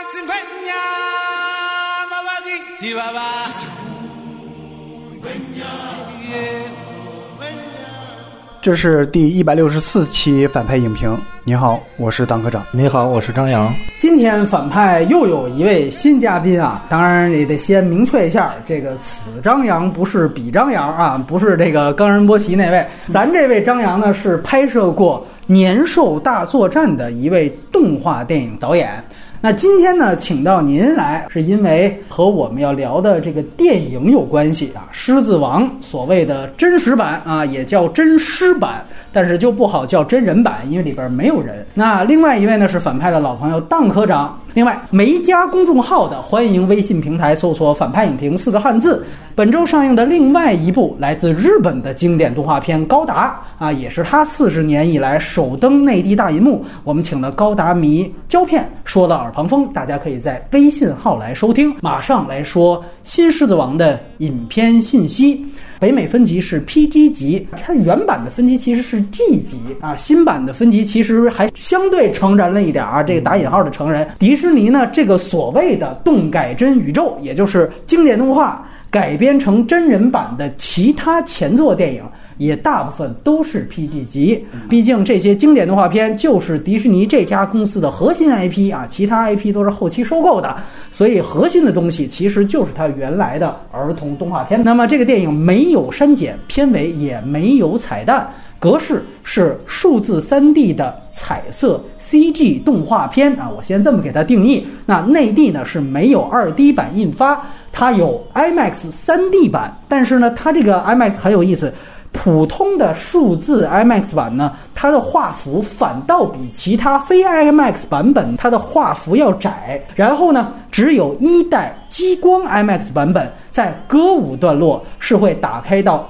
这是第164期反派影评。你好，我是当科长。 你好，我是张扬。 今天反派又有一位新嘉宾啊，当然也得先明确一下，这个此张扬不是彼张扬啊，不是这个冈仁波齐那位。咱这位张扬呢，是拍摄过《年兽大作战》的一位动画电影导演。那今天呢，请到您来，是因为和我们要聊的这个电影有关系啊，《狮子王》所谓的真实版啊，也叫真狮版，但是就不好叫真人版，因为里边没有人。那另外一位呢是反派的老朋友当科长。另外，没加公众号的，欢迎微信平台搜索反派影评4个汉字。本周上映的另外一部来自日本的经典动画片《高达》啊，也是他40年以来首登内地大银幕。我们请了高达迷胶片说了耳旁风，大家可以在微信号来收听。马上来说新狮子王的影片信息。北美分级是 PG 级，它原版的分级其实是 G 级啊，新版的分级其实还相对成人了一点啊，这个打引号的成人。迪士尼呢，这个所谓的动改真宇宙，也就是经典动画改编成真人版的其他前作电影，也大部分都是 PG 级。毕竟这些经典动画片就是迪士尼这家公司的核心 IP 啊，其他 IP 都是后期收购的，所以核心的东西其实就是它原来的儿童动画片。那么这个电影没有删减，片尾也没有彩蛋，格式是数字 3D 的彩色 CG 动画片啊，我先这么给它定义。那内地呢是没有2D 版印发，它有 IMAX 3D 版，但是呢它这个 IMAX 很有意思，普通的数字 IMAX 版呢，它的画幅反倒比其他非 IMAX 版本它的画幅要窄。然后呢，只有1代激光 IMAX 版本在歌舞段落是会打开到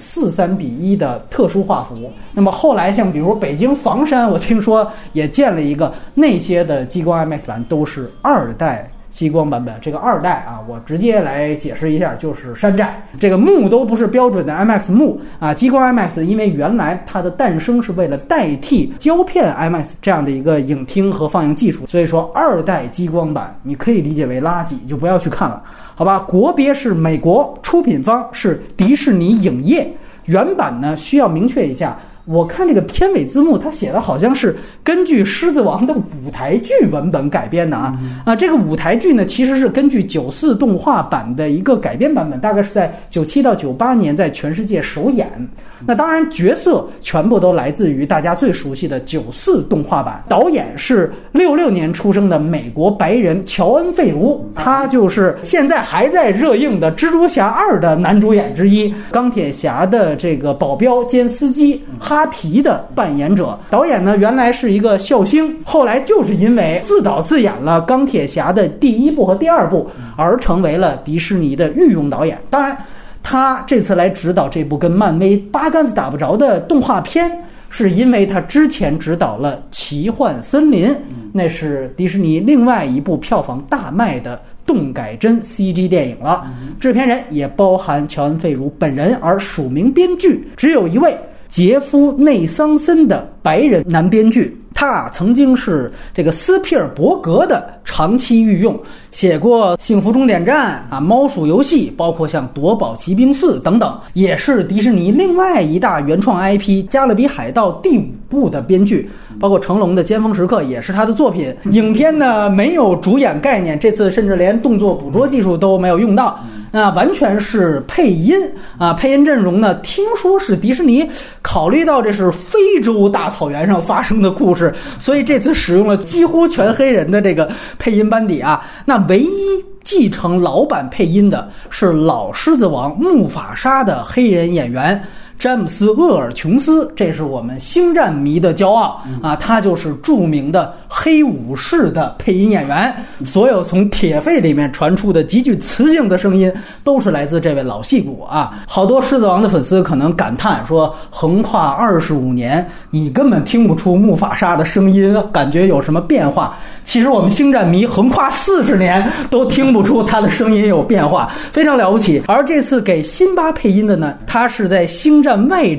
1.43:1的特殊画幅。那么后来像比如北京房山，我听说也建了一个，那些的激光 IMAX 版都是2代激光版本。这个2代啊，我直接来解释一下，就是山寨，这个幕都不是标准的 IMAX 幕啊。激光 IMAX 因为原来它的诞生是为了代替胶片 IMAX 这样的一个影厅和放映技术，所以说2代激光版你可以理解为垃圾，就不要去看了，好吧？国别是美国，出品方是迪士尼影业。原版呢需要明确一下，我看这个片尾字幕，它写的好像是根据《狮子王》的舞台剧文本改编的啊。这个舞台剧呢，其实是根据94动画版的一个改编版本，大概是在97到98年在全世界首演。那当然，角色全部都来自于大家最熟悉的94动画版。导演是66年出生的美国白人乔恩·费卢，他就是现在还在热映的《蜘蛛侠2》的男主演之一，钢铁侠的这个保镖兼司机哈皮的扮演者。导演呢原来是一个笑星，后来就是因为自导自演了钢铁侠的第1部和第2部而成为了迪士尼的御用导演。当然他这次来指导这部跟漫威八竿子打不着的动画片，是因为他之前指导了《奇幻森林》，那是迪士尼另外一部票房大卖的动改真 CG 电影了。制片人也包含乔恩·费卢本人，而署名编剧只有一位，杰夫·内桑森的白人男编剧。他曾经是这个斯皮尔伯格的长期御用，写过《幸福终点站》啊、《猫鼠游戏》，包括像《夺宝奇兵4》等等，也是迪士尼另外一大原创 IP《加勒比海盗》第5部的编剧，包括成龙的《尖峰时刻》也是他的作品。影片呢没有主演概念，这次甚至连动作捕捉技术都没有用到，完全是配音啊。配音阵容呢，听说是迪士尼考虑到这是非洲大草原上发生的故事，所以这次使用了几乎全黑人的这个配音班底啊。那唯一继承老版配音的是老狮子王木法沙的黑人演员詹姆斯·厄尔琼斯，这是我们星战迷的骄傲啊！他就是著名的黑武士的配音演员，所有从铁肺里面传出的极具磁性的声音，都是来自这位老戏骨啊！好多狮子王的粉丝可能感叹说，横跨25年，你根本听不出木法沙的声音，感觉有什么变化。其实我们星战迷横跨40年都听不出他的声音有变化，非常了不起。而这次给辛巴配音的呢，他是在星战外传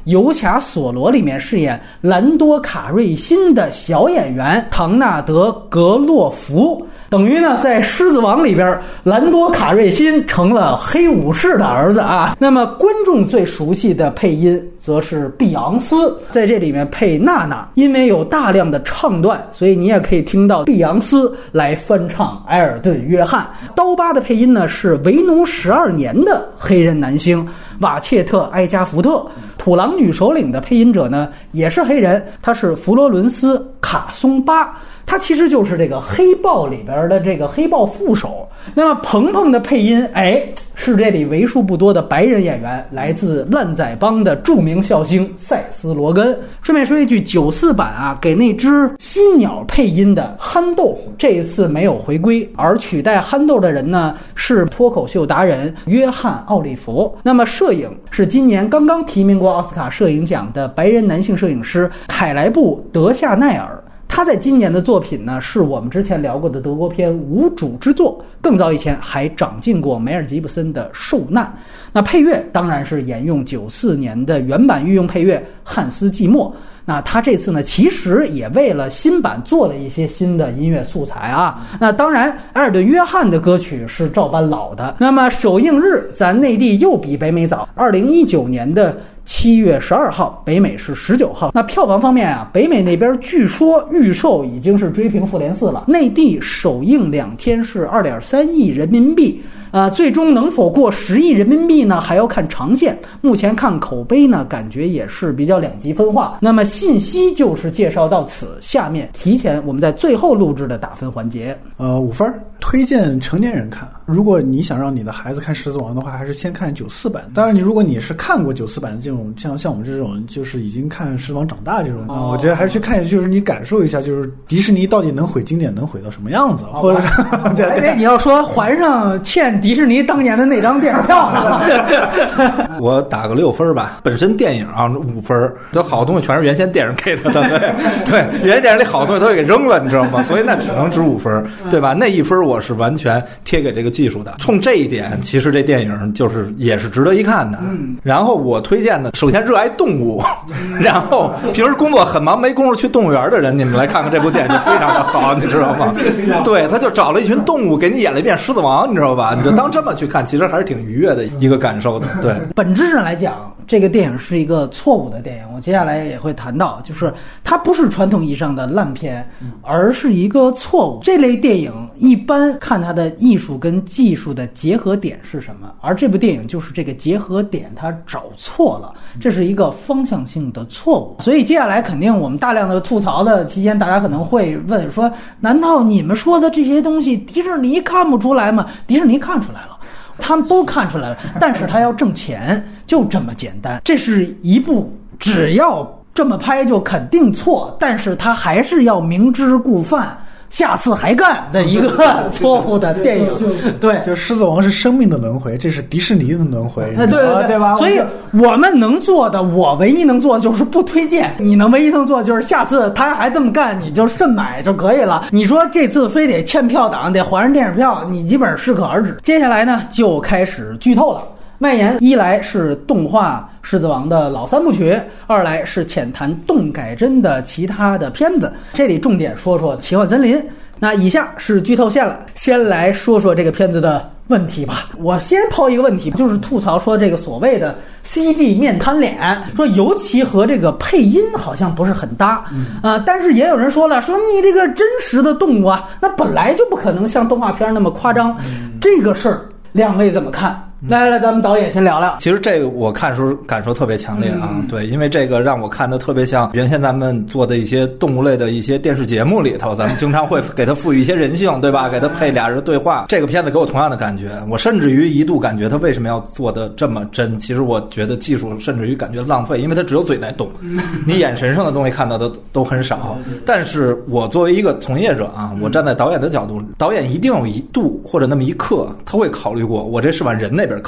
游侠索罗》里面饰演兰多卡瑞辛的小演员唐纳德格洛夫。等于呢，在《狮子王》里边，兰多卡瑞辛成了黑武士的儿子啊。那么观众最熟悉的配音则是碧昂斯，在这里面配娜娜，因为有大量的唱段，所以你也可以听到碧昂斯来翻唱埃尔顿·约翰。刀疤的配音呢是为奴12年的黑人男星瓦切特·埃加福特。土狼女首领的配音者呢也是黑人，他是弗罗伦斯·卡松巴，他其实就是这个黑豹里边的这个黑豹副手。那么鹏鹏的配音，是这里为数不多的白人演员，来自烂仔帮的著名笑星塞斯·罗根。顺便说一句，94版啊，给那只犀鸟配音的憨豆这一次没有回归，而取代憨豆的人呢是脱口秀达人约翰·奥利弗。那么摄影是今年刚刚提名过奥斯卡摄影奖的白人男性摄影师凯莱布·德夏奈尔。他在今年的作品呢，是我们之前聊过的德国片《无主之作》，更早以前还长进过梅尔吉布森的《受难》。那配乐当然是沿用94年的原版御用配乐汉斯季默。那他这次呢，其实也为了新版做了一些新的音乐素材啊。那当然，埃尔顿·约翰的歌曲是照搬老的。那么首映日，咱内地又比北美早，2019年的7月12号，北美是19号。那票房方面啊，北美那边据说预售已经是追平复联4了，内地首映2天是2.3亿人民币。最终能否过10亿人民币呢，还要看长线。目前看口碑呢，感觉也是比较两极分化。那么信息就是介绍到此，下面提前我们在最后录制的打分环节。 5分，推荐成年人看。如果你想让你的孩子看《狮子王》的话，还是先看94版。当然，如果你是看过94版的这种，像我们这种就是已经看《狮子王》长大这种，我觉得还是去看一下，就是你感受一下，就是迪士尼到底能毁经典能毁到什么样子，或者是对，你要说还上欠迪士尼当年的那张电影票呢？ 我打个6分吧。本身电影啊5分，这好东西全是原先电影给他的，对，原先电影里好东西都给扔了，你知道吗？所以那只能值5分，对吧？那1分我是完全贴给这个技术的。冲这一点，其实这电影就是也是值得一看的。然后我推荐的，首先热爱动物，然后平时工作很忙没工夫去动物园的人，你们来看看这部电影就非常的好，你知道吗？对，他就找了一群动物给你演了一遍《狮子王》，你知道吧？你就当这么去看，其实还是挺愉悦的一个感受的。对， 本质上来讲，这个电影是一个错误的电影。我接下来也会谈到，就是它不是传统意义上的烂片，而是一个错误。这类电影一般看它的艺术跟技术的结合点是什么，而这部电影就是这个结合点它找错了，这是一个方向性的错误。所以接下来肯定我们大量的吐槽的期间，大家可能会问说，难道你们说的这些东西迪士尼看不出来吗？迪士尼看出来了，他们都看出来了，但是他要挣钱，就这么简单。这是一部只要这么拍就肯定错，但是他还是要明知故犯，下次还干的一个错误的电影。对， 就狮子王是生命的轮回，这是迪士尼的轮回， 对吧？ 所以我们能做的，我唯一能做的就是不推荐，你唯一能做的就是下次他还这么干，你就慎买就可以了。你说这次非得欠票党，得还人电影票，你基本适可而止。接下来呢，就开始剧透了。外延一来是动画《狮子王》的老3部曲，二来是浅谈动改真的其他的片子。这里重点说说奇幻森林。那以下是剧透线了，先来说说这个片子的问题吧。我先抛一个问题，就是吐槽说这个所谓的 CG 面瘫脸，说尤其和这个配音好像不是很搭但是也有人说了，说你这个真实的动物啊，那本来就不可能像动画片那么夸张。这个事儿两位怎么看？来，咱们导演先聊聊。 其实这个我看时候感受特别强烈啊，对，因为这个让我看的特别像原先咱们做的一些动物类的一些电视节目里头，咱们经常会给它赋予一些人性，对吧？给它配俩人对话。这个片子给我同样的感觉，我甚至于一度感觉它为什么要做的这么真？其实我觉得技术甚至于感觉浪费，因为它只有嘴在动，你眼神上的东西看到的都很少。但是我作为一个从业者啊，我站在导演的角度，导演一定有一度或者那么一刻，他会考虑过我这是往人那边靠，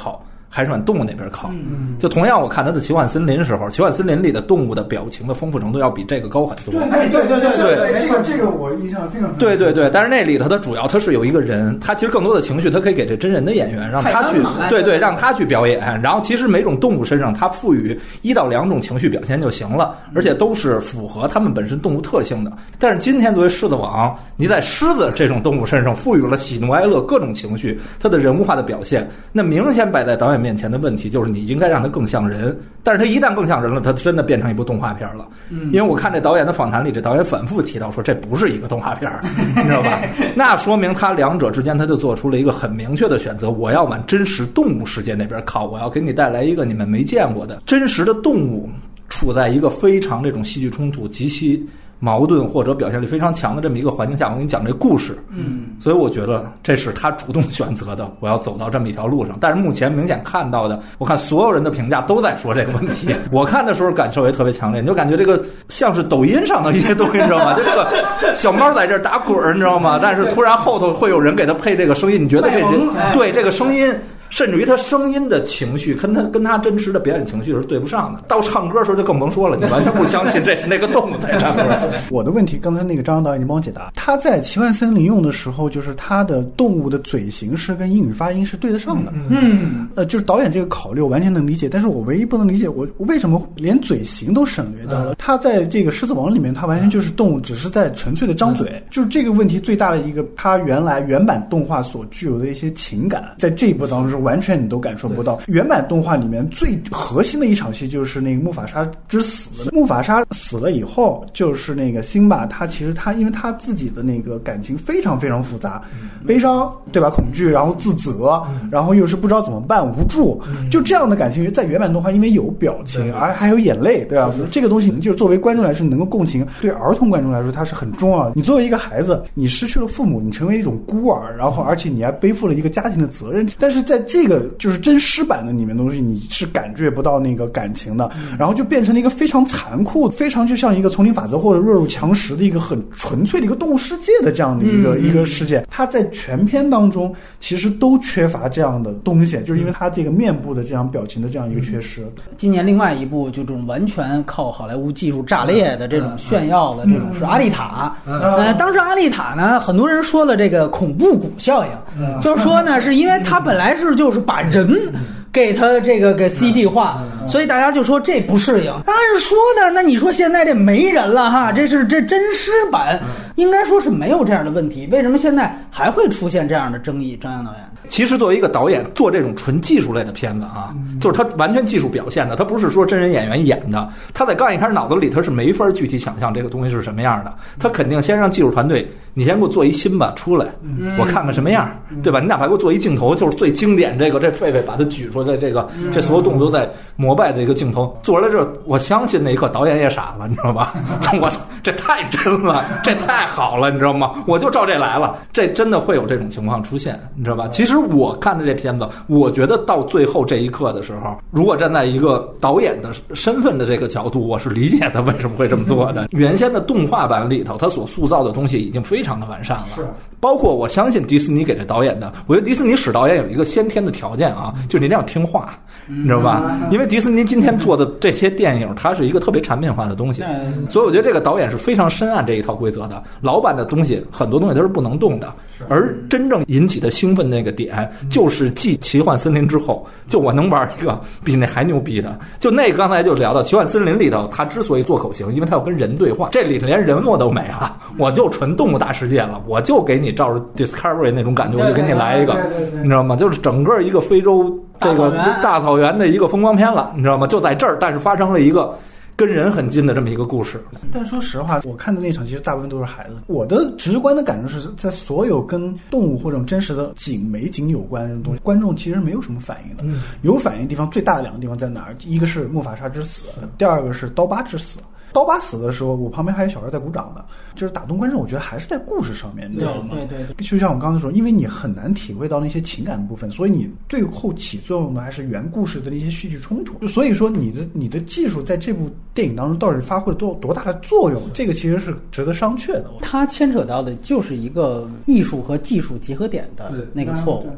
还是往动物那边靠。就同样我看他的奇幻森林时候，奇幻森林里的动物的表情的丰富程度要比这个高很多。 对，这个我印象非常对，但是那里头它主要它是有一个人，他其实更多的情绪他可以给这真人的演员让他去让他去表演，然后其实每种动物身上他赋予1到2种情绪表现就行了，而且都是符合他们本身动物特性的。但是今天作为狮子王，你在狮子这种动物身上赋予了喜怒哀乐各种情绪，它的人物化的表现，那明显摆在导演面前的问题就是你应该让它更像人，但是它一旦更像人了，它真的变成一部动画片了。因为我看这导演的访谈里，这导演反复提到说这不是一个动画片，你知道吧？那说明他两者之间他就做出了一个很明确的选择，我要往真实动物世界那边靠，我要给你带来一个你们没见过的真实的动物处在一个非常这种戏剧冲突极其矛盾或者表现力非常强的这么一个环境下，我给你讲这故事。所以我觉得这是他主动选择的，我要走到这么一条路上。但是目前明显看到的，我看所有人的评价都在说这个问题。我看的时候感受也特别强烈，你就感觉这个像是抖音上的一些东西，你知道吗？就这个小猫在这打滚，你知道吗？但是突然后头会有人给他配这个声音，你觉得这人对这个声音。甚至于他声音的情绪跟他真实的表演情绪是对不上的。到唱歌的时候就更甭说了，你完全不相信这是那个动物在唱歌。 我的问题刚才那个张导已经帮我解答，他在奇幻森林用的时候，就是他的动物的嘴型是跟英语发音是对得上的。就是导演这个考虑我完全能理解，但是我唯一不能理解，我为什么连嘴型都省略到了？他在这个狮子王里面，他完全就是动物只是在纯粹的张嘴，就是这个问题最大的一个，他原版动画所具有的一些情感，在这一部当中完全你都感受不到。原版动画里面最核心的一场戏就是那个木法沙之死。木法沙死了以后，就是那个辛巴，他其实因为他自己的那个感情非常非常复杂，悲伤对吧，恐惧，然后自责，然后又是不知道怎么办，无助，就这样的感情在原版动画因为有表情，而还有眼泪，对吧？这个东西就是作为观众来说能够共情，对儿童观众来说它是很重要的。你作为一个孩子，你失去了父母，你成为一种孤儿，然后而且你还背负了一个家庭的责任，但是在这个就是真实版的里面的东西，你是感觉不到那个感情的，然后就变成了一个非常残酷，非常就像一个丛林法则或者弱肉强食的一个很纯粹的一个动物世界的这样的一个世界。它在全片当中其实都缺乏这样的东西，就是因为它这个面部的这样表情的这样一个缺失。 今年另外一部就这种完全靠好莱坞技术炸裂的这种炫耀的这种是阿丽塔。当时阿丽塔呢，很多人说了这个恐怖谷效应，就是说呢，是因为它本来就是把人给他这个给 CG 化，所以大家就说这不适应。当然是说的，那你说现在这没人了哈，这真实版，应该说是没有这样的问题，为什么现在还会出现这样的争议？张扬导演， 其实作为一个导演做这种纯技术类的片子啊，就是他完全技术表现的，他不是说真人演员演的，他在刚一开始脑子里他是没法具体想象这个东西是什么样的，他肯定先让技术团队，你先给我做一辛巴出来，我看看什么样，对吧？你哪怕给我做一镜头，就是最经典这狒狒把它举出来，这所有动作都在膜拜的一个镜头做出来之后，我相信那一刻导演也傻了，你知道吧？我操，这太真了，这太好了，你知道吗？我就照这来了，这真的会有这种情况出现，你知道吧？其实我看的这片子，我觉得到最后这一刻的时候，如果站在一个导演的身份的这个角度，我是理解他为什么会这么做的。原先的动画版里头，他所塑造的东西已经非常的完善了，是包括我相信迪士尼给这导演的，我觉得迪士尼使导演有一个先天的条件啊，就是你一定要听话，你知道吧？因为迪士尼今天做的这些电影，它是一个特别产品化的东西，所以我觉得这个导演是非常深谙这一套规则的。老版的东西很多东西都是不能动的，而真正引起的兴奋那个点，就是继奇幻森林之后，就我能玩一个比那还牛逼的。就那刚才就聊到奇幻森林里头，它之所以做口型，因为它要跟人对话，这里头连人我都没了，我就纯动物大世界了，我就给你照着 Discovery 那种感觉，我就给你来一个，你知道吗？就是整个一个非洲这个大草原的一个风光片了，你知道吗？就在这儿，但是发生了一个跟人很近的这么一个故事。 但说实话，我看的那场其实大部分都是孩子。我的直观的感受是在所有跟动物或者真实的美景有关的东西，观众其实没有什么反应的。有反应的地方最大的两个地方在哪儿？一个是木法沙之死，第二个是刀疤之死。刀疤死的时候，我旁边还有小孩在鼓掌的，就是打动观众。我觉得还是在故事上面，你知道吗？对，就像我刚才说，因为你很难体会到那些情感部分，所以你最后起作用的还是原故事的那些戏剧冲突。所以说，你的技术在这部电影当中到底发挥了多大的作用，这个其实是值得商榷的。 它牵扯到的就是一个艺术和技术结合点的那个错误。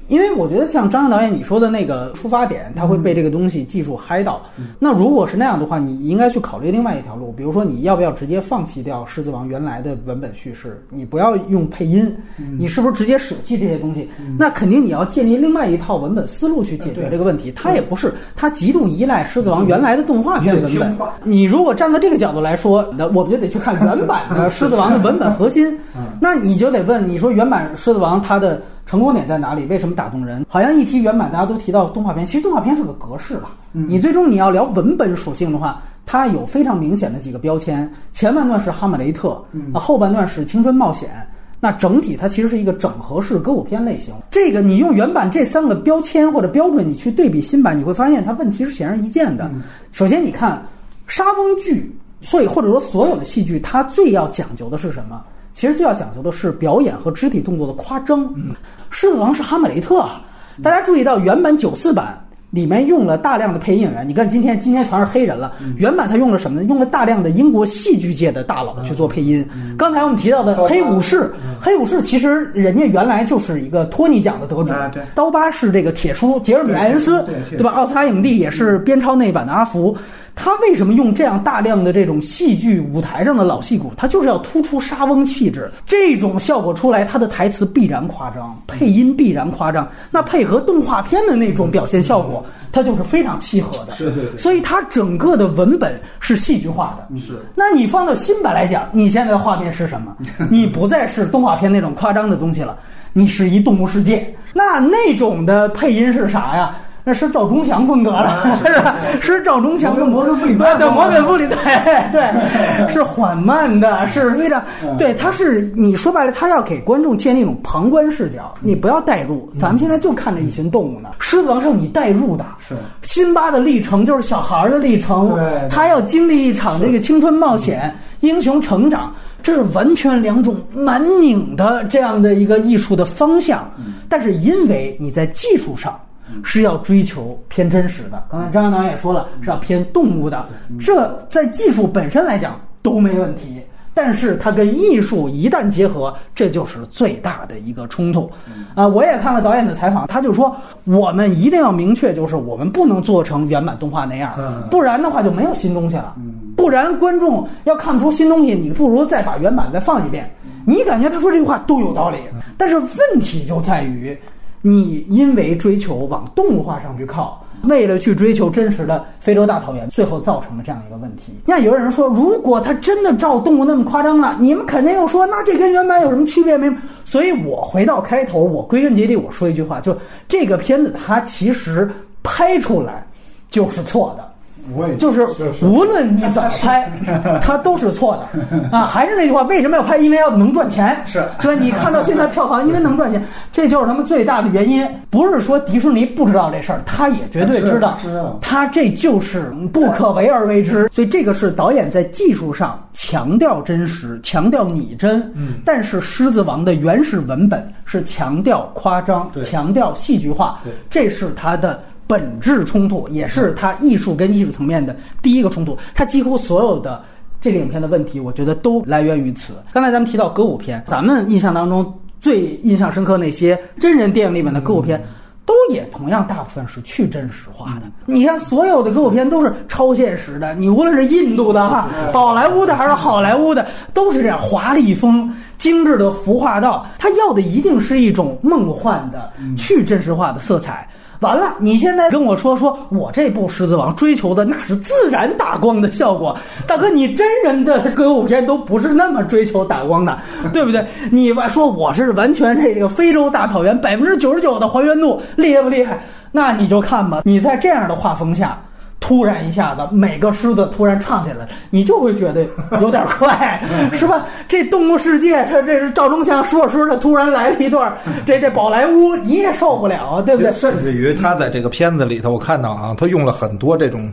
因为我觉得像张扬导演你说的那个出发点，他会被这个东西技术嗨到。那如果是那样的话，你应该去考虑另外一条路，比如说你要不要直接放弃掉《狮子王》原来的文本叙事，你不要用配音，你是不是直接舍弃这些东西？那肯定你要建立另外一套文本思路去解决这个问题。它也不是，它极度依赖《狮子王》原来的动画片文本。你如果站在这个角度来说，那我们就得去看原版的《狮子王》的文本核心。那你就得问，你说原版《狮子王》它的成功点在哪里？为什么打动人？好像一提原版，大家都提到动画片。其实动画片是个格式吧。你最终你要聊文本属性的话，它有非常明显的几个标签。前半段是哈姆雷特，后半段是青春冒险。那整体它其实是一个整合式歌舞片类型。这个你用原版这3个标签或者标准，你去对比新版，你会发现它问题是显而易见的。首先，你看莎翁剧，所以或者说所有的戏剧，它最要讲究的是什么？其实最要讲究的是表演和肢体动作的夸张。狮子王是哈姆雷特啊，大家注意到原版94版里面用了大量的配音演员，你看今天全是黑人了。原版他用了什么呢？用了大量的英国戏剧界的大佬去做配音。刚才我们提到的黑武士其实人家原来就是一个托尼奖的得主，刀疤是这个铁叔杰尔米·艾恩斯，对吧？奥斯卡影帝，也是边超那版的阿福。他为什么用这样大量的这种戏剧舞台上的老戏骨？他就是要突出莎翁气质，这种效果出来，他的台词必然夸张，配音必然夸张。那配合动画片的那种表现效果，它就是非常契合的。 是。 所以它整个的文本是戏剧化的。 是。 那你放到新版来讲，你现在的画面是什么？你不再是动画片那种夸张的东西了，你是一动物世界。那种的配音是啥呀？那是赵忠祥风格了，是吧？是赵忠祥跟摩根弗里曼， 对，摩根弗里对，是缓慢的，是非常对。他是你说白了，他要给观众建立一种旁观视角，你不要代入。咱们现在就看着一群动物呢，狮子王是你代入的， 是辛巴的历程就是小孩的历程， 对， 他要经历一场这个青春冒险、英雄成长。这是完全2种蛮拧的这样的一个艺术的方向，但是因为你在技术上是要追求偏真实的，刚才张导也说了是要偏动物的，这在技术本身来讲都没问题，但是它跟艺术一旦结合，这就是最大的一个冲突。我也看了导演的采访，他就说我们一定要明确，就是我们不能做成原版动画那样，不然的话就没有新东西了。不然观众要看不出新东西，你不如再把原版再放一遍。你感觉他说这句话都有道理，但是问题就在于你因为追求往动物化上去靠，为了去追求真实的非洲大草原，最后造成了这样一个问题。那有人说，如果他真的照动物那么夸张了，你们肯定又说那这跟原版有什么区别没？所以我回到开头，我归根结底我说一句话，就这个片子它其实拍出来就是错的。就是无论你怎么拍，它都是错的啊！还是那句话，为什么要拍？因为要能赚钱，是吧？你看到现在票房，因为能赚钱，这就是他们最大的原因。不是说迪士尼不知道这事儿，他也绝对知道，他这就是不可为而为之。所以这个是导演在技术上强调真实，强调拟真，但是《狮子王》的原始文本是强调夸张，强调戏剧化，这是他的本质冲突，也是它艺术跟艺术层面的第一个冲突。它几乎所有的这个影片的问题，我觉得都来源于此。刚才咱们提到歌舞片，咱们印象当中最印象深刻那些真人电影里面的歌舞片，都也同样大部分是去真实化的。你看所有的歌舞片都是超现实的，你无论是印度的宝莱坞的还是好莱坞的，都是这样华丽风精致的服化道，它要的一定是一种梦幻的去真实化的色彩。完了，你现在跟我说我这部《狮子王》追求的那是自然打光的效果，大哥，你真人的歌舞片都不是那么追求打光的，对不对？你说我是完全这个非洲大草原99%的还原度，厉害不厉害？那你就看吧，你在这样的画风下，突然一下子每个狮子突然唱起来，你就会觉得有点快，是吧？这动物世界，这是赵忠祥说着说着突然来了一段，这宝莱坞你也受不了，对不对？ 甚至于他在这个片子里头，我看到啊，他用了很多这种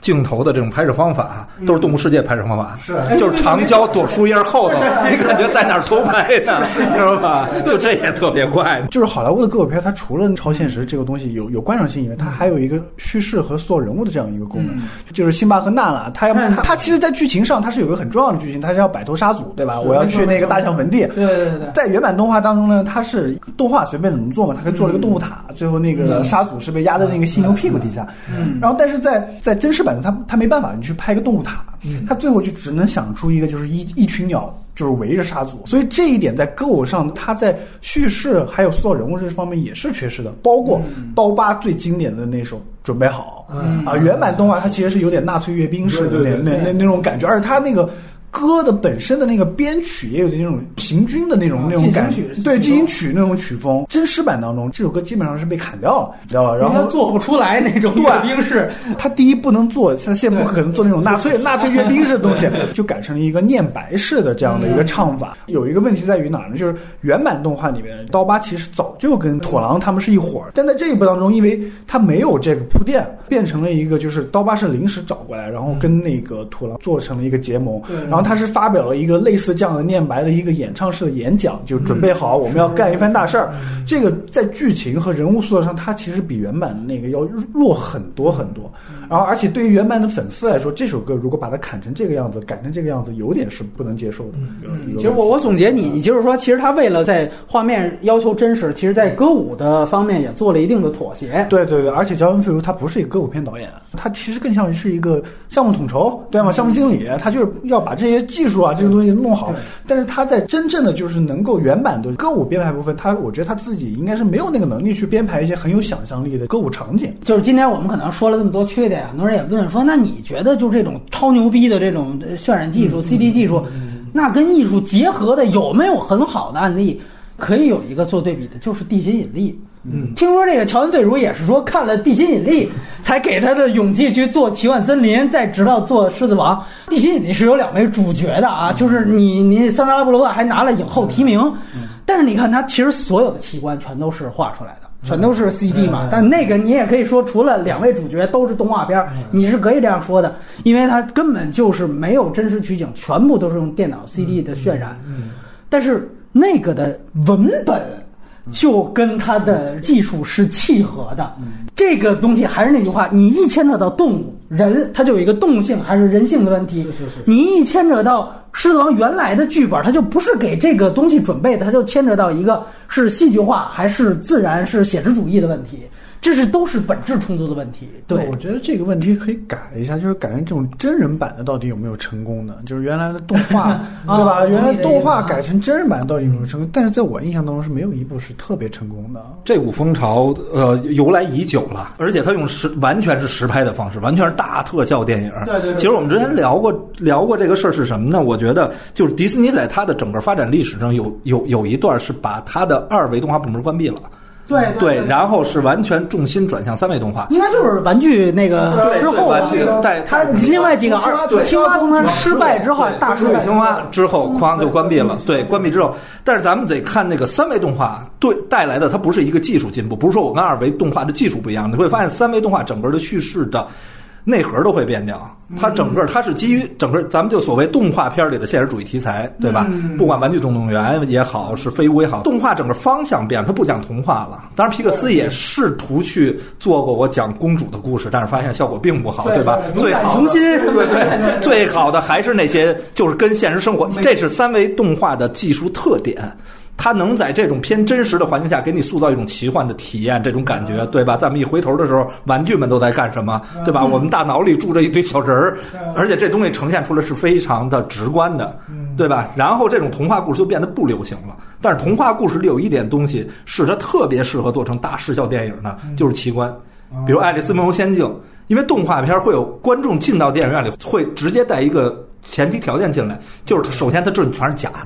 镜头的这种拍摄方法，都是动物世界拍摄方法， 是就是长焦躲树叶后头，你感觉在哪儿偷拍呢，知道吧？就这也特别怪。 就是好莱坞的歌舞片，它除了超现实这个东西有观赏性以外，它还有一个叙事和塑造人物的这样一个功能。就是辛巴和娜拉，他其实，在剧情上他是有个很重要的剧情，他是要摆脱杀族，对吧？我要去那个大象坟地。 对。 在原版动画当中呢，它是动画随便怎么做嘛，他可以做了一个动物塔，最后那个杀族是被压在那个犀牛屁股底下。然后但是在真实版的他没办法，你去拍一个动物塔，他最后就只能想出一个就是一群鸟。就是围着杀族，所以这一点在歌舞上，它在叙事还有塑造人物这方面也是缺失的。包括刀疤最经典的那首《准备好》原版动画它其实是有点纳粹阅兵式的那种感觉，而且它那个歌的本身的那个编曲也有点那种行军的那种感觉，对，进行曲那种曲风。真实版当中，这首歌基本上是被砍掉了，知道吧？然后做不出来那种阅兵式， 他第一不能做，他现在不可能做那种纳粹阅兵式的东西，就改成了一个念白式的这样的一个唱法。有一个问题在于哪呢？就是原版动画里面，刀疤其实早就跟土狼他们是一伙儿，但在这一部当中，因为他没有这个铺垫，变成了一个就是刀疤是临时找过来，然后跟那个土狼做成了一个结盟，然后他是发表了一个类似这样的念白的一个演唱式的演讲，就准备好我们要干一番大事儿。这个在剧情和人物塑造上，它其实比原版的那个要弱很多很多。然后而且对于原版的粉丝来说，这首歌如果把它砍成这个样子，改成这个样子，有点是不能接受的。 其实我总结你就是说，其实他为了在画面要求真实，其实在歌舞的方面也做了一定的妥协。 对，而且乔恩·费如他不是一个歌舞片导演，他其实更像是一个项目统筹，对吗？项目经理，他就是要把这些技术啊这个东西弄好。但是他在真正的就是能够原版的歌舞编排部分，我觉得他自己应该是没有那个能力去编排一些很有想象力的歌舞场景。 就是今天我们可能说了这么多缺点，很多人也问说，那你觉得就这种超牛逼的这种渲染技术、CD 技术，那跟艺术结合的有没有很好的案例？可以有一个做对比的，就是《地心引力》。听说这个乔恩·费如也是说看了《地心引力》才给他的勇气去做《奇幻森林》，再直到做《狮子王》。《地心引力》是有2位主角的啊，就是你桑德拉·布罗克还拿了影后提名，但是你看他其实所有的器官全都是画出来的。全都是 CD 嘛，但那个你也可以说，除了2位主角都是动画片，你是可以这样说的，因为它根本就是没有真实取景，全部都是用电脑 CD 的渲染。但是那个的文本就跟它的技术是契合的。这个东西还是那句话，你一牵扯到动物人，它就有一个动物性还是人性的问题。你一牵扯到狮子王原来的剧本，它就不是给这个东西准备的，它就牵扯到一个是戏剧化还是自然是写实主义的问题。这都是本质冲突的问题。对， 我觉得这个问题可以改一下，就是改成这种真人版的到底有没有成功的？就是原来的动画，对吧？原来动画改成真人版到底有没有成功？但是在我印象当中是没有一部是特别成功的。 这股风潮由来已久了，而且它用完全是实拍的方式，完全是大特效电影。 对。 其实我们之前聊过这个事儿是什么呢？我觉得就是迪士尼在它的整个发展历史上有一段是把它的2维动画部门关闭了。对，然后是完全重心转向3维动画， 应该就是玩具那个之后， 玩具在它另外几个青蛙从它失败之后，大失败青蛙之后，哐就关闭了。对，关闭之后，但是咱们得看那个3维动画对带来的，它不是一个技术进步，不是说我跟2维动画的技术不一样，你会发现3维动画整个的叙事的内核都会变掉。它是基于整个咱们就所谓动画片里的现实主义题材，对吧？不管玩具总动员也好，是飞屋也好，动画整个方向变了，它不讲童话了。当然皮克斯也试图去做过我讲公主的故事，但是发现效果并不好，对吧？最好的对，最好的还是那些就是跟现实生活，这是3维动画的技术特点。它能在这种偏真实的环境下给你塑造一种奇幻的体验，这种感觉，对吧？咱们一回头的时候，玩具们都在干什么，对吧？我们大脑里住着一堆小人儿，而且这东西呈现出来是非常的直观的，对吧？然后这种童话故事就变得不流行了。但是童话故事里有一点东西是它特别适合做成大视效电影的，就是奇观，比如《爱丽丝梦游仙境》，因为动画片会有观众进到电影院里会直接带一个前提条件进来，就是首先它这全是假的。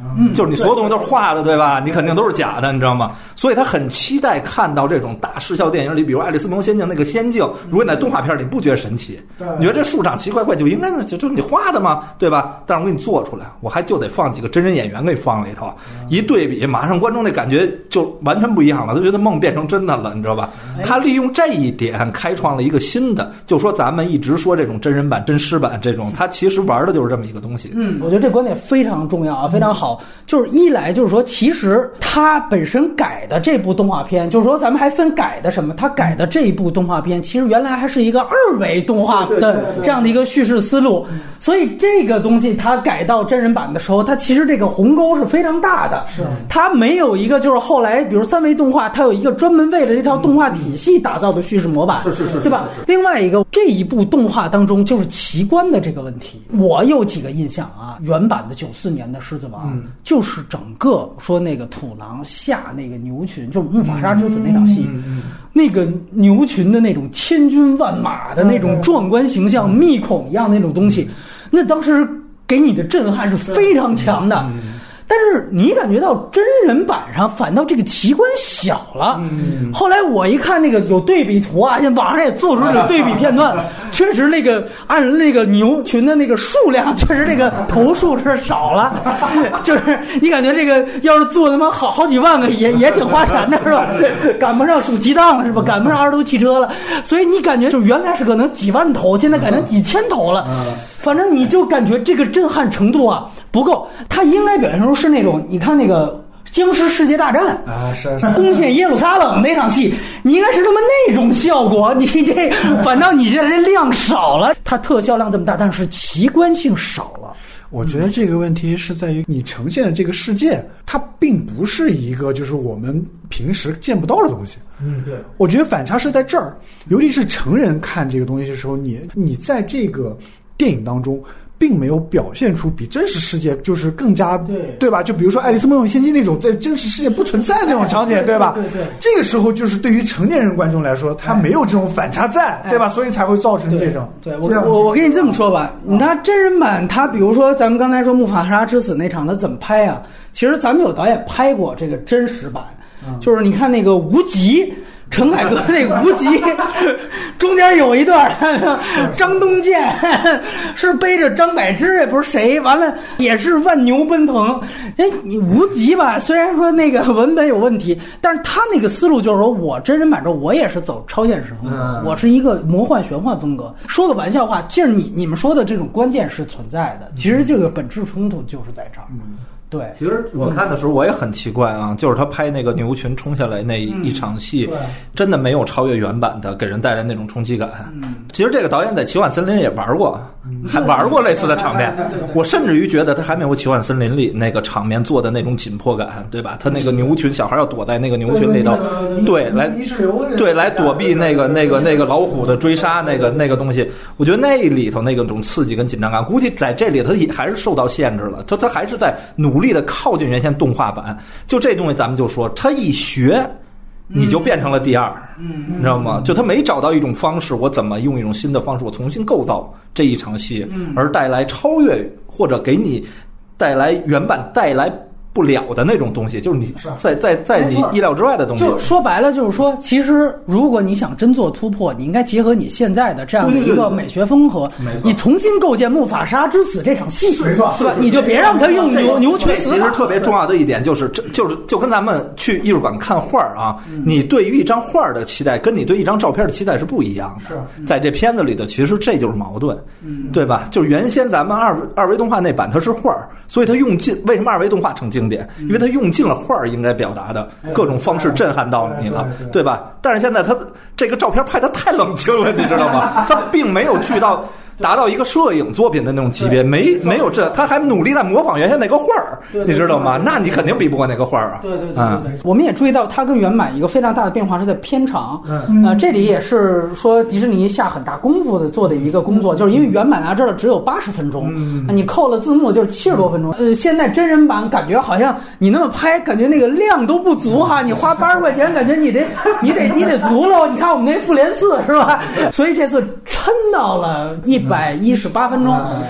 就是你所有东西都是画的，对吧？你肯定都是假的，你知道吗？所以他很期待看到这种大视效电影里，比如《爱丽丝梦游仙境》那个仙境，如果你在动画片里不觉得神奇，你觉得这树长奇怪怪就应该就是你画的嘛，对吧？但是我给你做出来，我还就得放几个真人演员给放里头，一对比，马上观众那感觉就完全不一样了，都觉得梦变成真的了，你知道吧？他利用这一点开创了一个新的，就说咱们一直说这种真人版、真实版这种，他其实玩的就是这么一个东西。 我觉得这观点非常重要啊，非常好。就是一来就是说，其实他本身改的这部动画片，就是说咱们还分改的什么，他改的这一部动画片，其实原来还是一个2维动画的这样的一个叙事思路，所以这个东西他改到真人版的时候，他其实这个鸿沟是非常大的。是，他没有一个就是后来比如3维动画，它有一个专门为了这套动画体系打造的叙事模板，是，对吧？另外一个，这一部动画当中就是奇观的这个问题，我有几个印象啊，原版的94年的狮子王，就是整个说那个土狼下那个牛群，就是木法沙之子那场戏，那个牛群的那种千军万马的那种壮观形象，密孔一样那种东西，那当时给你的震撼是非常强的。但是你感觉到真人版上反倒这个奇观小了。后来我一看那个有对比图啊，网上也做出这个对比片段，确实那个按那个牛群的那个数量，确实这个头数是少了，就是你感觉这个要是做他妈好几万个也挺花钱的是吧？赶不上数鸡档了是吧？赶不上二头汽车了，所以你感觉就原来是可能几万头，现在改成几千头了。反正你就感觉这个震撼程度啊不够，它应该表现出是那种，你看那个僵尸世界大战啊，是攻陷耶路撒冷那场戏，你应该是他妈那种效果，你这反倒你现在这量少了，它特效量这么大，但是奇观性少了。 我觉得这个问题是在于你呈现的这个世界，它并不是一个就是我们平时见不到的东西。 对， 我觉得反差是在这儿，尤其是成人看这个东西的时候，你在这个电影当中并没有表现出比真实世界就是更加对吧？就比如说《爱丽丝梦游仙境》那种在真实世界不存在的那种场景，对吧？ 对， 这个时候就是对于成年人观众来说，他没有这种反差在，对吧？所以才会造成这种。 对，我跟你这么说吧，你看真人版，他比如说咱们刚才说木法沙之死那场，他怎么拍啊？其实咱们有导演拍过这个真实版，就是你看那个无极。陈凯歌那个无极，中间有一段，张东健是背着张柏芝也不是谁，完了也是万牛奔腾。哎，你无极吧，虽然说那个文本有问题，但是他那个思路就是说我真人版之后，我也是走超现实风格，我是一个魔幻玄幻风格。说个玩笑话，就是你们说的这种关键是存在的，其实这个本质冲突就是在这儿。对， 其实我看的时候我也很奇怪啊，就是他拍那个牛群冲下来那一场戏，真的没有超越原版的给人带来那种冲击感。其实这个导演在奇幻森林也玩过，还玩过类似的场面。我甚至于觉得他还没有奇幻森林里那个场面做的那种紧迫感，对吧？他那个牛群小孩要躲在那个牛群里头，来躲避那个老虎的追杀那个东西。我觉得那里头那个种刺激跟紧张感，估计在这里他也还是受到限制了。他还是在努力的靠近原先动画版。就这东西咱们就说他一学你就变成了第二，你知道吗？就他没找到一种方式，我怎么用一种新的方式我重新构造这一场戏，而带来超越或者给你带来原版带来不了的那种东西，就是你在你意料之外的东西。 就说白了就是说，其实如果你想真做突破，你应该结合你现在的这样的一个美学风格，你重新构建木法沙之死这场戏， 没错， 是吧？你就别让他用牛群死。 其实特别重要的一点就跟咱们去艺术馆看画啊，你对于一张画的期待跟你对一张照片的期待是不一样的。在这片子里头，其实这就是矛盾，对吧？就是原先咱们二维动画那版它是画，所以它用尽。为什么二维动画成经典？因为它用尽了画应该表达的各种方式震撼到你了，对吧？但是现在它这个照片拍得太冷清了，你知道吗？它并没有达到一个摄影作品的那种级别，没有这，他还努力在模仿原先那个画儿，你知道吗？那你肯定比不过那个画儿啊。 对。我们也注意到，它跟原版一个非常大的变化是在片长。这里也是说迪士尼下很大功夫的做的一个工作，就是因为原版大家知道只有80分钟，你扣了字幕就是70多分钟。现在真人版感觉好像你那么拍，感觉那个量都不足哈，你花80块钱，感觉你得足了。你看我们那复联4是吧？所以这次抻到了118分钟。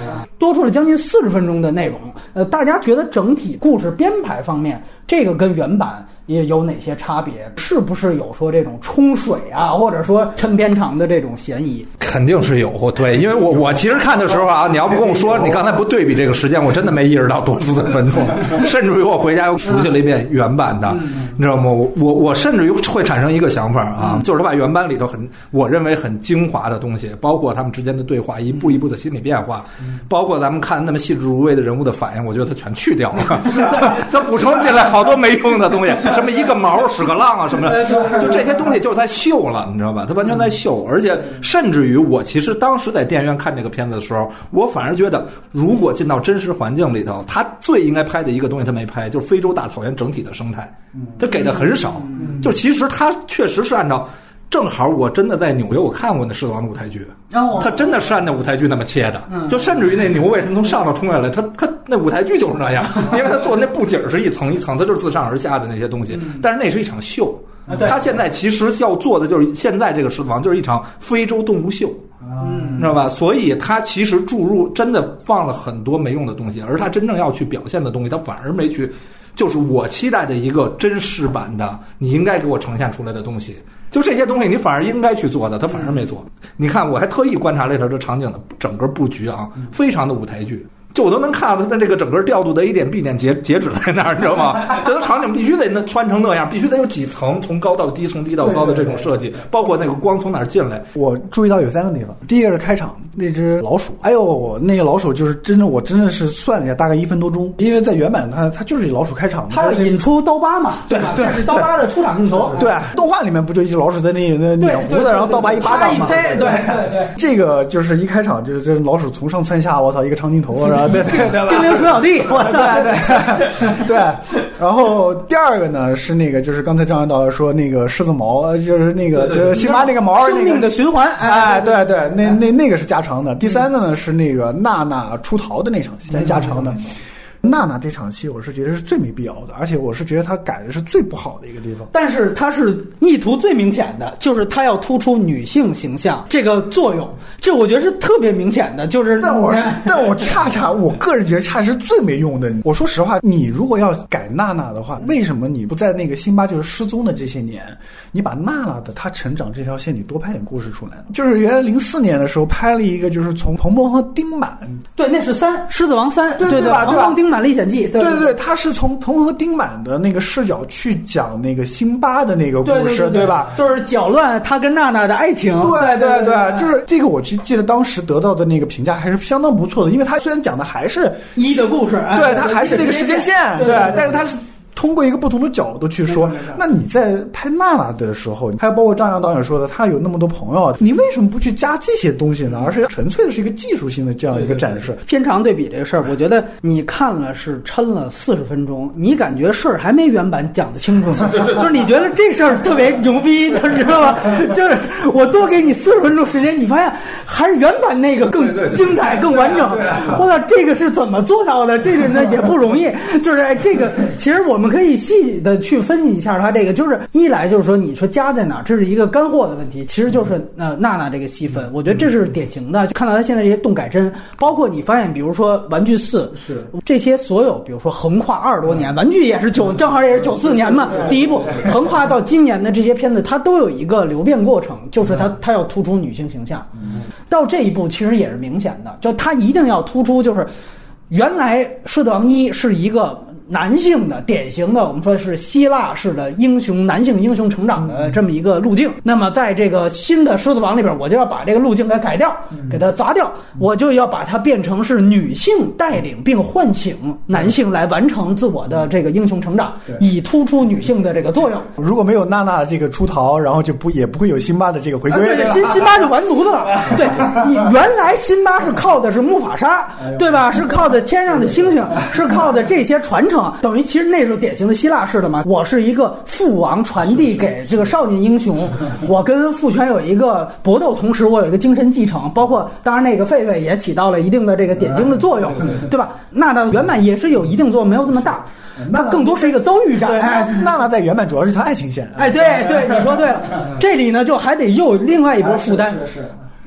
多出了将近40分钟的内容。大家觉得整体故事编排方面，这个跟原版也有哪些差别？是不是有说这种冲水啊，或者说抻片长的这种嫌疑？ 肯定是有，对，因为我其实看的时候啊，你要不跟我说，你刚才不对比这个时间，我真的没意识到多40分钟，甚至于我回家又熟悉了一遍原版的，你知道吗？我甚至于会产生一个想法啊，就是他把原版里头我认为很精华的东西，包括他们之间的对话，一步一步的心理变化，包括咱们看那么细致入微的人物的反应，我觉得他全去掉了，他补充进来好多没用的东西，什么一个毛使个浪啊什么的，就这些东西就是他秀了，你知道吧？他完全在秀，而且甚至于我其实当时在电影院看这个片子的时候，我反而觉得，如果进到真实环境里头，他最应该拍的一个东西他没拍，就是非洲大草原整体的生态，他给的很少。就其实他确实是按照，正好我真的在纽约我看过那《狮子王》的舞台剧，他真的是按那舞台剧那么切的，就甚至于那牛为什么从上头冲下来，他那舞台剧就是那样，因为他做那布景是一层一层，他就是自上而下的那些东西，但是那是一场秀。他现在其实要做的就是现在这个《狮子王》就是一场非洲动物秀，你知道吧？所以他其实注入真的放了很多没用的东西，而他真正要去表现的东西，他反而没去，就是我期待的一个真实版的你应该给我呈现出来的东西。就这些东西你反而应该去做的，他反而没做。你看，我还特意观察了一下这场景的整个布局啊，非常的舞台剧。就我都能看到他的这个整个调度的 A 点 B 点截止在那儿，你知道吗？这个场景必须得那穿成那样，必须得有几层，从高到低，从低到高的这种设计，包括那个光从哪儿进来。 我注意到有3个地方，第一个是开场那只老鼠，哎呦，那个老鼠就是真的，我真的是算了一下，大概1分多钟，因为在原版它就是以老鼠开场， 它要引出刀疤嘛， 对吧？对， 是刀疤的出场镜头。 对，动画里面不就一只老鼠在那捻胡子，然后刀疤一巴掌嘛？ 对对对， 这个就是一开场就是这老鼠从上窜下，我操，一个长镜头，然后对。 精灵鼠小弟，我操，对。然后第二个呢是那个，就是刚才张安导说那个狮子毛，就是那个就是辛巴那个毛， 生命的循环， 哎，对对，那个是加长的。第3个呢是那个娜娜出逃的那场戏，加长的。娜娜这场戏我是觉得是最没必要的，而且我是觉得他改的是最不好的一个地方。 但是他是意图最明显的，就是他要突出女性形象这个作用，这我觉得是特别明显的。就是但我恰我个人觉得恰是最没用的。我说实话，你如果要改娜娜的话，为什么你不在那个辛巴就是失踪的这些年，你把娜娜的她成长这条线你多拍点故事出来呢？就是原来04年的时候拍了一个，就是从彭彭和丁满， 对，那是狮子王3，对吧？ 彭彭丁满历险记， 对，他是从彭彭和丁满的那个视角去讲那个辛巴的那个故事，对吧？ 就是搅乱他跟娜娜的爱情。 对，就是这个我记得当时得到的那个评价还是相当不错的，因为他虽然讲的还是一的故事， 对，他还是那个时间线，对，但是他是通过一个不同的角度去说。那你在拍娜娜的时候，还有包括张扬导演说的，他有那么多朋友，你为什么不去加这些东西呢？而是纯粹的是一个技术性的这样一个展示。 片长对比这个事儿，我觉得你看了是抻了40分钟，你感觉事儿还没原版讲得清楚呢。就是你觉得这事儿特别牛逼，就是知道吧？就是我多给你40分钟时间，你发现还是原版那个更精彩、更完整。我操，这个是怎么做到的？这个呢也不容易。就是这个，其实我们可以细的去分析一下它这个，就是一来就是说你说加在哪儿，这是一个干货的问题，其实就是娜娜这个戏份，我觉得这是典型的。就看到他现在这些动改帧，包括你发现，比如说《玩具4》 是这些所有，比如说横跨20多年，玩具也是正好也是94年嘛，第一部横跨到今年的这些片子，它都有一个流变过程，就是它要突出女性形象。到这一步其实也是明显的，就它一定要突出，就是原来《狮子王1》是一个男性的典型的，我们说是希腊式的男性英雄成长的这么一个路径。那么在这个新的狮子王里边，我就要把这个路径给改掉，给它砸掉，我就要把它变成是女性带领并唤醒男性来完成自我的这个英雄成长，以突出女性的这个作用。 如果没有娜娜这个出逃，然后就也不会有辛巴的这个回归。 对，辛巴就完犊子了。对，你原来辛巴是靠的是木法沙，对吧？是靠的天上的星星，是靠的这些传承。等于其实那时候典型的希腊式的嘛，我是一个父王传递给这个少年英雄，我跟父权有一个搏斗，同时我有一个精神继承，包括当然那个狒狒也起到了一定的这个点睛的作用，对吧？娜娜原版也是有一定作用，没有这么大。它更多是一个遭遇战。 对，娜娜在原版主要是条爱情线。 哎，对，你说对了。这里呢，就还得又有另外一波负担。 是。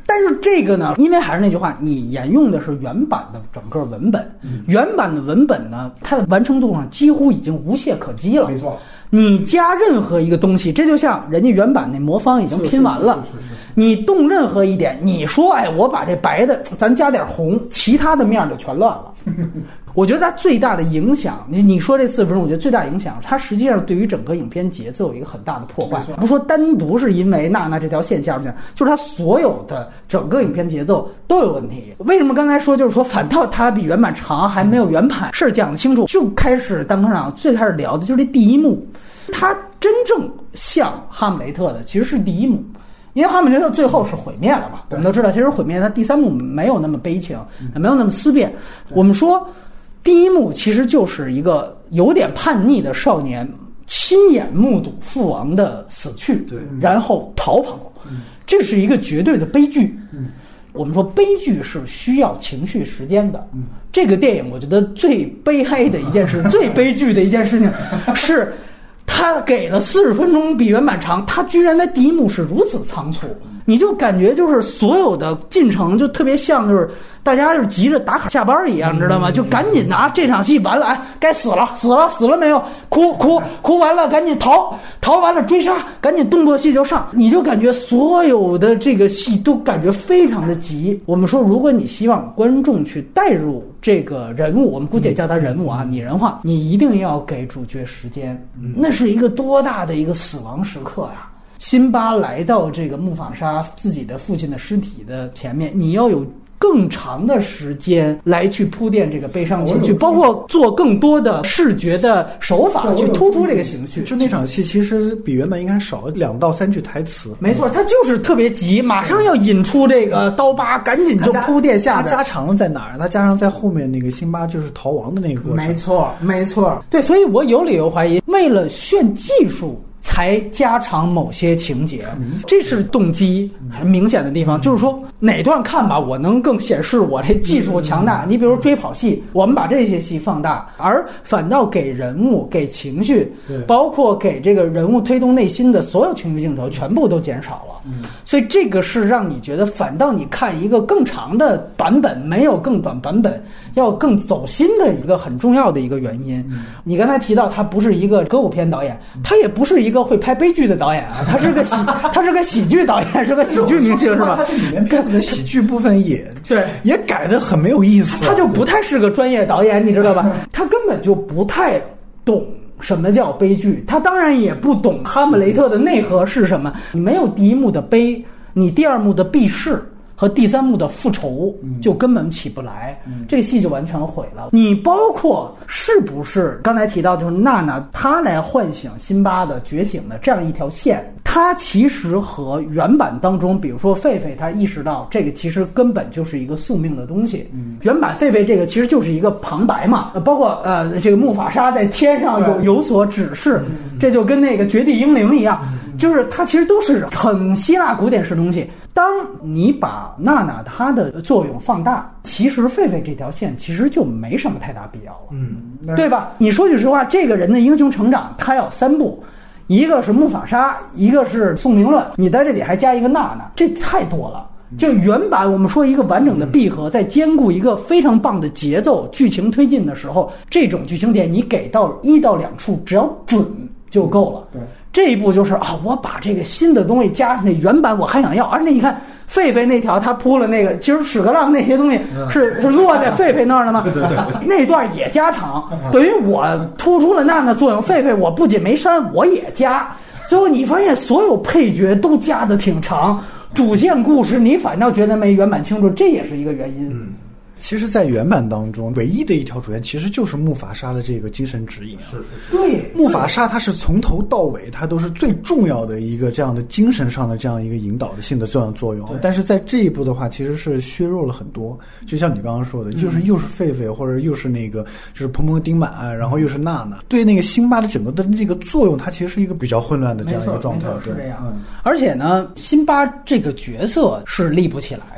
但是这个呢，因为还是那句话，你沿用的是原版的整个文本，原版的文本呢，它的完成度上几乎已经无懈可击了。 没错， 你加任何一个东西，这就像人家原版那魔方已经拼完了，你动任何一点，你说哎，我把这白的咱加点红，其他的面就全乱了。我觉得它最大的影响，你说这40分钟，我觉得最大影响，它实际上对于整个影片节奏有一个很大的破坏。不说单独是因为娜娜这条线加入进来，就是它所有的整个影片节奏都有问题。为什么刚才说就是说反倒它比原版长，还没有原版事儿讲得清楚？就开始当科长最开始聊的就是这第一幕，它真正像哈姆雷特的其实是第一幕。因为哈姆雷特最后是毁灭了嘛，我们都知道，其实毁灭它第3幕没有那么悲情，没有那么思辨。我们说第一幕其实就是一个有点叛逆的少年亲眼目睹父王的死去，对，然后逃跑，这是一个绝对的悲剧。我们说悲剧是需要情绪时间的。这个电影我觉得最悲哀的一件事，最悲剧的一件事情是。他给了40分钟比原版长，他居然在第一幕是如此仓促，你就感觉就是所有的进程就特别像就是大家就是急着打卡下班一样，知道吗？就赶紧拿这场戏完了，哎，该死了没有？哭完了，赶紧逃完了追杀，赶紧动作戏就上，你就感觉所有的这个戏都感觉非常的急。我们说，如果你希望观众去带入这个人物，我们姑且叫他人物啊，拟人化，你一定要给主角时间，那是一个多大的一个死亡时刻呀！辛巴来到这个木法沙自己的父亲的尸体的前面，你要有更长的时间来去铺垫这个悲伤情绪，包括做更多的视觉的手法去突出这个情绪。 就那场戏其实比原本应该少了2到3句台词。 没错，他就是特别急，马上要引出这个刀疤，赶紧就铺垫下边。 他加长了在哪儿？他加上在后面那个辛巴就是逃亡的那个过程。 没错，对，所以我有理由怀疑，为了炫技术才加长某些情节，这是动机很明显的地方。就是说哪段看吧，我能更显示我这技术强大。你比如追跑戏，我们把这些戏放大，而反倒给人物、给情绪，包括给这个人物推动内心的所有情绪镜头，全部都减少了。所以这个是让你觉得，反倒你看一个更长的版本，没有更短版本要更走心的一个很重要的一个原因。你刚才提到他不是一个歌舞片导演，他也不是一个会拍悲剧的导演啊，他是个喜剧导演，是个喜剧明星，是吧？ 他这里面改的喜剧部分也改得很没有意思， 他就不太是个专业导演，你知道吧？他根本就不太懂什么叫悲剧，他当然也不懂哈姆雷特的内核是什么。你没有第一幕的悲，你第2幕的避世和第3幕的复仇就根本起不来，这个戏就完全毁了。你包括是不是刚才提到就是娜娜她来唤醒辛巴的觉醒的这样一条线，它其实和原版当中，比如说狒狒他意识到这个其实根本就是一个宿命的东西。原版狒狒这个其实就是一个旁白嘛，包括这个木法沙在天上有所指示，这就跟那个绝地英灵一样，就是它其实都是很希腊古典式的东西。当你把娜娜她的作用放大，其实狒狒这条线其实就没什么太大必要了，对吧？你说句实话，这个人的英雄成长他要3部，一个是木法沙，一个是宋明论，你在这里还加一个娜娜，这太多了。就原版我们说一个完整的闭合，在兼顾一个非常棒的节奏剧情推进的时候，这种剧情点你给到1到2处只要准就够了。对，这一步就是我把这个新的东西加上那原版我还想要，而且你看狒狒那条他铺了那个，其实屎壳郎那些东西是落在狒狒那儿了吗？对，那段也加长，等于我突出了娜娜作用，狒狒我不仅没删，我也加，最后你发现所有配角都加的挺长，主线故事你反倒觉得没原版清楚，这也是一个原因。 其实在原版当中唯一的一条主线其实就是木法沙的这个精神指引。 对， 木法沙它是从头到尾它都是最重要的一个这样的精神上的这样一个引导的性的这样作用，但是在这一步的话其实是削弱了很多。就像你刚刚说的，又是狒狒或者又是那个就是蓬蓬丁满，然后又是娜娜，对那个辛巴的整个的这个作用它其实是一个比较混乱的这样一个状态。 是这样。而且呢，辛巴这个角色是立不起来的。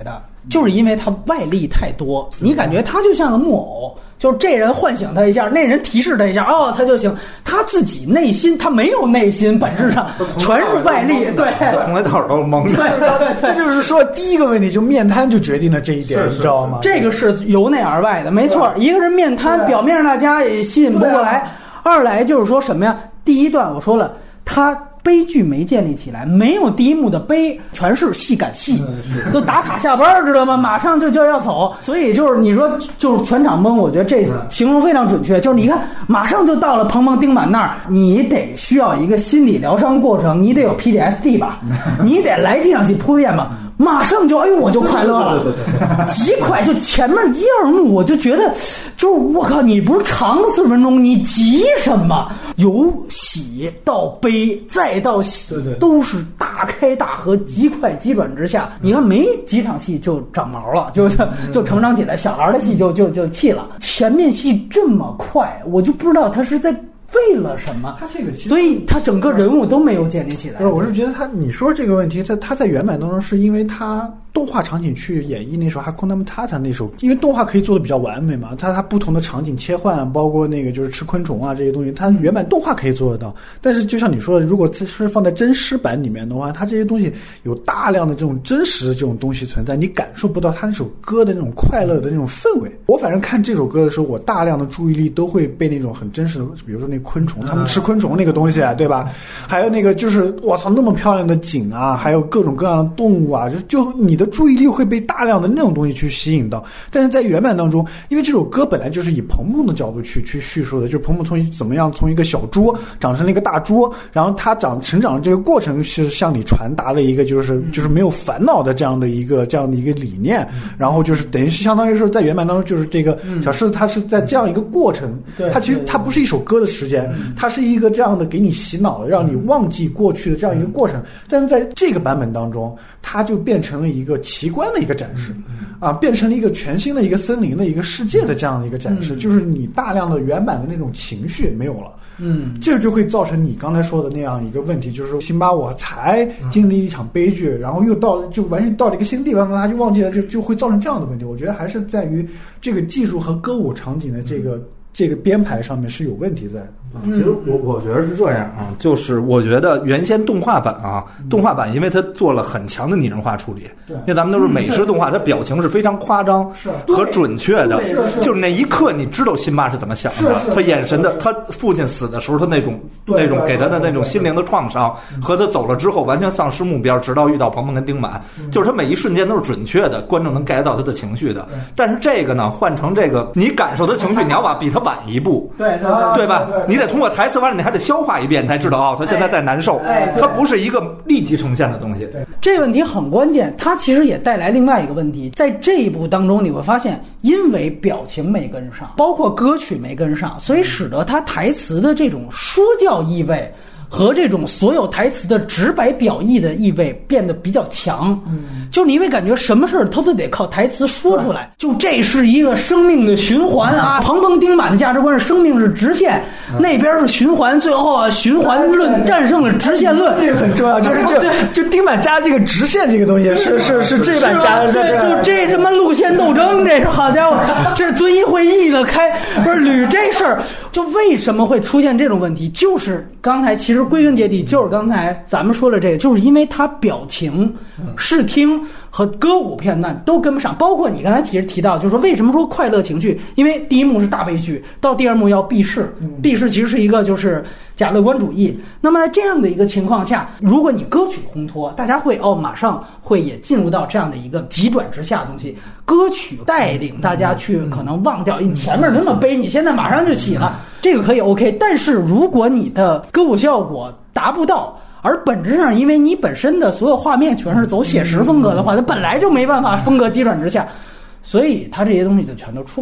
就是因为他外力太多，你感觉他就像个木偶。就是这人唤醒他一下，那人提示他一下，哦，他就行。他自己内心他没有内心，本质上全是外力，对， 从来到都是蒙的。 对， 这就是说第一个问题，就面瘫就决定了这一点，你知道吗？ 这个是由内而外的，没错。一个是面瘫，表面上大家也吸引不过来；二来就是说什么呀？第一段我说了，他悲剧没建立起来，没有第一幕的悲，全是戏赶戏，都打卡下班，知道吗？马上就要走，所以就是你说就是全场懵，我觉得这形容非常准确。就是你看，马上就到了鹏鹏丁满那儿，你得需要一个心理疗伤过程，你得有 PTSD 吧，你得来这场戏铺垫吧。马上就我就快乐了，极快，就前面一二幕我就觉得，就是我靠，你不是长40分钟，你急什么？由喜到悲再到喜，都是大开大合，极快急转直下。你看没几场戏就长毛了，就成长起来，小孩的戏就气了。前面戏这么快，我就不知道他是在为了什么？ 他这个所以他整个人物都没有建立起来。 不是，我是觉得你说这个问题，他在原版当中是因为他动画场景去演绎那首《Hakuna Matata》那首，因为动画可以做的比较完美嘛，它不同的场景切换，包括那个就是吃昆虫啊这些东西，它原版动画可以做得到。但是就像你说的，如果是放在真实版里面的话，它这些东西有大量的这种真实的这种东西存在，你感受不到它那首歌的那种快乐的那种氛围。我反正看这首歌的时候，我大量的注意力都会被那种很真实的，比如说那昆虫，他们吃昆虫那个东西啊，对吧？还有那个就是我操那么漂亮的景啊，还有各种各样的动物啊，就你的注意力会被大量的那种东西去吸引到。但是在原版当中，因为这首歌本来就是以鹏鹏的角度去叙述的，就是鹏鹏怎么样从一个小猪长成了一个大猪，然后他成长的这个过程是向你传达了一个就是没有烦恼的这样的一个理念，然后就是等于是相当于是在原版当中就是这个小狮子他是在这样一个过程，它其实它不是一首歌的时间，它是一个这样的给你洗脑的让你忘记过去的这样一个过程。但是在这个版本当中，它就变成了一个奇观的一个展示啊，变成了一个全新的一个森林的一个世界的这样的一个展示，就是你大量的原版的那种情绪没有了。这就会造成你刚才说的那样一个问题，就是说辛巴我才经历一场悲剧，然后又完全到了一个新地方，他就忘记了，就会造成这样的问题。我觉得还是在于这个技术和歌舞场景的这个编排上面是有问题在的。 其实我觉得是这样啊，就是我觉得原先动画版因为它做了很强的拟人化处理，因为咱们都是美式动画，它表情是非常夸张和准确的，就是那一刻你知道辛巴是怎么想的，他眼神的，他父亲死的时候他那种给他的那种心灵的创伤，和他走了之后完全丧失目标，直到遇到鹏鹏跟丁满，就是他每一瞬间都是准确的，观众能 get 到他的情绪的。但是这个呢，换成这个你感受的情绪，你要比他晚一步，对吧？你得通过台词完了，你还得消化一遍，你才知道他现在在难受。它不是一个立即呈现的东西。 这个问题很关键，它其实也带来另外一个问题，在这一部当中你会发现，因为表情没跟上，包括歌曲没跟上，所以使得它台词的这种说教意味和这种所有台词的直白表意的意味变得比较强。就你会感觉什么事儿他都得靠台词说出来，就这是一个生命的循环啊！鹏鹏丁满的价值观是生命是直线，那边是循环，最后循环论战胜了直线论， 这个很重要，就是就丁满加这个直线这个东西是这版加的， 就这什么路线斗争，这是好家伙，这是遵义会议的不是捋这事儿，就为什么会出现这种问题？就是刚才其实归根结底就是刚才咱们说了这个，就是因为他表情、视听和歌舞片段都跟不上，包括你刚才其实提到，就是说为什么说快乐情绪？因为第一幕是大悲剧，到第二幕要避世，避世其实是一个就是假乐观主义。那么在这样的一个情况下，如果你歌曲烘托，大家会马上会也进入到这样的一个急转直下的东西，歌曲带领大家去可能忘掉你前面那么悲，你现在马上就起了，这个可以 OK。但是如果你的歌舞效果达不到，而本质上因为你本身的所有画面全是走写实风格的话，它本来就没办法风格急转直下，所以它这些东西就全都出不来。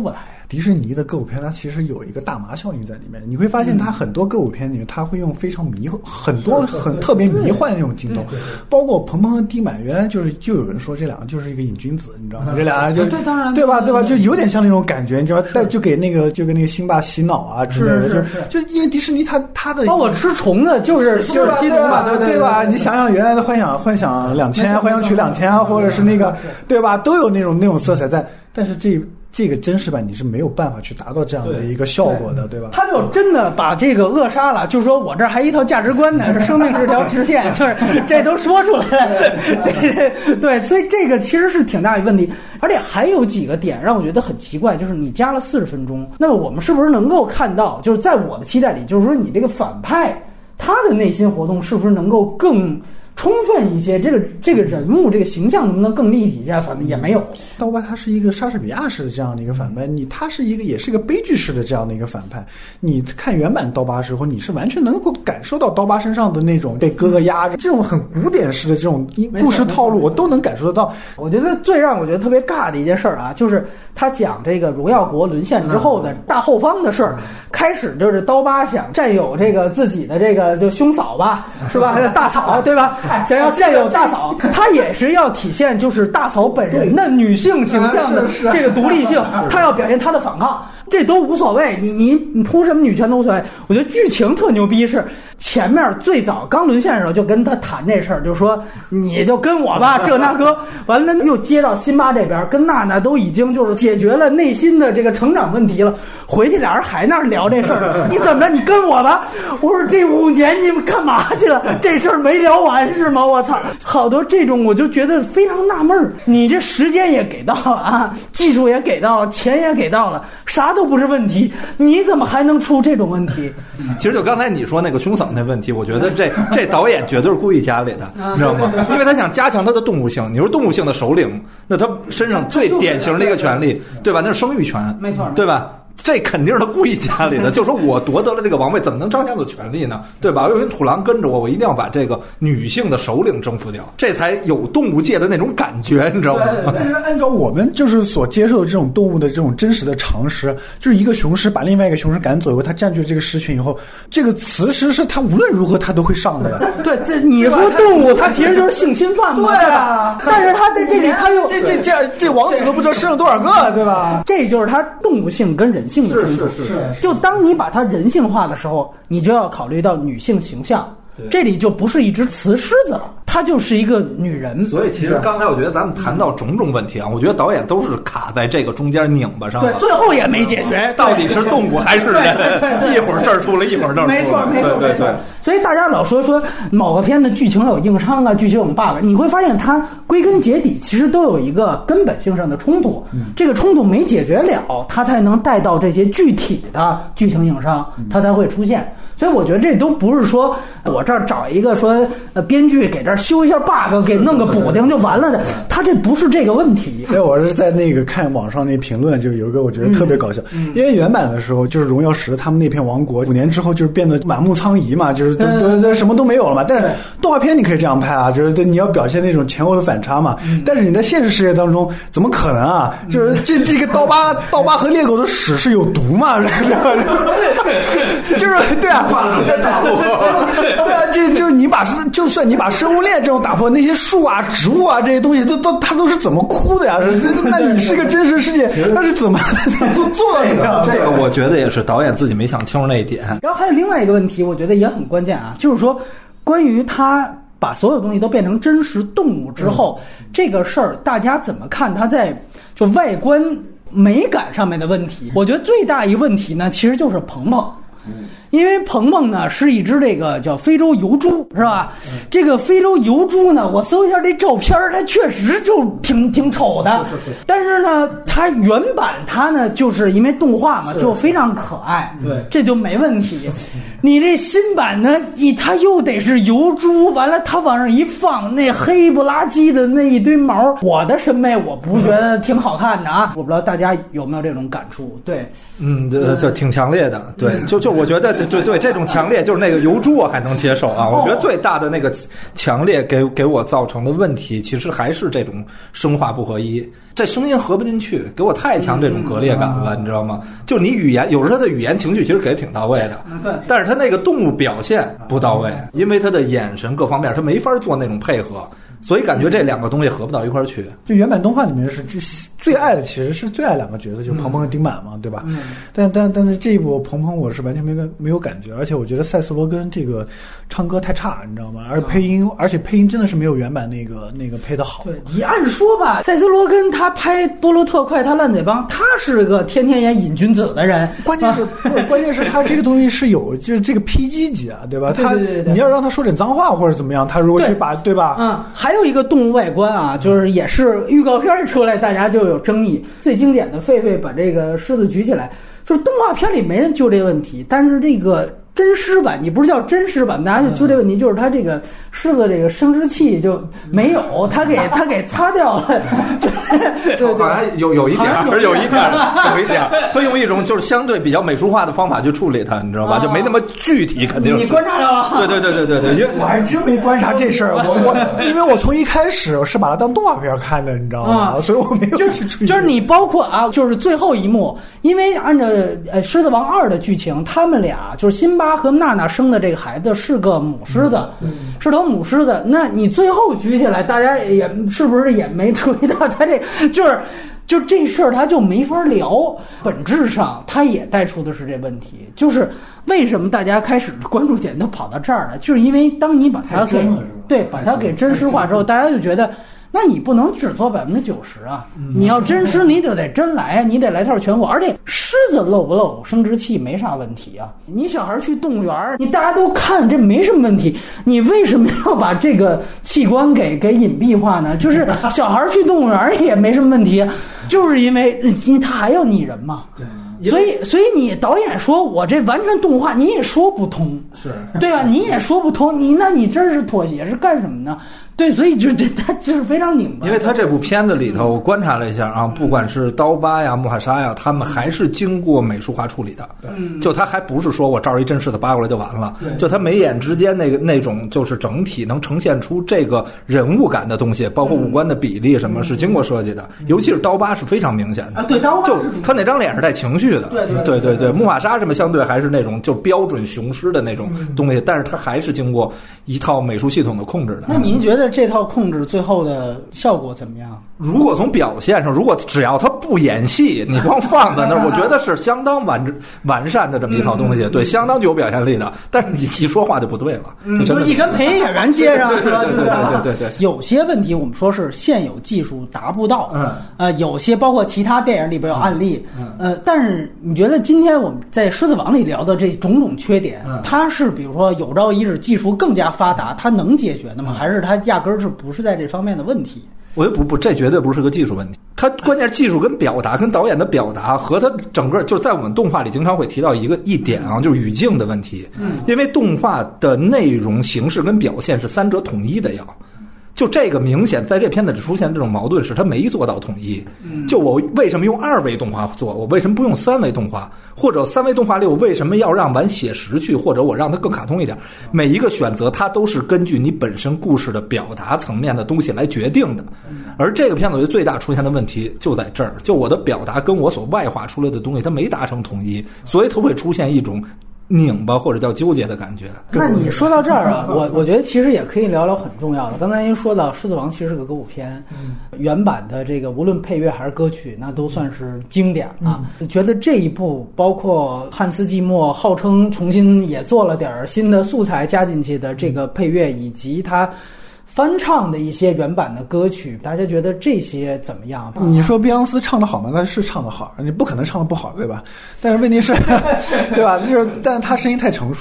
迪士尼的歌舞片它其实有一个大麻效应在里面，你会发现它很多歌舞片里面它会用非常很特别迷幻的那种镜头，包括鹏鹏和地满，原来就有人说这两个就是一个瘾君子，你知道吗？这俩就对，当然对吧？就有点像那种感觉，你知道，就给那个辛巴洗脑啊之类的，就因为迪士尼它的包括吃虫子就是吸毒嘛， 对吧？你想想原来的幻想2000，幻想曲2000啊，或者是那个对吧，都有那种色彩在，但是这个真实版你是没有办法去达到这样的一个效果的，对吧？ 他就真的把这个扼杀了，就说我这还一套价值观呢，是生命是条直线，就是这都说出来了，对，所以这个其实是挺大的问题，而且还有几个点让我觉得很奇怪，就是你加了40分钟，那么我们是不是能够看到，就是在我的期待里，就是说你这个反派他的内心活动是不是能够更充分一些，这个人物这个形象能不能更立体一下？反正也没有。 刀疤他是一个莎士比亚式的这样的一个反派，他是也是一个悲剧式的这样的一个反派。你看原版刀疤的时候，你是完全能够感受到刀疤身上的那种被哥哥压着，这种很古典式的这种故事套路，我都能感受得到。 我觉得最让我觉得特别尬的一件事啊，就是他讲这个荣耀国沦陷之后的大后方的事儿。开始就是刀疤想占有这个自己的这个就兄嫂吧，是吧？大嫂，对吧？想要占有大嫂，他也是要体现就是大嫂本人的女性形象的这个独立性，他要表现他的反抗，这都无所谓。你铺什么女权都无所谓。我觉得剧情特牛逼是前面最早刚沦陷的时候就跟他谈这事儿，就说你就跟我吧，这那哥，完了又接到辛巴这边，跟娜娜都已经就是解决了内心的这个成长问题了，回去俩人还那儿聊这事儿，你怎么着？你跟我吧。我说这5年你们干嘛去了？这事儿没聊完是吗？我操，好多这种我就觉得非常纳闷儿。你这时间也给到了啊，技术也给到了，钱也给到了，啥都不是问题，你怎么还能出这种问题？ 其实就刚才你说那个兄嫂那问题，我觉得这导演绝对是故意加里的，你知道吗？因为他想加强他的动物性。你说动物性的首领，那他身上最典型的一个权利，对吧？那是生育权， 没错， 对吧？这肯定是他故意加里的，就说我夺得了这个王位，怎么能彰显我的权利呢？对吧？有一土狼跟着我，我一定要把这个女性的首领征服掉，这才有动物界的那种感觉，你知道吗？ 但是按照我们就是所接受的这种动物的这种真实的常识，就是一个雄狮把另外一个雄狮赶走以后，他占据了这个狮群以后，这个雌狮是他无论如何他都会上的。 对，这你说动物它其实就是性侵犯嘛，对吧？但是他在这里他又这王子都不知道生了多少个，对吧？ 这就是他动物性跟人性的冲突。是，就当你把它人性化的时候，你就要考虑到女性形象。这里就不是一只雌狮子了，她就是一个女人。 所以其实刚才我觉得咱们谈到种种问题啊，我觉得导演都是卡在这个中间拧巴上了。 对，最后也没解决， 到底是动物还是人？一会儿这儿出来，一会儿那儿出来。 没错，对。所以大家老说某个片的剧情有硬伤啊，剧情有 bug， 你会发现它归根结底其实都有一个根本性上的冲突。这个冲突没解决了，它才能带到这些具体的剧情硬伤，它才会出现。所以我觉得这都不是说我这儿找一个说编剧给这儿修一下 bug 给弄个补丁就完了的，他这不是这个问题。 所以我是在那个看网上那评论，就有一个我觉得特别搞笑，因为原版的时候就是荣耀10他们那片王国5年之后就是变得满目苍夷嘛，就是都什么都没有了嘛。但是动画片你可以这样拍啊，就是你要表现那种前后的反差嘛。但是你在现实世界当中怎么可能啊？就是这个刀疤和猎狗的屎是有毒嘛？就是对啊。对啊，这就是就算你把生物链这种打破，那些树啊、植物啊这些东西它都是怎么哭的呀？那你是个真实世界，它是怎么做到这样？ 这个我觉得也是导演自己没想清楚那一点。 然后还有另外一个问题，我觉得也很关键啊，就是说关于他把所有东西都变成真实动物之后，这个事儿大家怎么看？它在就外观美感上面的问题，我觉得最大一个问题呢，其实就是鹏鹏。因为鹏鹏呢是一只这个叫非洲油猪，是吧？这个非洲油猪呢，我搜一下这照片，它确实就挺丑的。但是呢，它原版它呢，就是因为动画嘛，就非常可爱，对，这就没问题。你这新版呢，它又得是油猪，完了它往上一放，那黑不拉几的那一堆毛，我的审美我不觉得挺好看的啊。我不知道大家有没有这种感触？对， 这挺强烈的。对，就我觉得对，这种强烈就是那个油猪我还能接受啊。我觉得最大的那个强烈给我造成的问题，其实还是这种声画不合一，这声音合不进去，给我太强这种割裂感了，你知道吗？就你语言有时候他的语言情绪其实给的挺到位的，但是他那个动物表现不到位，因为他的眼神各方面他没法做那种配合。所以感觉这两个东西合不到一块儿去。 就原版动画里面是最爱的，其实是最爱两个角色，就是鹏鹏和丁满嘛，对吧？但是这一部鹏鹏我是完全没有感觉，而且我觉得赛斯罗根这个唱歌太差，你知道吗？而且配音真的是没有原版那个配的好。 对，你按说吧，赛斯罗根他拍波罗特快，他烂嘴帮，他是个天天演瘾君子的人。 关键是他这个东西是有就是这个 PG 级啊，对吧？ 对， 你要让他说点脏话或者怎么样，他如果去把对吧？ 还有一个动物外观啊，就是也是预告片一出来，大家就有争议。最经典的狒狒把这个狮子举起来，就是动画片里没人揪这个问题，但是这个真狮版，你不是叫真狮版，大家就揪这问题，就是他这个狮子这个生殖器就没有，他给擦掉了。对， 好像有一点，他用一种就是相对比较美术化的方法去处理它，你知道吧？就没那么具体，肯定是。 你观察了吗？ 对，因为我还真没观察这事儿，因为我从一开始是把它当动画片看的，你知道吗？所以我没有去注意。 就是你包括啊，就是最后一幕，因为按照《狮子王2》的剧情，他们俩就是辛巴和娜娜生的这个孩子是个母狮子，是头母狮子。那你最后举起来，大家也是不是也没注意到他这就这事儿他就没法聊。本质上他也带出的是这问题，就是为什么大家开始关注点都跑到这儿了，就是因为当你把它把它给真实化之后，大家就觉得那你不能只做90%啊！你要真实，你就得真来啊！你得来套全活。而且狮子露不露生殖器没啥问题啊！你小孩去动物园，你大家都看，这没什么问题。你为什么要把这个器官给隐蔽化呢？就是小孩去动物园也没什么问题，就是因为他还要拟人嘛。对。所以你导演说我这完全动画，你也说不通， 是对吧？你也说不通，你这是妥协是干什么呢？对，所以他就是非常拧巴。 因为他这部片子里头，我观察了一下啊，不管是刀疤呀、穆哈沙呀，他们还是经过美术化处理的。就他还不是说我照一真实的扒过来就完了，就他眉眼之间那种就是整体能呈现出这个人物感的东西，包括五官的比例什么是经过设计的，尤其是刀疤是非常明显的。 对，刀疤就他那张脸是带情绪的。对，穆哈沙什么相对还是那种就标准雄狮的那种东西，但是他还是经过一套美术系统的控制的。 那您觉得这套控制最后的效果怎么样？ 如果从表现上，如果只要他不演戏，你光放在那儿，我觉得是相当完善的这么一套东西，对，相当具有表现力的。但是你一说话就不对了， 就一跟配音演员接上， 对。 有些问题我们说是现有技术达不到，有些包括其他电影里边有案例，但是你觉得今天我们在《狮子王》里聊的这种种缺点，它是比如说有朝一日技术更加发达，它能解决的吗？还是它压根儿是不是在这方面的问题？ 我觉得不，这绝对不是个技术问题。它关键是技术跟表达，跟导演的表达和它整个就在我们动画里经常会提到一点啊，就是语境的问题。因为动画的内容、形式跟表现是三者统一的要。就这个明显在这片子里出现这种矛盾，是他没做到统一。就我为什么用2维动画做，我为什么不用3维动画，或者3维动画里我为什么要让往写实去，或者我让它更卡通一点？每一个选择它都是根据你本身故事的表达层面的东西来决定的。而这个片子最大出现的问题就在这儿，就我的表达跟我所外化出来的东西它没达成统一，所以它会出现一种拧巴或者叫纠结的感觉。 那你说到这儿啊，我觉得其实也可以聊聊很重要的。刚才您说到《狮子王》其实是个歌舞片，原版的这个无论配乐还是歌曲，那都算是经典啊。觉得这一部包括汉斯季默号称重新也做了点新的素材加进去的这个配乐，以及他翻唱的一些原版的歌曲，大家觉得这些怎么样？ 你说碧昂斯唱得好吗？他是唱得好，你不可能唱得不好，对吧？但是问题是，对吧？但是他声音太成熟了。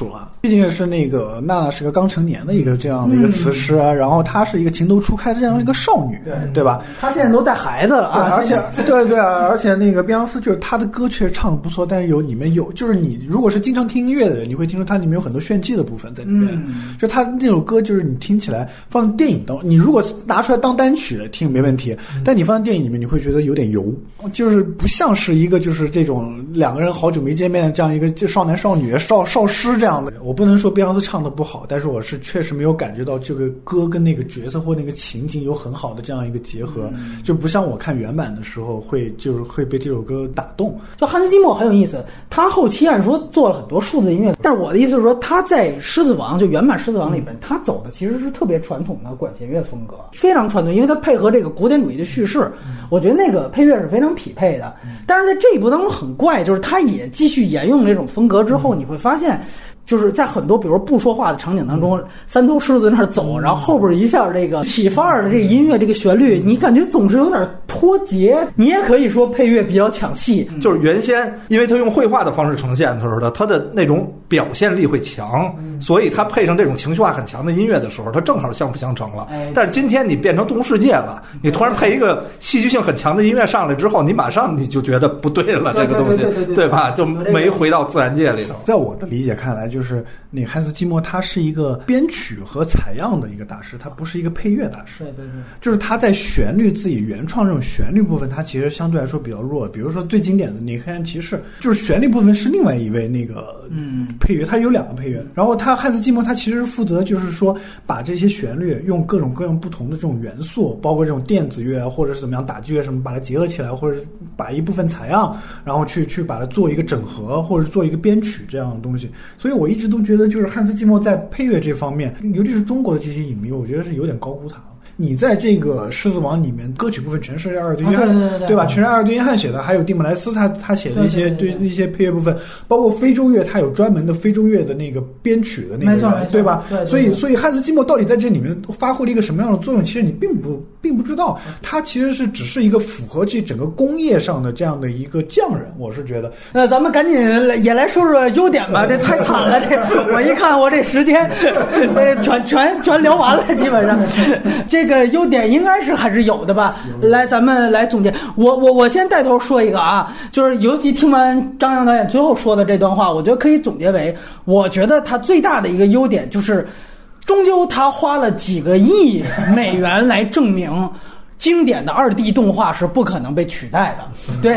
毕竟是那个娜娜是个刚成年的一个这样的一个词诗啊，然后她是一个情窦初开的这样一个少女，对吧？ 她现在都带孩子了啊， 而且对啊，而且那个碧昂斯就是她的歌确实唱的不错，但是里面有就是你如果是经常听音乐的人，你会听出它里面有很多炫技的部分在里面。就她那首歌就是你听起来放电影当，你如果拿出来当单曲听没问题，但你放在电影里面你会觉得有点油，就是不像是一个就是这种两个人好久没见面这样一个少男少女少师这样的。我不能说碧昂斯唱的不好，但是我是确实没有感觉到这个歌跟那个角色或那个情景有很好的这样一个结合，就不像我看原版的时候会被这首歌打动。 就汉斯季默很有意思，他后期按说做了很多数字音乐，但是我的意思是说他在狮子王就原版狮子王里边，他走的其实是特别传统的管弦乐风格，非常传统，因为他配合这个古典主义的叙事，我觉得那个配乐是非常匹配的。但是在这一部当中很怪，就是他也继续沿用这种风格之后，你会发现就是在很多比如不说话的场景当中，三头狮子在那儿走，然后后边一下这个起范儿的这个音乐这个旋律，你感觉总是有点脱节。你也可以说配乐比较抢戏， 就是原先因为他用绘画的方式呈现的时候，他的那种表现力会强，所以他配上这种情绪化很强的音乐的时候，他正好相辅相成了。但是今天你变成动物世界了，你突然配一个戏剧性很强的音乐上来之后，你马上你就觉得不对了，这个东西对吧？就没回到自然界里头。 在我的理解看来，就是那个汉斯季默他是一个编曲和采样的一个大师，他不是一个配乐大师。 对， 就是他在旋律自己原创这种旋律部分，他其实相对来说比较弱。比如说最经典的那个黑暗骑士，就是旋律部分是另外一位那个配乐，他有2个配乐。然后汉斯季默他其实负责就是说把这些旋律用各种各样不同的这种元素，包括这种电子乐或者是怎么样打击乐什么，把它结合起来，或者把一部分采样，然后去把它做一个整合，或者做一个编曲这样的东西。所以我一直都觉得就是汉斯季默在配乐这方面，尤其是中国的这些影迷，我觉得是有点高估他。你在这个《狮子王》里面，歌曲部分全是埃尔顿约翰，对吧？全是埃尔顿约翰写的，还有蒂姆莱斯他写的一些对一些配乐部分，包括非洲乐，他有专门的非洲乐的那个编曲的那个人，对吧？所以汉斯季默到底在这里面发挥了一个什么样的作用，其实你并不知道。他其实是只是一个符合这整个工业上的这样的一个匠人，我是觉得。 那咱们赶紧也来说说优点吧，这太惨了，这我一看我这时间，全聊完了，基本上这个优点应该是还是有的吧。来，咱们来总结。我先带头说一个啊，就是尤其听完张扬导演最后说的这段话，我觉得可以总结为，我觉得他最大的一个优点就是，终究他花了几个亿美元来证明经典的2D 动画是不可能被取代的。对，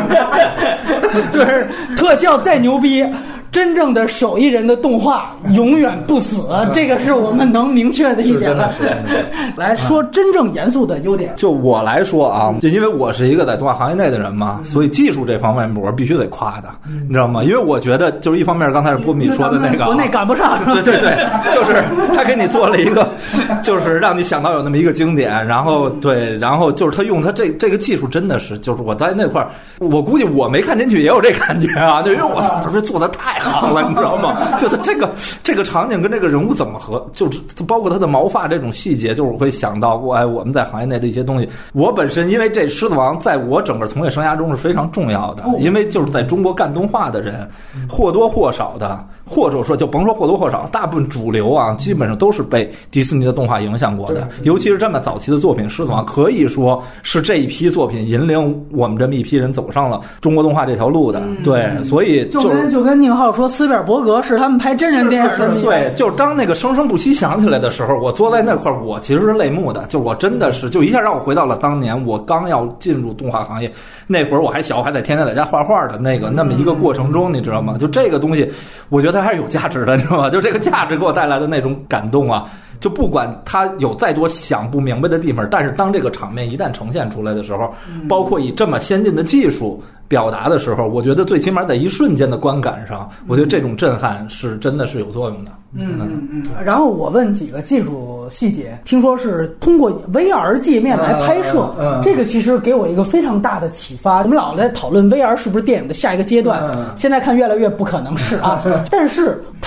就是特效再牛逼，真正的手艺人的动画永远不死，这个是我们能明确的一点了。来说真正严肃的优点， 就我来说啊，就因为我是一个在动画行业内的人嘛，所以技术这方面我是必须得夸的，你知道吗？因为我觉得就是一方面，刚才是波米说的那个， 国内赶不上， 对，就是他给你做了一个，就是让你想到有那么一个经典，然后对，然后就是他用他这个技术真的是，就是我在那块儿，我估计我没看进去也有这感觉啊，就因为我操，这做的太好了，你知道吗？就是这个场景跟这个人物怎么合，就是包括他的毛发这种细节，就是我会想到我们在行业内的一些东西。我本身因为这《狮子王》在我整个从业生涯中是非常重要的，因为就是在中国干动画的人或多或少的，或者说就甭说或多或少，大部分主流啊，基本上都是被迪士尼的动画影响过的，尤其是这么早期的作品，《狮子王》可以说是这一批作品引领我们这么一批人走上了中国动画这条路的。对，所以就跟宁浩说斯皮尔伯格是他们拍真人电影的， 对，就是当那个生生不息响起来的时候，我坐在那块我其实是泪目的，就我真的是就一下让我回到了当年我刚要进入动画行业那会儿，我还小，还得天天在家画画的那么一个过程中，你知道吗？就这个东西，我觉得它还是有价值的，你知道吗？就这个价值给我带来的那种感动啊，就不管它有再多想不明白的地方，但是当这个场面一旦呈现出来的时候，包括以这么先进的技术表达的时候，我觉得最起码在一瞬间的观感上，我觉得这种震撼是真的是有作用的。 然后我问几个技术细节，听说是通过 VR 界面来拍摄，这个其实给我一个非常大的启发。我们老在讨论 VR 是不是电影的下一个阶段，现在看越来越不可能是啊。但是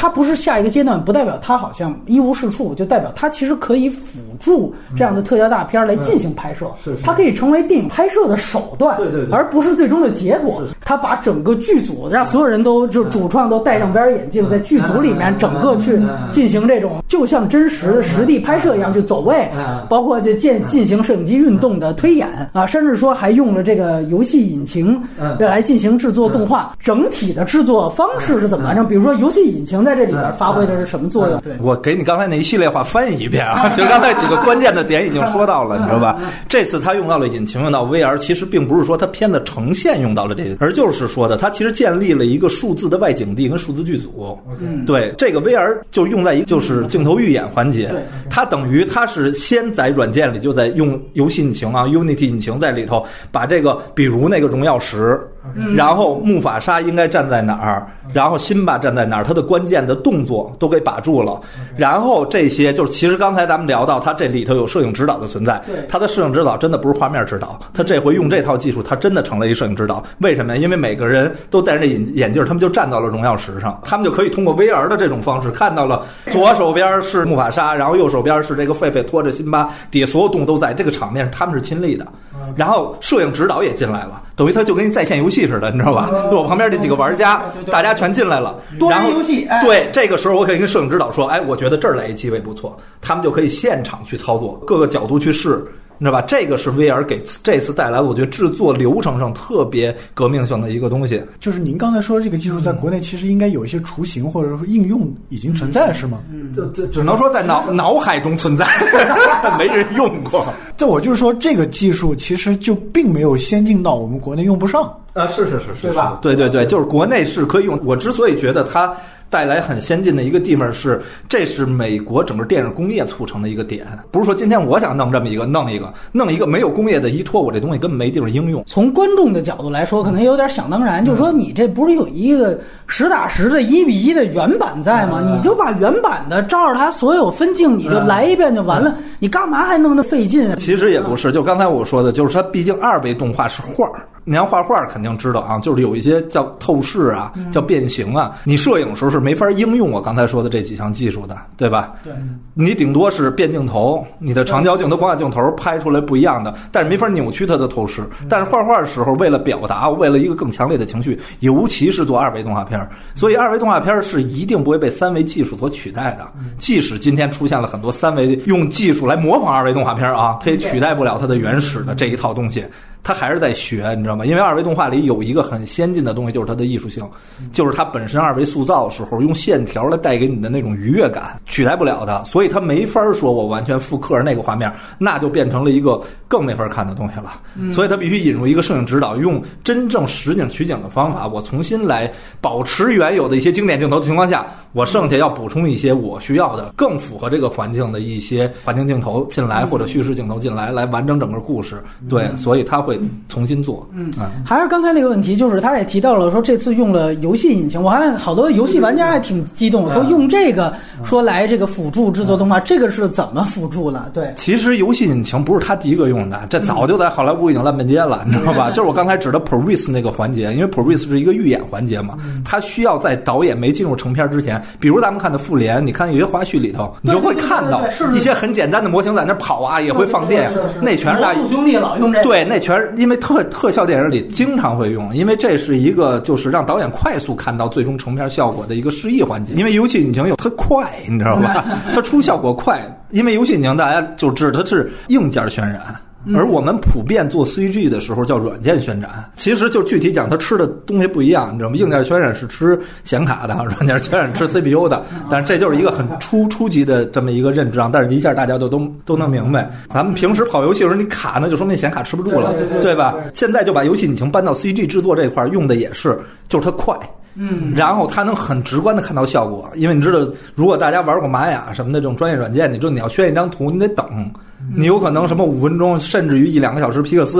它不是下一个阶段，不代表它好像一无是处，就代表它其实可以辅助这样的特效大片来进行拍摄，它可以成为电影拍摄的手段， 对， 而不是最终的结果。它把整个剧组让所有人都就主创都戴上 VR 眼镜，在剧组里面整个去进行这种就像真实的实地拍摄一样去走位，包括进行摄影机运动的推演啊，甚至说还用了这个游戏引擎来进行制作动画。整体的制作方式是怎么完成？比如说游戏引擎在这里边发挥的是什么作用？对， 我给你刚才那一系列话翻译一遍啊，其实刚才几个关键的点已经说到了，你知道吧？这次他用到了引擎，用到 VR， 其实并不是说他片的呈现用到了这个，而就是说的他其实建立了一个数字的外景地跟数字剧组。对，这个 VR 就用在一个就是镜头预演环节，它等于它是先在软件里就在用游戏引擎啊 Unity 引擎在里头把这个比如那个荣耀石，然后木法沙应该站在哪儿，然后辛巴站在哪儿，他的关键的动作都给把住了。然后这些就是其实刚才咱们聊到他这里头有摄影指导的存在，他的摄影指导真的不是画面指导，他这回用这套技术他真的成了一摄影指导。为什么？因为每个人都戴着这眼镜，他们就站到了荣耀石上，他们就可以通过 VR 的这种方式看到了左手边是木法沙，然后右手边是这个狒狒拖着辛巴，底下所有动物都在，这个场面他们是亲历的。然后摄影指导也进来了，等于他就跟在线游戏似的，你知道吧？就我旁边这几个玩家，大家全进来了， 多人游戏。 对，这个时候我可以跟摄影指导说，哎，我觉得这儿来一机位不错，他们就可以现场去操作，各个角度去试。你知道吧？这个是 VR 给这次带来的，我觉得制作流程上特别革命性的一个东西。 就是您刚才说这个技术在国内其实应该有一些雏形或者说应用已经存在，是吗？ 这只能说在脑海中存在，没人用过。 这我就是说，这个技术其实就并没有先进到我们国内用不上啊，是， 对吧？ 对，就是国内是可以用。我之所以觉得它带来很先进的一个地方是，这是美国整个电影工业促成的一个点，不是说今天我想弄这么一个弄一个没有工业的依托，我这东西根本没地方应用。 从观众的角度来说，可能有点想当然，就是说你这不是有一个实打实的1:1的原版在吗？你就把原版的照着它所有分镜你就来一遍就完了，你干嘛还弄得费劲啊？ 其实也不是，就刚才我说的，就是它毕竟2维动画是画儿。你要画画肯定知道啊，就是有一些叫透视啊，叫变形啊，你摄影时候是没法应用我刚才说的这几项技术的，对吧？对，你顶多是变镜头，你的长焦镜头、广角镜头拍出来不一样的，但是没法扭曲它的透视。但是画画的时候，为了表达，为了一个更强烈的情绪，尤其是做2维动画片，所以2维动画片是一定不会被3维技术所取代的。即使今天出现了很多3维用技术来模仿2维动画片啊，它也取代不了它的原始的这一套东西。它还是在学，你知道吗？因为2维动画里有一个很先进的东西，就是它的艺术性，就是它本身2维塑造的时候用线条来带给你的那种愉悦感，取代不了的。所以它没法说我完全复刻那个画面，那就变成了一个更没法看的东西了。所以它必须引入一个摄影指导，用真正实景取景的方法，我重新来保持原有的一些经典镜头的情况下，我剩下要补充一些我需要的更符合这个环境的一些环境镜头进来，或者叙事镜头进来，来完整整个故事。对，所以它会重新做。 还是刚才那个问题，就是他也提到了说这次用了游戏引擎，我看好多游戏玩家还挺激动，说用这个说来这个辅助制作动画，这个是怎么辅助了？对， 其实游戏引擎不是他第一个用的，这早就在好莱坞已经烂半街了，你知道吧？就是我刚才指的 Pre-Res 那个环节，因为 Pre-Res 是一个预演环节嘛，它需要在导演没进入成片之前，比如咱们看的复联，你看有些花絮里头，你就会看到一些很简单的模型在那跑啊，也会放电，那全是大兄弟老用这个， 对，那全是因为特效电影里经常会用，因为这是一个就是让导演快速看到最终成片效果的一个示意环节。因为游戏引擎有特快，你知道吧？它出效果快，因为游戏引擎大家就知道它是硬件渲染。而我们普遍做 CG 的时候叫软件渲染，其实就具体讲，它吃的东西不一样，你知道吗？硬件渲染是吃显卡的，软件渲染吃 CPU 的，但是这就是一个很初级的这么一个认知啊。但是一下大家都能明白，咱们平时跑游戏的时候你卡呢，就说明显卡吃不住了，对吧？现在就把游戏引擎搬到 CG 制作这块用的也是，就是它快。然后它能很直观的看到效果，因为你知道，如果大家玩过玛雅什么的这种专业软件，你知道你要渲一张图，你得等，你有可能什么5分钟，甚至于1-2个小时，皮克斯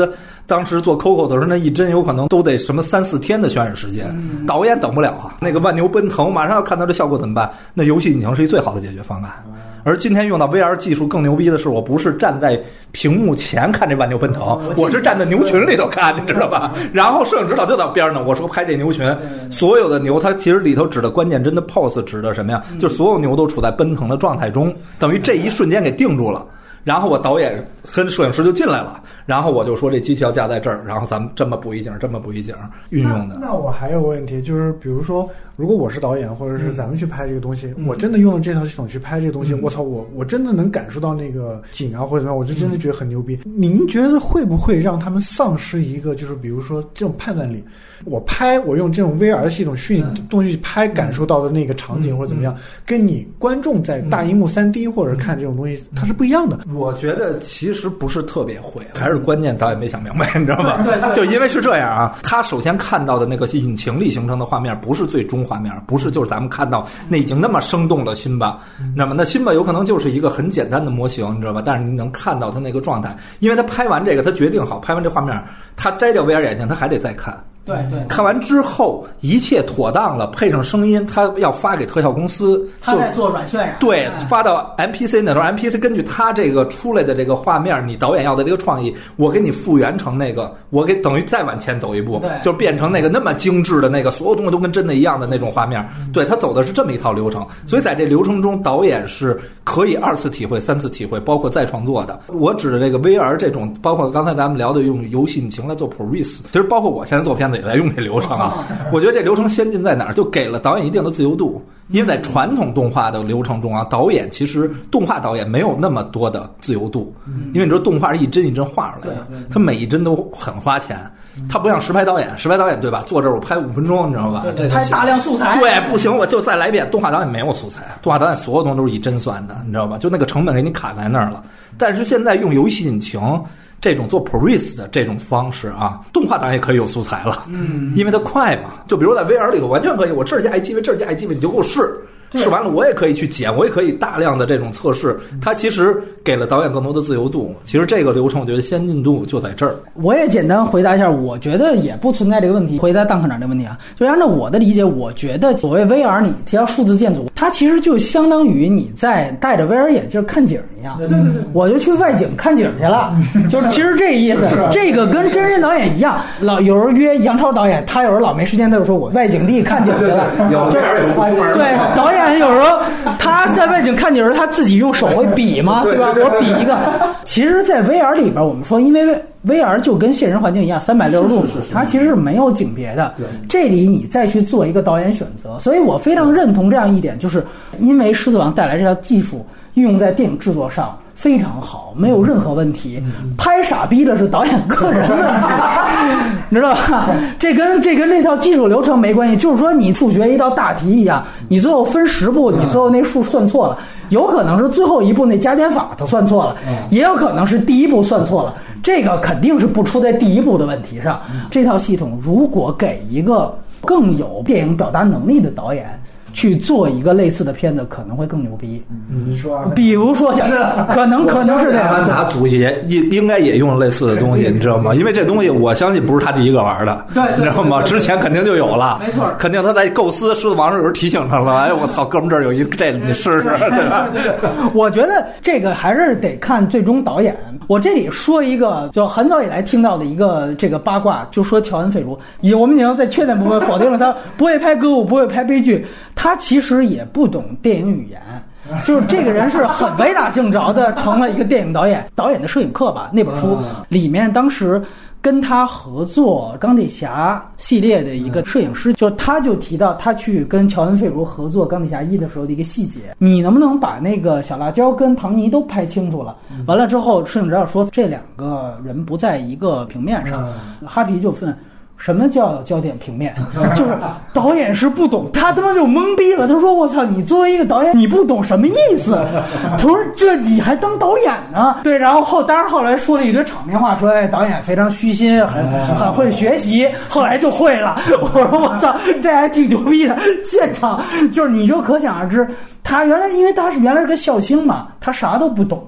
当时做 Coco 的时候，那一帧有可能都得什么3-4天的渲染时间，导演等不了啊。那个万牛奔腾，马上要看到这效果怎么办？那游戏引擎是一最好的解决方案。而今天用到 VR 技术更牛逼的是，我不是站在屏幕前看这万牛奔腾，我是站在牛群里头看，你知道吧？然后摄影指导就在边上，我说拍这牛群，所有的牛，它其实里头指的关键帧的 pose 指的什么呀？就所有牛都处在奔腾的状态中，等于这一瞬间给定住了。然后我导演跟摄影师就进来了，然后我就说这机器要架在这儿，然后咱们这么补一景，这么补一景，运用的。 那我还有个问题，就是比如说，如果我是导演，或者是咱们去拍这个东西，我真的用了这套系统去拍这个东西，我操，我真的能感受到那个景啊或者怎么样，我就真的觉得很牛逼。您觉得会不会让他们丧失一个，就是比如说这种判断力？我用这种 VR 系统虚拟东西拍感受到的那个场景或者怎么样，跟你观众在大荧幕3D 或者看这种东西，它是不一样的。 我觉得其实不是特别会，还是关键导演没想明白，你知道吗？就因为是这样啊，他首先看到的那个引擎力形成的画面不是最终画面，不是就是咱们看到那已经那么生动的辛巴，那么那辛巴有可能就是一个很简单的模型，你知道吧？但是你能看到他那个状态，因为他拍完这个，他决定好拍完这画面，他摘掉 VR 眼镜，他还得再看。 对， 看完之后一切妥当了，配上声音，他要发给特效公司， 他在做软渲染， 对，发到 MPC 那头 ，MPC 根据他这个出来的这个画面，你导演要的这个创意，我给你复原成那个，我给等于再往前走一步，就变成那个那么精致的那个，所有东西都跟真的一样的那种画面。对，他走的是这么一套流程，所以在这流程中，导演是可以2次体会、3次体会，包括再创作的。我指的这个 VR 这种，包括刚才咱们聊的用游戏引擎来做 ProRes， 其实包括我现在做片子也在用这流程啊。我觉得这流程先进在哪儿，就给了导演一定的自由度。因为在传统动画的流程中啊，导演其实动画导演没有那么多的自由度，因为你说动画是一帧一帧画出来的，他每一帧都很花钱。他不像实拍导演对吧？坐这儿我拍5分钟，你知道吧？ 对，拍大量素材。 对，不行我就再来一遍。动画导演没有素材，动画导演所有东西都是以帧算的，你知道吧？就那个成本给你卡在那儿了。但是现在用游戏引擎这种做 ProRes 的这种方式啊，动画当然也可以有素材了，因为它快嘛。就比如在 VR 里头完全可以，我这儿加一机位，这儿加一机位，你就给我试完了，我也可以去剪，我也可以大量的这种测试。它其实给了导演更多的自由度。其实这个流程我觉得先进度就在这儿。 我也简单回答一下，我觉得也不存在这个问题。回答邓科长这个问题啊，就按照我的理解，我觉得所谓 VR 你提到数字建筑，它其实就相当于你在戴着 VR 眼镜看景一样。对，我就去外景看景去了，就是其实这意思。这个跟真人导演一样，有人约杨超导演，他有时候老没时间，他就说我外景地看景去了。对，导演有时候他在外景看景时，他自己用手会比嘛，对吧？我比一个。其实，在 VR 里边，我们说，因为 VR 就跟现实环境一样，360度，它其实是没有景别的。对，这里你再去做一个导演选择，所以我非常认同这样一点，就是因为《狮子王》带来这套技术运用在电影制作上非常好，没有任何问题。拍傻逼的是导演个人问题，你知道吧？这跟那套技术流程没关系。就是说，你数学一道大题一样，你最后分10步，你最后那数算错了，有可能是最后一步那加减法它算错了，也有可能是第一步算错了。这个肯定是不出在第一步的问题上。这套系统如果给一个更有电影表达能力的导演去做一个类似的片子，可能会更牛逼。 你说啊， 比如说可能是这样。 阿凡达组也应该也用了类似的东西，你知道吗？因为这东西我相信不是他第一个玩的， 对， 你知道吗？之前肯定就有了， 没错， 肯定他在构思《狮子王》时候有人提醒他了。哎，我操，哥们这儿有一这你试试，对吧？ 我觉得这个还是得看最终导演。我这里说一个，就很早以来听到的一个这个八卦，就说乔恩·费卢，我们已经在缺点部分否定了他不会拍歌舞，不会拍悲剧，他其实也不懂电影语言。就是这个人是很歪打正着的成了一个电影导演的摄影课吧，那本书里面当时跟他合作钢铁侠系列的一个摄影师，就他就提到他去跟乔恩·费卢合作钢铁侠1的时候的一个细节，你能不能把那个小辣椒跟唐尼都拍清楚了？完了之后摄影指导说这2个人不在一个平面上，哈皮就问什么叫焦点平面？就是导演是不懂，他他妈就懵逼了。他说：“我操，你作为一个导演，你不懂什么意思？”他说：“这你还当导演呢？”对，然后当然后来说了一堆场面话，说：“哎，导演非常虚心，很会学习。”后来就会了。我说：“我操，这还挺牛逼的。”现场就是你就可想而知，他原来因为他是原来是个笑星嘛，他啥都不懂。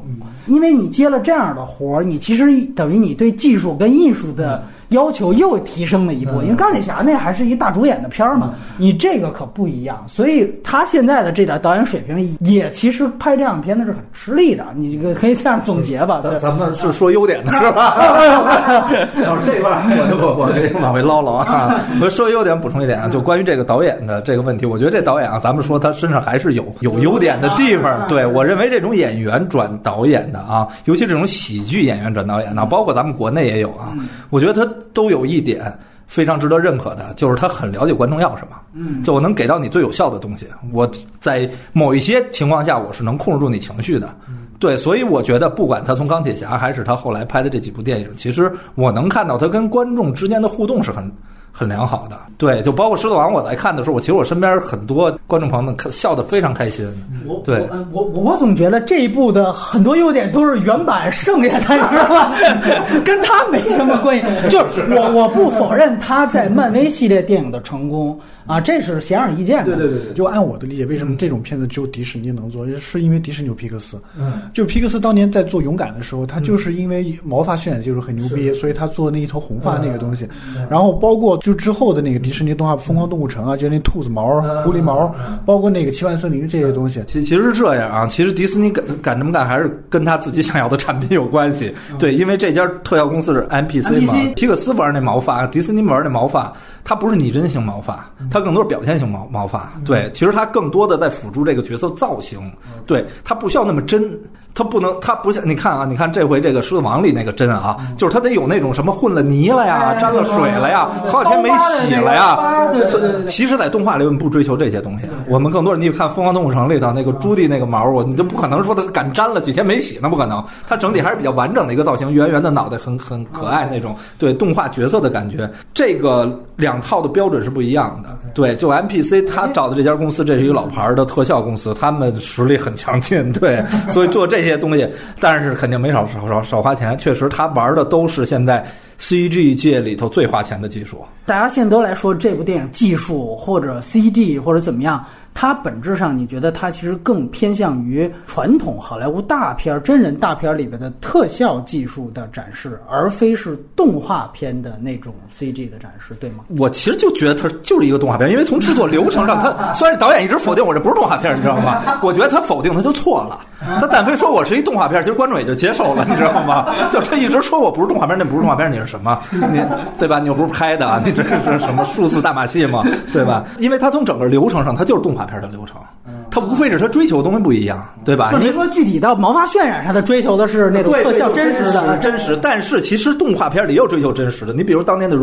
因为你接了这样的活儿，你其实等于你对技术跟艺术的要求又提升了一步。因为钢铁侠那还是一大主演的片儿嘛，你这个可不一样。所以他现在的这点导演水平也其实拍这样的片子是很吃力的，你可以这样总结吧。 咱们是说优点的是吧？要是这块我可以往回捞捞啊。我说优点补充一点啊，就关于这个导演的这个问题，我觉得这导演啊，咱们说他身上还是有优点的地方。对，我认为这种演员转导演的啊，尤其这种喜剧演员转导演的，包括咱们国内也有啊，我觉得他都有一点非常值得认可的，就是他很了解观众要什么，就我能给到你最有效的东西。我在某一些情况下，我是能控制住你情绪的。对，所以我觉得不管他从钢铁侠还是他后来拍的这几部电影，其实我能看到他跟观众之间的互动是很良好的。对，就包括狮子王，我在看的时候，其实我身边很多观众朋友们笑得非常开心。对， 我总觉得这一部的很多优点都是原版剩下的，你知道吗？跟他没什么关系。就是我不否认他在漫威系列电影的成功啊，这是显而易见的。 对，就按我的理解，为什么这种片子只有迪士尼能做，是因为迪士尼有皮克斯。就皮克斯当年在做勇敢的时候，他就是因为毛发渲染技术很牛逼，所以他做那一头红发那个东西。然后包括就之后的那个迪士尼动画《疯狂动物城》啊，就是那兔子毛、狐狸毛，包括那个奇幻森林这些东西。 其实是这样啊，其实迪士尼敢这么干，还是跟他自己想要的产品有关系。对，因为这家特效公司是 MPC 嘛，皮克斯玩那毛发，迪士尼玩那毛发，它不是拟真型毛发，它更多是表现型毛发。对，其实它更多的在辅助这个角色造型。对，它不需要那么真，它不像你看这回这个狮子王里那个真啊，就是它得有那种什么混了泥了呀，沾了水了呀，好几天没洗了呀。对，其实在动画里我们不追求这些东西，我们更多人你看《疯狂动物城》里头那个朱棣那个毛，你就不可能说它敢沾了几天没洗，那不可能。它整体还是比较完整的一个造型，圆圆的脑袋，很可爱那种，对动画角色的感觉。这个两套的标准是不一样的。对，就 MPC 他找的这家公司，这是一个老牌的特效公司，他们实力很强劲。对，所以做这些东西，但是肯定没少花钱。确实，他玩的都是现在 CG 界里头最花钱的技术。 大家现在都来说这部电影技术或者 CG 或者怎么样，它本质上你觉得它其实更偏向于传统好莱坞大片、真人大片里边的特效技术的展示，而非是动画片的那种 CG 的展示，对吗？ 我其实就觉得它就是一个动画片，因为从制作流程上，它虽然导演一直否定我这不是动画片，你知道吗？我觉得他否定他就错了。他但非说我是一动画片，其实观众也就接受了，你知道吗？就他一直说我不是动画片，那不是动画片，你是什么？你对吧？你又不是拍的，你这是什么数字大马戏吗？对吧？因为他从整个流程上，它就是动画片的流程。它无非是他追求的东西不一样，对吧？ 就您说具体到毛发渲染，他追求的是那种特效真实的真实，但是其实动画片里也有追求真实的。你比如当年的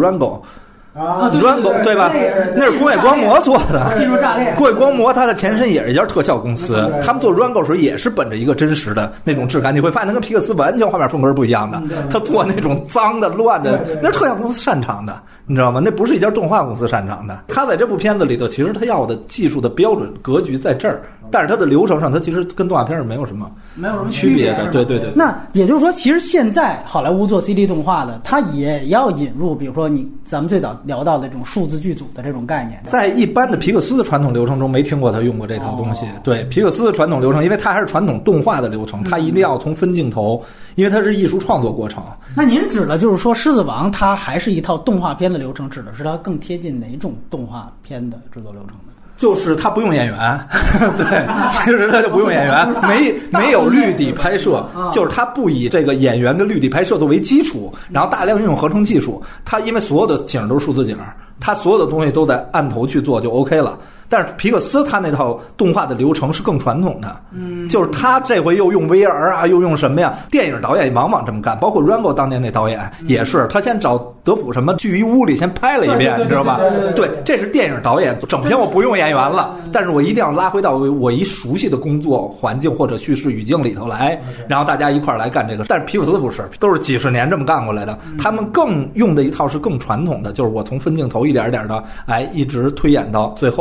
Rango。Rango 对吧？那是工业光魔做的技术炸裂。 工业光魔它的前身也是一家特效公司，他们做 Rango 时也是本着一个真实的那种质感。你会发现，那跟皮克斯完全画面风格是不一样的。他做那种脏的、乱的，那是特效公司擅长的，你知道吗？那不是一家动画公司擅长的。他在这部片子里头，其实他要的技术的标准格局在这儿，但是他的流程上，他其实跟动画片是没有什么区别的。对。 那也就是说，其实现在好莱坞做 CD 动画的，他也要引入，比如说咱们最早聊到的这种数字剧组的这种概念， 在一般的皮克斯的传统流程中没听过他用过这套东西。对，皮克斯的传统流程，因为它还是传统动画的流程，它一定要从分镜头，因为它是艺术创作过程。 那您指的就是说，《狮子王》它还是一套动画片的流程，指的是它更贴近哪种动画片的制作流程呢？ 就是他不用演员，对，其实他就不用演员，没有绿底拍摄，就是他不以这个演员跟绿底拍摄作为基础，然后大量运用合成技术。他因为所有的景都是数字景，他所有的东西都在按头去做就 OK 了。但是皮克斯他那套动画的流程是更传统的，就是他这回又用 VR 啊，又用什么呀？电影导演往往这么干，包括 Rango 当年那导演也是，他先找德普什么聚一屋里先拍了一遍，你知道吧？对，这是电影导演，整片我不用演员了，但是我一定要拉回到我一熟悉的工作环境或者叙事语境里头来，然后大家一块儿来干这个。但是皮克斯不是，都是几十年这么干过来的，他们更用的一套是更传统的，就是我从分镜头一点一点的，一直推演到最后的成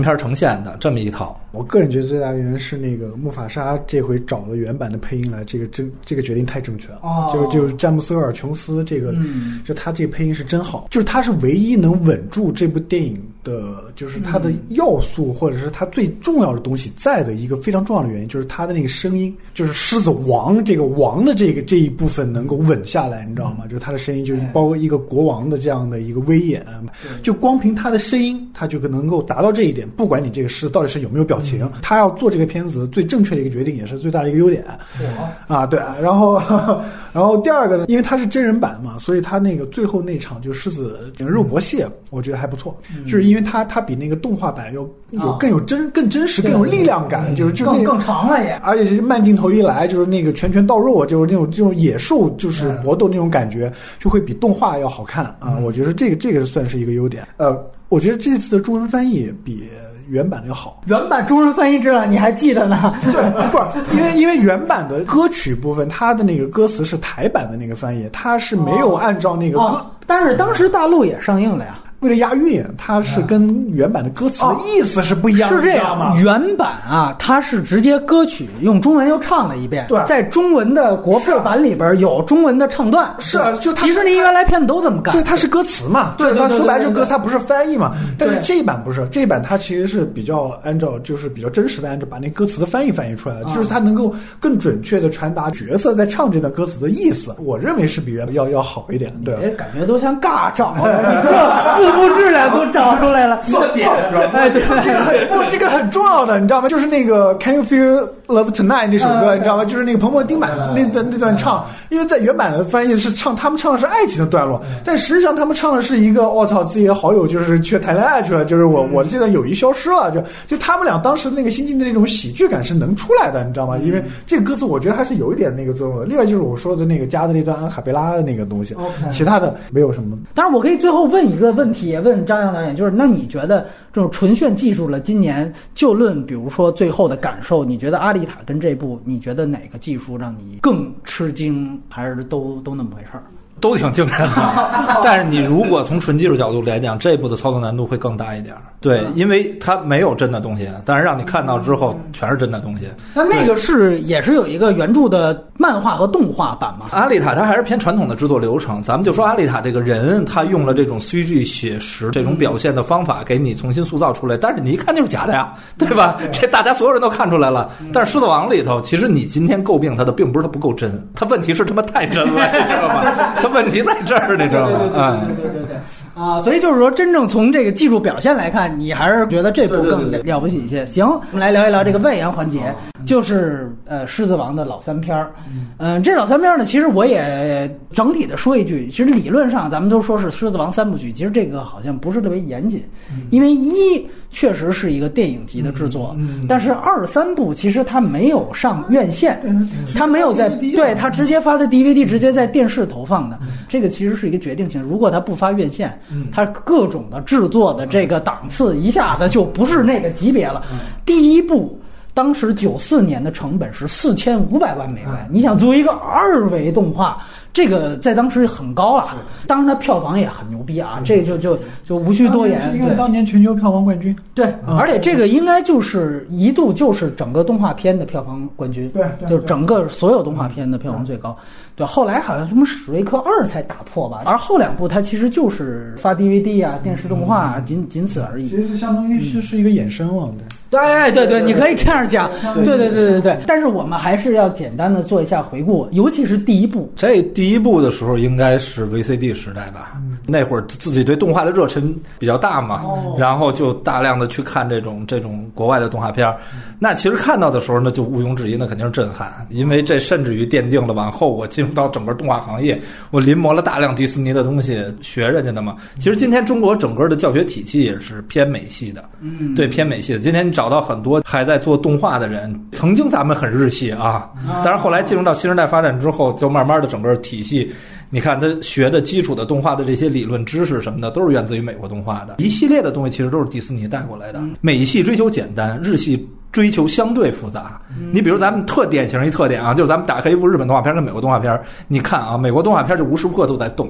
片呈现的这么一套。 我个人觉得最大原因是那个木法沙这回找了原版的配音来，这个决定太正确了。就是詹姆斯·厄尔琼斯这个，就他这个配音是真好，就是他是唯一能稳住这部电影的，就是他的要素或者是他最重要的东西在的一个非常重要的原因，就是他的那个声音，就是狮子王这个王的这一部分能够稳下来，你知道吗？就是他的声音，就包括一个国王的这样的一个威严，就光凭他的声音，他就能够达到这一点。不管你这个狮子到底是有没有表情，他要做这个片子最正确的一个决定，也是最大的一个优点。对，然后第二个呢，因为它是真人版嘛，所以他那个最后那场就狮子肉搏戏，我觉得还不错，就是因为它比那个动画版更真实、更有力量感，就是更长了也， 而且是慢镜头一来，就是那个拳到肉，就是这种野兽就是搏斗那种感觉，就会比动画要好看啊。我觉得这个算是一个优点。我觉得这次的中文翻译比原版的要好。 原版中文翻译质量你还记得呢？ 对，不是因为原版的歌曲部分，它的那个歌词是台版的那个翻译，它是没有按照那个歌。 但是当时大陆也上映了呀。 为了押韵，它是跟原版的歌词的意思是不一样的， 是这样吗？原版啊，它是直接歌曲用中文又唱了一遍， 对， 在中文的国配版里边有中文的唱段， 是啊，就迪士尼原来片子都这么干， 对，它是歌词嘛， 对， 它说白就是歌词，它不是翻译嘛。但是这一版不是，这一版它其实是比较按照，就是比较真实的按照把那歌词的翻译出来的，就是它能够更准确的传达角色在唱这段歌词的意思。我认为是比原版要好一点，对， 感觉都像尬找了，你这字幕质量都找出来了， 错点， 哎，对， 这个很重要的，你知道吗？就是那个 Can You Feel Love Tonight 那首歌，你知道吗？就是那个彭彭丁满那段唱，因为在原版的翻译是他们唱的是爱情的段落，但实际上他们唱的是一个我操自己的好友就是去谈恋爱去了，就是我这段友谊消失了，就他们俩当时那个心境的那种喜剧感是能出来的，你知道吗？因为这个歌词我觉得还是有一点那个作用的。另外就是我说的那个加的那段安卡贝拉的那个东西，其他的没有什么。 当然我可以最后问一个问题，也问张扬导演，就是那你觉得这种纯炫技术了，今年就论比如说最后的感受，你觉得阿丽塔跟这部，你觉得哪个技术让你更吃惊，还是都那么回事儿？ 都挺惊人的，但是你如果从纯技术角度来讲，这部的操作难度会更大一点。对，因为它没有真的东西，但是让你看到之后全是真的东西。 那个也是有一个原著的漫画和动画版嘛？ 阿丽塔它还是偏传统的制作流程，咱们就说阿丽塔这个人，他用了这种 CG 写实这种表现的方法给你重新塑造出来，但是你一看就是假的呀，对吧？这大家所有人都看出来了。但是狮子王里头，其实你今天诟病它的并不是它不够真，它问题是他妈太真了，你知道吗？它问题在这儿，你知道吗？ 对啊，所以就是说，真正从这个技术表现来看，你还是觉得这部更了不起一些。行，我们来聊一聊这个外延环节，就是狮子王的老三篇儿。这老三篇呢，其实我也整体的说一句，其实理论上咱们都说是狮子王三部曲，其实这个好像不是特别严谨，因为确实是一个电影级的制作，但是2、3部其实它没有上院线，它没有在对它直接发的 DVD， 直接在电视投放的，这个其实是一个决定性。如果它不发院线，它各种的制作的这个档次一下子就不是那个级别了。第一部当时94年的成本是4500万美元，你想作为一个2维动画，这个在当时很高了，当然它票房也很牛逼啊，这个就无需多言。 因为当年全球票房冠军， 对，而且这个应该就是一度就是整个动画片的票房冠军， 对， 就整个所有动画片的票房最高。对，后来好像什么史瑞克2才打破吧，而后2部它其实就是发 DVD 啊、电视动画啊，仅此而已。 其实相当于是一个衍生了， 对，你可以这样讲，对。但是我们还是要简单的做一下回顾，尤其是第一部。 这第一部的时候应该是 VCD 时代吧，那会儿自己对动画的热忱比较大嘛，然后就大量的去看这种国外的动画片。那其实看到的时候呢，就毋庸置疑，那肯定是震撼，因为这甚至于奠定了往后我进入到整个动画行业，我临摹了大量迪士尼的东西，学人家的嘛。其实今天中国整个的教学体系也是偏美系的，对，偏美系的。今天你找到很多还在做动画的人，曾经咱们很日系啊，但是后来进入到新时代发展之后，就慢慢的整个体系，你看他学的基础的动画的这些理论知识什么的，都是源自于美国动画的，一系列的东西其实都是迪士尼带过来的。美系追求简单，日系追求相对复杂。你比如咱们特典型一特点啊，就是咱们打开一部日本动画片跟美国动画片，你看啊，美国动画片就无时无刻都在动，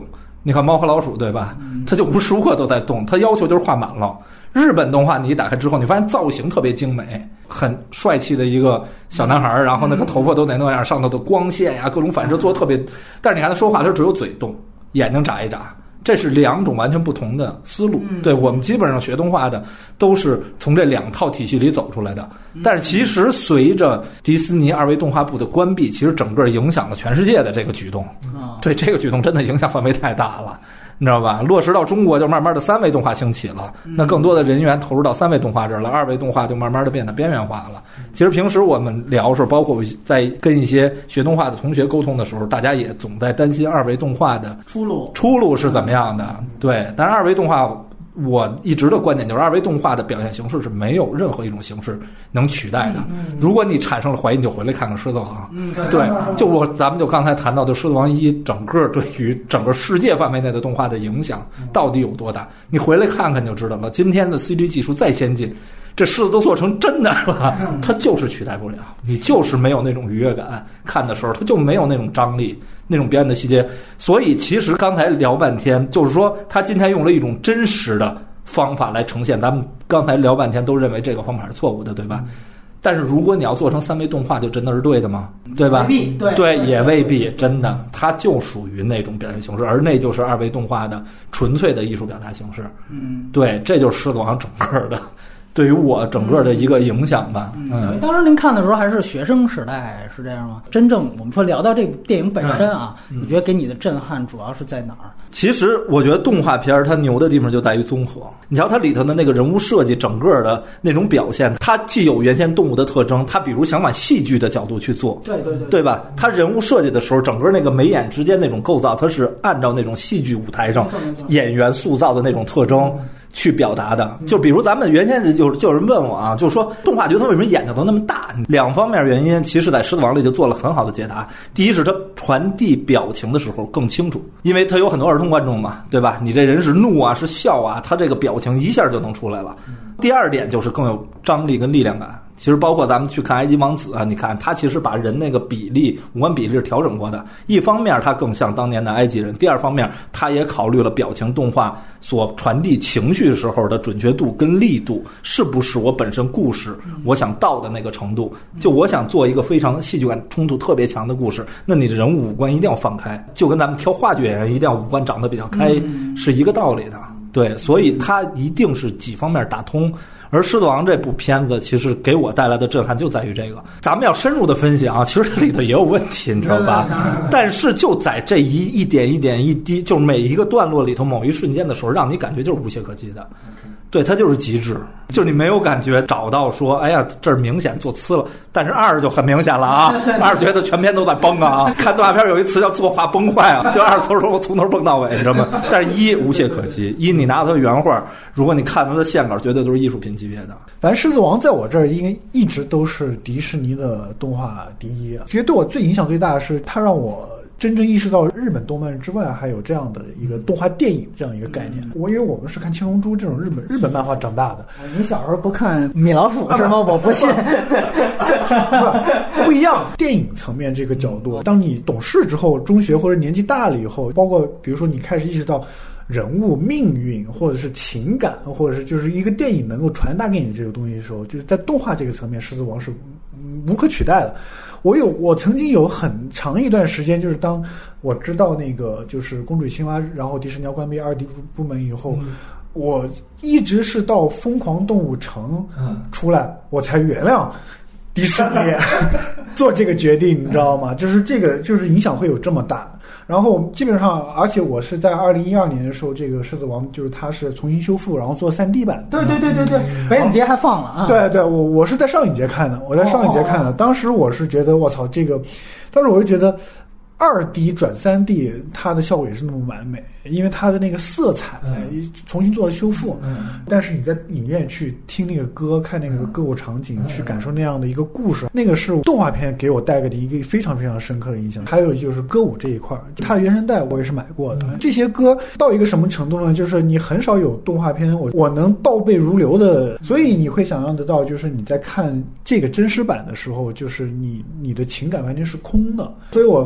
你看猫和老鼠对吧？它就无时无刻都在动，它要求就是画满了。日本动画你一打开之后，你发现造型特别精美，很帅气的一个小男孩，然后那个头发都得那样，上头的光线呀，各种反射做的特别。但是你看他说话，他只有嘴动，眼睛眨一眨。这是两种完全不同的思路。对，我们基本上学动画的都是从这两套体系里走出来的。但是其实随着迪士尼2维动画部的关闭，其实整个影响了全世界的这个举动。对，这个举动真的影响范围太大了。你知道吧？落实到中国就慢慢的3维动画兴起了，那更多的人员投入到3维动画这儿了，2维动画就慢慢的变得边缘化了。其实平时我们聊的时候，包括在跟一些学动画的同学沟通的时候，大家也总在担心2维动画的出路是怎么样的。对，但是2维动画我一直的观点就是2维动画的表现形式是没有任何一种形式能取代的。如果你产生了怀疑，你就回来看看狮子王。对，就咱们就刚才谈到的狮子王1整个对于整个世界范围内的动画的影响到底有多大，你回来看看就知道了。今天的 CG 技术再先进，这狮子都做成真的了，它就是取代不了，你就是没有那种愉悦感，看的时候它就没有那种张力，那种表演的细节。所以其实刚才聊半天，就是说他今天用了一种真实的方法来呈现，咱们刚才聊半天都认为这个方法是错误的，对吧？但是如果你要做成3维动画，就真的是对的吗？对吧？对，也未必，真的，它就属于那种表现形式，而那就是2维动画的纯粹的艺术表达形式。对，这就是狮子王整个的。对于我整个的一个影响吧。 当时您看的时候还是学生时代，是这样吗？真正我们说聊到这部电影本身啊，你觉得给你的震撼主要是在哪儿？ 其实我觉得动画片它牛的地方就在于综合。你瞧它里头的那个人物设计，整个的那种表现，它既有原先动物的特征，它比如想往戏剧的角度去做，对吧？它人物设计的时候，整个那个眉眼之间那种构造，它是按照那种戏剧舞台上演员塑造的那种特征去表达的。就比如咱们原先就有人问我啊，就说动画角色为什么眼睛都那么大？两方面原因，其实在狮子王里就做了很好的解答。第一是它传递表情的时候更清楚，因为它有很多儿童观众嘛，对吧？你这人是怒啊是笑啊，它这个表情一下就能出来了。第二点就是更有张力跟力量感。其实包括咱们去看埃及王子啊，你看他其实把人那个比例五官比例是调整过的，一方面他更像当年的埃及人，第二方面他也考虑了表情动画所传递情绪时候的准确度跟力度是不是我本身故事我想到的那个程度。就我想做一个非常戏剧感冲突特别强的故事，那你的人物五官一定要放开，就跟咱们挑话剧演员一定要五官长得比较开是一个道理的。对，所以它一定是几方面打通。而狮子王这部片子其实给我带来的震撼就在于这个，咱们要深入的分析啊，其实这里头也有问题，你知道吧？但是就在这一点一点一滴，就是每一个段落里头某一瞬间的时候，让你感觉就是无懈可击的。对，它就是极致，就你没有感觉找到说，哎呀，这儿明显做呲了。但是2就很明显了啊，2觉得全篇都在崩啊。看动画片有一词叫作画崩坏啊，就2从头崩到尾，你知道吗？但是1无懈可击，1你拿它的原画，如果你看它的线稿，绝对都是艺术品级别的。 反正狮子王在我这儿应该一直都是迪士尼的动画第一。其实对我最影响最大的是，它让我真正意识到日本动漫之外还有这样的一个动画电影这样一个概念。因为我们是看青龙珠这种日本漫画长大的。 你小时候不看米老鼠是吗？我不信。 不一样，电影层面这个角度，当你懂事之后，中学或者年纪大了以后，包括比如说你开始意识到人物命运或者是情感，或者是就是一个电影能够传达给你这个东西的时候，就是在动画这个层面，狮子王是无可取代的。我曾经有很长一段时间，就是当我知道那个就是公主与青蛙，然后迪士尼要关闭2D 部门以后，我一直是到疯狂动物城出来，我才原谅迪士尼做这个决定，你知道吗？就是这个就是影响会有这么大。然后基本上，而且我是在2012年的时候，这个狮子王就是它是重新修复，然后做3D 版。 对，北影节还放了啊。 对，我是在上影节看的，当时我是觉得我操，这个，当时我就觉得2D 转3D 它的效果也是那么完美，因为它的那个色彩重新做了修复。但是你在影院去听那个歌，看那个歌舞场景，去感受那样的一个故事，那个是动画片给我带来的一个非常非常深刻的印象。还有就是歌舞这一块，它的原声带我也是买过的。这些歌到一个什么程度呢？就是你很少有动画片我能倒背如流的，所以你会想象得到，就是你在看这个真实版的时候，就是你的情感完全是空的。所以我发了条微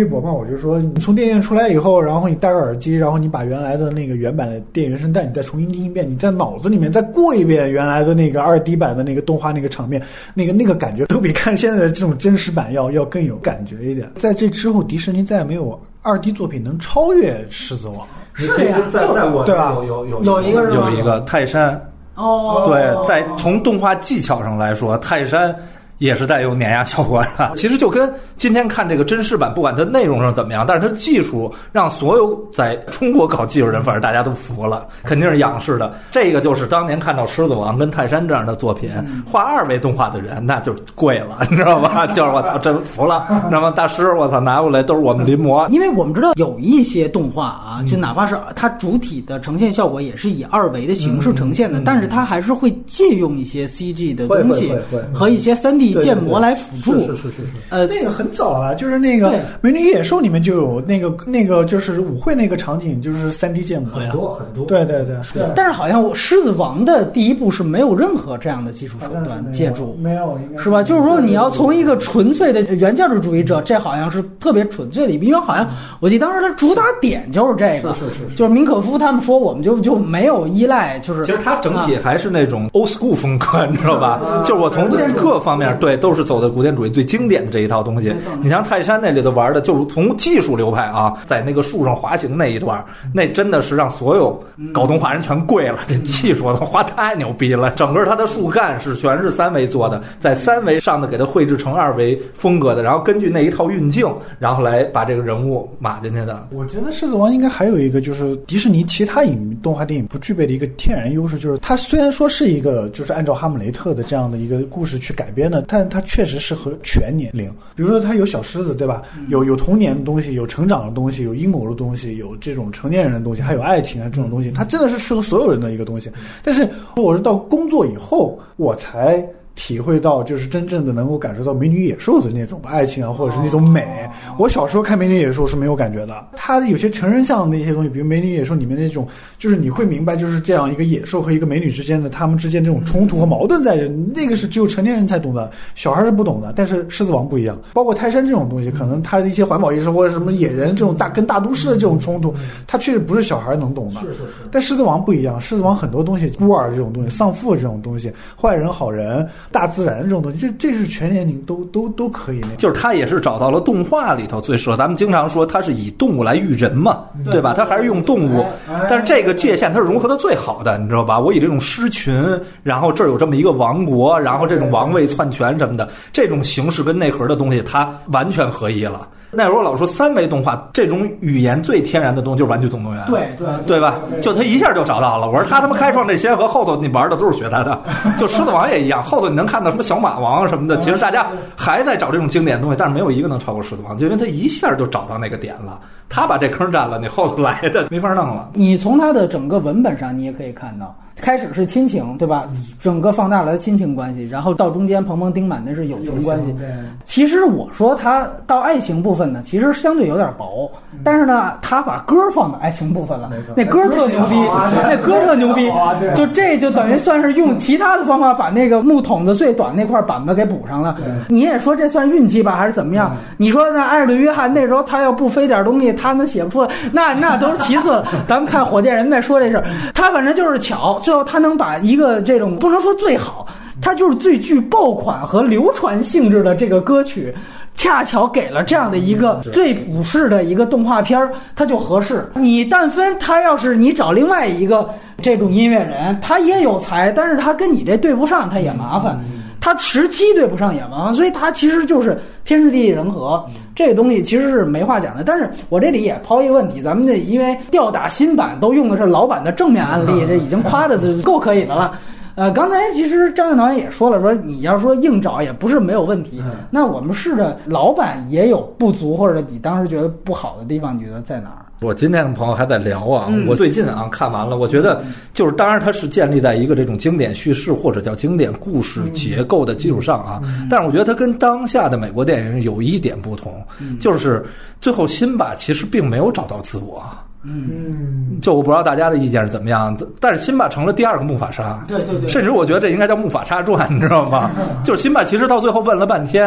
微博嘛，我就说你从电影院出来以后，然后你戴个耳机，然后你把原来的那个原版的电影原声带你再重新听一遍，你在脑子里面再过一遍原来的那个2D 版的那个动画那个场面，那个感觉都比看现在的这种真实版要更有感觉一点。在这之后，迪士尼再也没有2D 作品能超越《狮子王》。 是呀， 在我对吧？ 有一个泰山。 哦， 对，在从动画技巧上来说，泰山也是带有碾压效果的。其实就跟今天看这个真实版，不管它内容上怎么样，但是它技术让所有在中国搞技术人，反正大家都服了，肯定是仰视的。这个就是当年看到《狮子王》跟泰山这样的作品，画2维动画的人，那就贵了，你知道吧？就是我操，真服了。那么大师，我操，拿过来都是我们临摹。 因为我们知道有一些动画啊，就哪怕是它主体的呈现效果也是以2维的形式呈现的，但是它还是会借用一些 CG 的东西和一些3D 建模来辅助。 是。那个很早了，就是那个《美女与野兽》里面就有那个就是舞会那个场景，就是3D 建模呀， 很多。 对。 但是好像《狮子王》的第一部是没有任何这样的技术手段借助， 没有，应该是吧？就是说你要从一个纯粹的原教旨主义者，这好像是特别纯粹的，因为好像我记得当时它主打点就是这个， 是就是明可夫他们说我们就没有依赖，就是其实它整体还是那种 old school 风格，你知道吧？就是我从各方面对都是走的古典主义最经典的这一套东西。你像泰山那里头玩的，就是从技术流派啊，在那个树上滑行那一段，那真的是让所有搞动画人全跪了。这技术的画太牛逼了，整个它的树干是全是3维做的，在3维上的给它绘制成2维风格的，然后根据那一套运镜，然后来把这个人物码进去的。 我觉得《狮子王》应该还有一个就是迪士尼其他动画电影不具备的一个天然优势，就是它虽然说是一个就是按照哈姆雷特的这样的一个故事去改编的，但它确实适合全年龄。比如说它有小狮子，对吧？有童年的东西，有成长的东西，有阴谋的东西，有这种成年人的东西，还有爱情啊这种东西，它真的是适合所有人的一个东西。但是我是到工作以后，我才体会到就是真正的能够感受到美女野兽的那种爱情啊，或者是那种美。我小时候看美女野兽是没有感觉的，它有些成人向的一些东西，比如美女野兽里面那种，就是你会明白就是这样一个野兽和一个美女之间的他们之间这种冲突和矛盾在这，那个是只有成年人才懂的，小孩是不懂的。但是狮子王不一样，包括泰山这种东西，可能它的一些环保意识或者什么野人这种跟大都市的这种冲突，它确实不是小孩能懂的。是。但狮子王不一样，狮子王很多东西，孤儿这种东西，丧父这种东西，坏人好人，大自然这种东西，这是全年龄都可以那。 就是他也是找到了动画里头最适合。咱们经常说他是以动物来育人嘛，对吧？他还是用动物，但是这个界限它是融合的最好的，你知道吧？我以这种狮群，然后这儿有这么一个王国，然后这种王位篡权什么的，这种形式跟内核的东西，它完全合一了。那时候老说3维动画这种语言最天然的东西就是玩具总动员，对吧？就他一下就找到了。我说他妈开创这些和后头你玩的都是学他的，就狮子王也一样，后头你能看到什么小马王什么的，其实大家还在找这种经典的东西，但是没有一个能超过狮子王，就因为他一下就找到那个点了，他把这坑占了，你后头来的没法弄了。 你从他的整个文本上你也可以看到，开始是亲情，对吧？整个放大了亲情关系，然后到中间彭丁满的是友情关系。其实我说他到爱情部分呢，其实相对有点薄，但是呢，他把歌放到爱情部分了，那歌特牛逼，那歌特牛逼，就这就等于算是用其他的方法把那个木桶的最短那块板子给补上了。你也说这算运气吧，还是怎么样？你说那艾尔顿约翰那时候他要不飞点东西，他能写不出来，那都是其次了。咱们看火箭人在说这事儿，他反正就是巧。最后他能把一个这种不能说最好，他就是最具爆款和流传性质的这个歌曲，恰巧给了这样的一个最普世的一个动画片，它就合适。你但分他要是你找另外一个这种音乐人，他也有才，但是他跟你这对不上，他也麻烦。他时期对不上也麻烦，所以他其实就是天时地利人和，这个东西其实是没话讲的。但是我这里也抛一个问题，咱们这因为吊打新版都用的是老版的正面案例，这已经夸的就够可以的了。刚才其实张向导也说了，说你要说硬找也不是没有问题。那我们试着老版也有不足，或者你当时觉得不好的地方，你觉得在哪儿？ 我今天跟朋友还在聊啊，我最近啊看完了，我觉得就是当然它是建立在一个这种经典叙事或者叫经典故事结构的基础上啊，但是我觉得它跟当下的美国电影有一点不同，就是最后辛巴其实并没有找到自我。就我不知道大家的意见是怎么样，但是辛巴成了第二个木法沙， 对， 甚至我觉得这应该叫木法沙传，你知道吗？就是辛巴其实到最后问了半天，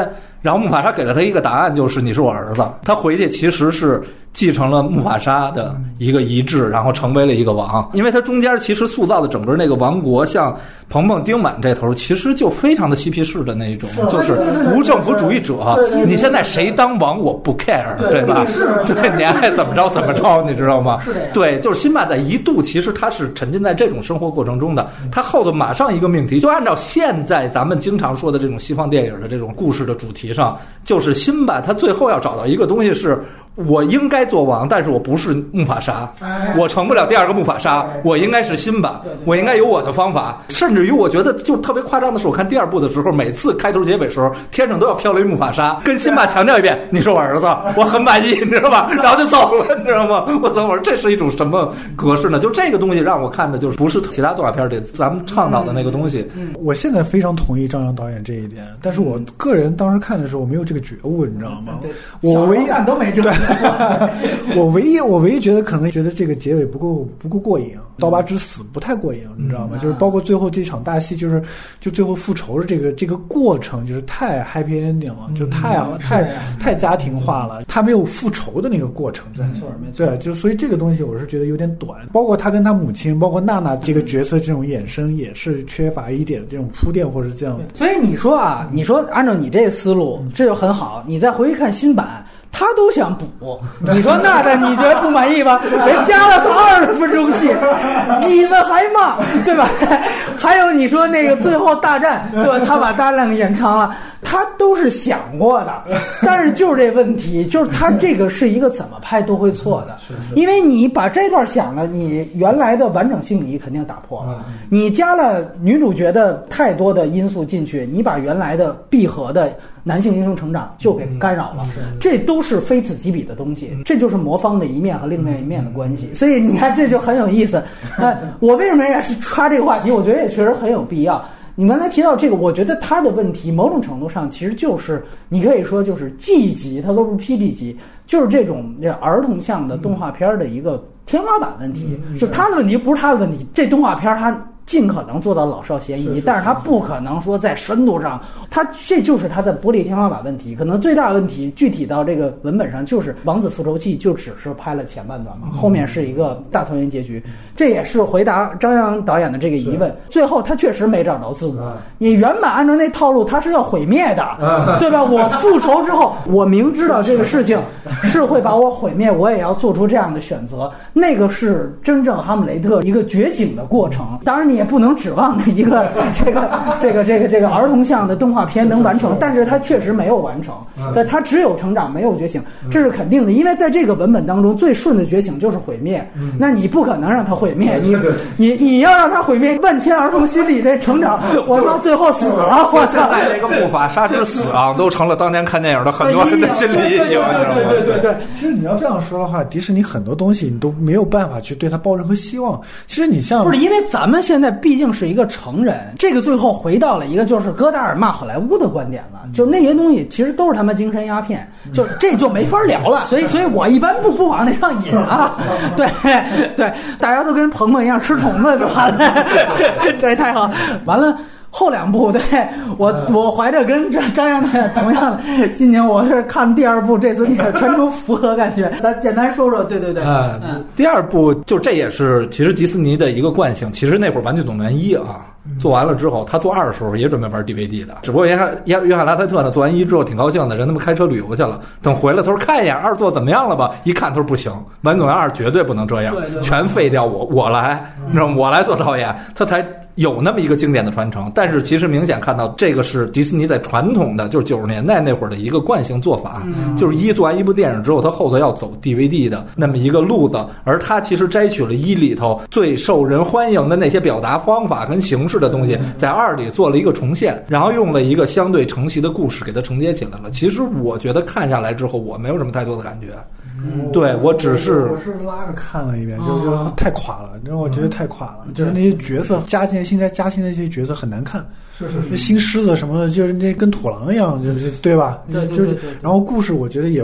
然后木法沙给了他一个答案，就是你是我儿子。他回去其实是继承了木法沙的一个遗志，然后成为了一个王。因为他中间其实塑造的整个那个王国，像彭彭丁满这头，其实就非常的嬉皮士的那种，就是无政府主义者。你现在谁当王我不 care， 对吧？对，你爱怎么着怎么着，你知道吗？对，就是辛巴在一度其实他是沉浸在这种生活过程中的。他后头马上一个命题，就按照现在咱们经常说的这种西方电影的这种故事的主题上，就是辛巴他最后要找到一个东西是。我应该做王，但是我不是木法沙，我成不了第二个木法沙，我应该是辛巴，我应该有我的方法。甚至于我觉得就特别夸张的是，我看第二部的时候，每次开头结尾时候，天上都要飘了一木法沙，跟辛巴强调一遍，你是我儿子，我很满意，你知道吧？然后就走了，你知道吗？我说这是一种什么格式呢？就这个东西让我看的就是不是其他动画片里咱们倡导的那个东西。 我现在非常同意张扬导演这一点，但是我个人当时看的时候，我没有这个觉悟，你知道吗？我唯一看都没这个。 我唯一觉得可能觉得这个结尾不够过瘾，刀疤之死不太过瘾，你知道吗？就是包括最后这场大戏，就最后复仇的这个过程，就是太 happy ending 了，就太家庭化了，他没有复仇的那个过程在。 没错， 对，就所以这个东西我是觉得有点短。包括他跟他母亲，包括娜娜这个角色这种衍生，也是缺乏一点这种铺垫或者这样。 所以你说按照你这个思路，这就很好。你再回去看新版。他都想补，你说那的你觉得不满意吧？人加了20分钟戏，你们还骂，对吧？还有你说那个最后大战，对吧？他把大战给延长了，他都是想过的，但是就是这问题，就是他这个是一个怎么拍都会错的，因为你把这段想了，你原来的完整性你肯定打破了，你加了女主角的太多的因素进去，你把原来的闭合的男性英雄成长就给干扰了，这都是非此即彼的东西，这就是魔方的一面和另外一面的关系。所以你看，这就很有意思。我为什么也是插这个话题？我觉得也确实很有必要。你刚才提到这个，我觉得他的问题某种程度上其实就是你可以说就是 G 级，它都不是 PG 级，就是这种儿童向的动画片的一个天花板问题。就他的问题不是他的问题，这动画片它尽可能做到老少咸宜，但是他不可能说在深度上，这就是他的玻璃天花板问题。可能最大的问题具体到这个文本上，就是《王子复仇记》就只是拍了前半段嘛，后面是一个大团圆结局。这也是回答张扬导演的这个疑问。最后他确实没找着自我，你原本按照那套路他是要毁灭的，对吧？我复仇之后，我明知道这个事情是会把我毁灭，我也要做出这样的选择。那个是真正哈姆雷特一个觉醒的过程。当然你也不能指望一个这个儿童向的动画片能完成，但是他确实没有完成，他只有成长没有觉醒，这是肯定的。因为在这个文本当中，最顺的觉醒就是毁灭，那你不可能让他毁灭，你要让他毁灭，万千儿童心理这成长，我到最后死了，我现在那个木法沙之死啊，都成了当年看电影的很多人的心理阴影。 对。 其实你要这样说的话，迪士尼很多东西你都没有办法去对他抱任何希望。其实你像不是因为咱们现在毕竟是一个成人，这个最后回到了一个就是戈达尔骂好莱坞的观点了，就那些东西其实都是他们精神鸦片，就这就没法聊了。所以我一般不往那上引啊。对，大家都跟鹏鹏一样吃虫子就完了，这太好。完了。后两部，对我怀着跟张扬导演同样的心情，我是看第二部，这次也全程符合感觉。咱简单说说，对。 第二部就这也是其实迪士尼的一个惯性。其实那会儿《玩具总动员1》啊做完了之后，他做2的时候也准备玩 DVD 的，只不过约翰拉塞特呢做完1之后挺高兴的，人他们开车旅游去了。等回来他说看一眼2做怎么样了吧？一看他说不行，《玩具总动员2》绝对不能这样，全废掉我来，你知道吗？我来做导演，他才有那么一个经典的传承。但是其实明显看到这个是迪士尼在传统的就是90年代那会儿的一个惯性做法，就是做完一部电影之后，他后头要走 DVD 的那么一个路子，而他其实摘取了1里头最受人欢迎的那些表达方法跟形式的东西，在2里做了一个重现，然后用了一个相对承袭的故事给它承接起来了。其实我觉得看下来之后，我没有什么太多的感觉。对，我是拉着看了一遍，就太垮了，你知道，我觉得太垮了，就是那些角色现在加薪的这些角色很难看，是新狮子什么的，就是那跟土狼一样，就是对吧？ 对， 就是，然后故事我觉得也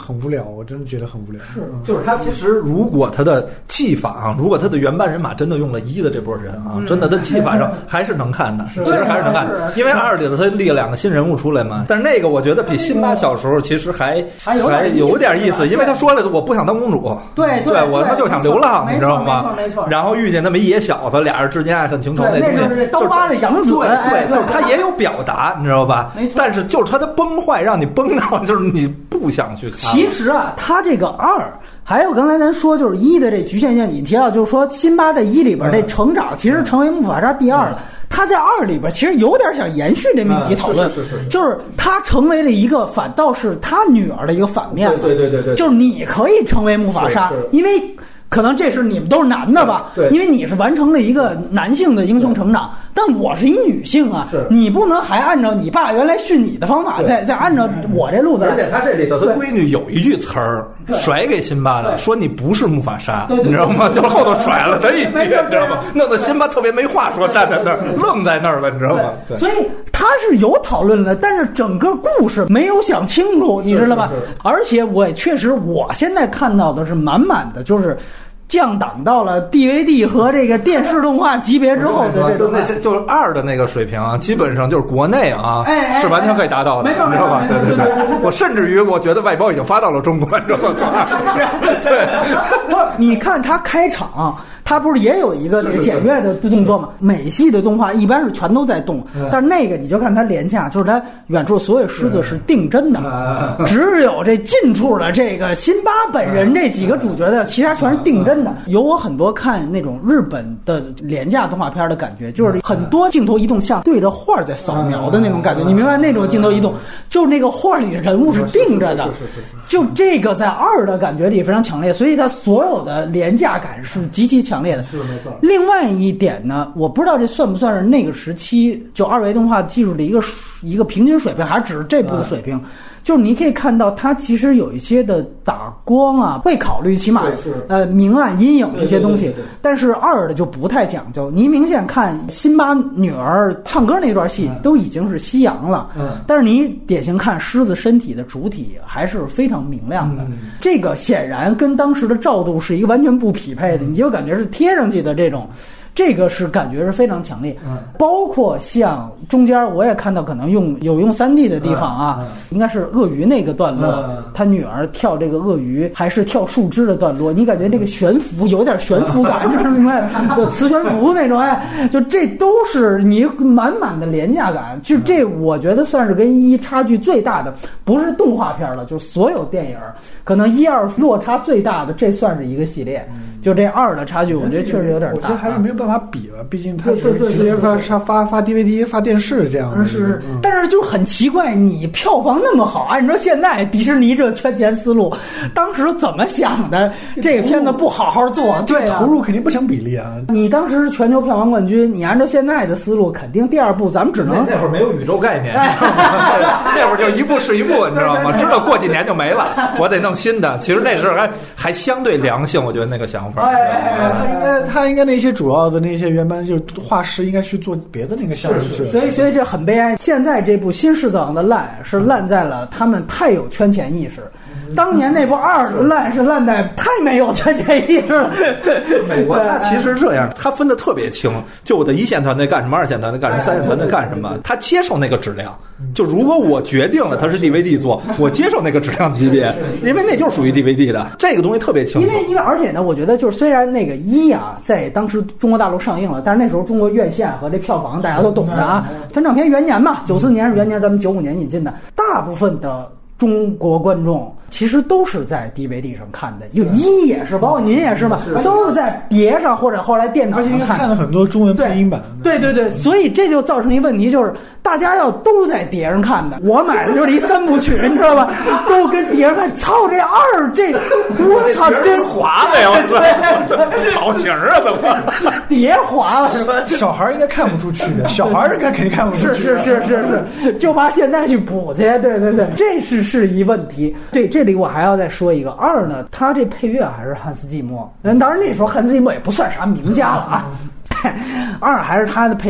很无聊，我真的觉得很无聊。 是， 就是他其实如果他的技法啊，如果他的原班人马真的用了1的这波人啊，真的他技法上还是能看的，其实还是能看的，因为2里头他立了2个新人物出来嘛。但是那个我觉得比辛巴小时候其实还有点意思，因为他说了我不想当公主， 对， 我他妈就想流浪，你知道吗？ 没错。 然后遇见那么一野小子，俩人之间爱恨情仇那东西， 是刀疤的养子， 对，就是他也有表达，你知道吧？ 没错。 但是就是他的崩坏，让你崩到就是你不想去看。 其实啊，他这个2，还有刚才咱说就是1的这局限性，你提到就是说辛巴在1里边这成长，其实成为木法沙第2了。他在2里边其实有点想延续这命题讨论，就是他成为了一个反倒是他女儿的一个反面。 对， 就是你可以成为木法沙，因为可能这是你们都是男的吧？ 对， 因为你是完成了一个男性的英雄成长，但我是一女性啊，你不能还按照你爸原来训你的方法，再按照我这路子。 而且他这里头他闺女有一句词儿甩给辛巴的，说你不是木法沙，你知道吗？就是后头甩了他一句，你知道吗？弄得辛巴特别没话说，站在那儿愣在那儿了，你知道吗？对， 所以他是有讨论的，但是整个故事没有想清楚，你知道吧？而且我也确实，我现在看到的是满满的就是降档到了 DVD 和这个电视动画级别之后的这种， 就是2的那个水平啊，基本上就是国内啊，是完全可以达到的， 没错， 你知道吧？对，我甚至于我觉得外包已经发到了中国，你知道吗？对， 不是，你看他开场。他不是也有一个那个检阅的动作吗？美系的动画一般是全都在动，但是那个你就看他廉价，就是他远处所有狮子是定帧的，只有这近处的这个辛巴本人这几个主角的，其他全是定帧的。有我很多看那种日本的廉价动画片的感觉，就是很多镜头移动像对着画在扫描的那种感觉，你明白那种镜头移动，就是那个画里的人物是定着的，就这个在2的感觉里非常强烈，所以它所有的廉价感是极其强烈的。 是没错。 另外一点呢，我不知道这算不算是那个时期就2维动画技术的一个平均水平，还是只是这部的水平。就是你可以看到，它其实有一些的打光啊，会考虑起码明暗阴影这些东西，但是2的就不太讲究。你明显看辛巴女儿唱歌那段戏都已经是夕阳了，但是你典型看狮子身体的主体还是非常明亮的，这个显然跟当时的照度是一个完全不匹配的，你就感觉是贴上去的这种。这个是感觉是非常强烈，包括像中间我也看到可能用 3D 的地方啊，应该是鳄鱼那个段落，他女儿跳这个鳄鱼还是跳树枝的段落，你感觉这个悬浮有点悬浮感，就是明白就磁悬浮那种，就这都是你满满的廉价感，就这我觉得算是跟1差距最大的，不是动画片了，就所有电影可能1、2落差最大的，这算是一个系列，就这2的差距，我觉得确实有点大， 我觉得还是没有办法比了，毕竟它是直接发 DVD 发电视这样的。 是，但是就很奇怪，你票房那么好，按照现在迪士尼这圈钱思路，当时怎么想的？这个片子不好好做，对啊， 投入肯定不成比例啊。 你当时是全球票房冠军，你按照现在的思路，肯定第2部咱们只能那会儿没有宇宙概念，那会儿就一步是一步，你知道吗？知道过几年就没了，我得弄新的。其实那时候还相对良性，我觉得那个想法。 他应该那些主要的那些原班就是画师应该去做别的那个项目去。 所以这很悲哀。现在这部新狮子王的烂是烂在了他们太有圈钱意识。当年那部2烂是烂在太没有圈钱意识了。 美国它其实这样，它分得特别清，就我的1线团队干什么，2线团队干什么，3线团队干什么，他接受那个质量。就如果我决定了它是 DVD 做，我接受那个质量级别，因为那就是属于 DVD 的，这个东西特别清楚。 因为而且呢，我觉得就是虽然那个1啊在当时中国大陆上映了，但是那时候中国院线和这票房大家都懂的啊，分账片元年嘛，94年是元年，咱们95年引进的，大部分的中国观众其实都是在 DVD 上看的，有1也是，包括您也是嘛，都是在碟上或者后来电脑上看了很多中文配音版。 对，所以这就造成一个问题，就是大家要都在碟上看的。我买的就是一3部曲，你知道吧？都跟碟上看，操这2，我操真滑了呀！我操，好型啊，怎么碟滑了是吧？ 小孩应该看不出去的，小孩肯定看不出去。 是，就怕现在去补去。对，这是一问题。对。这里我还要再说一个2呢，他这配乐还是汉斯季默，当然那时候汉斯季默也不算啥名家了啊。2还是他的配乐，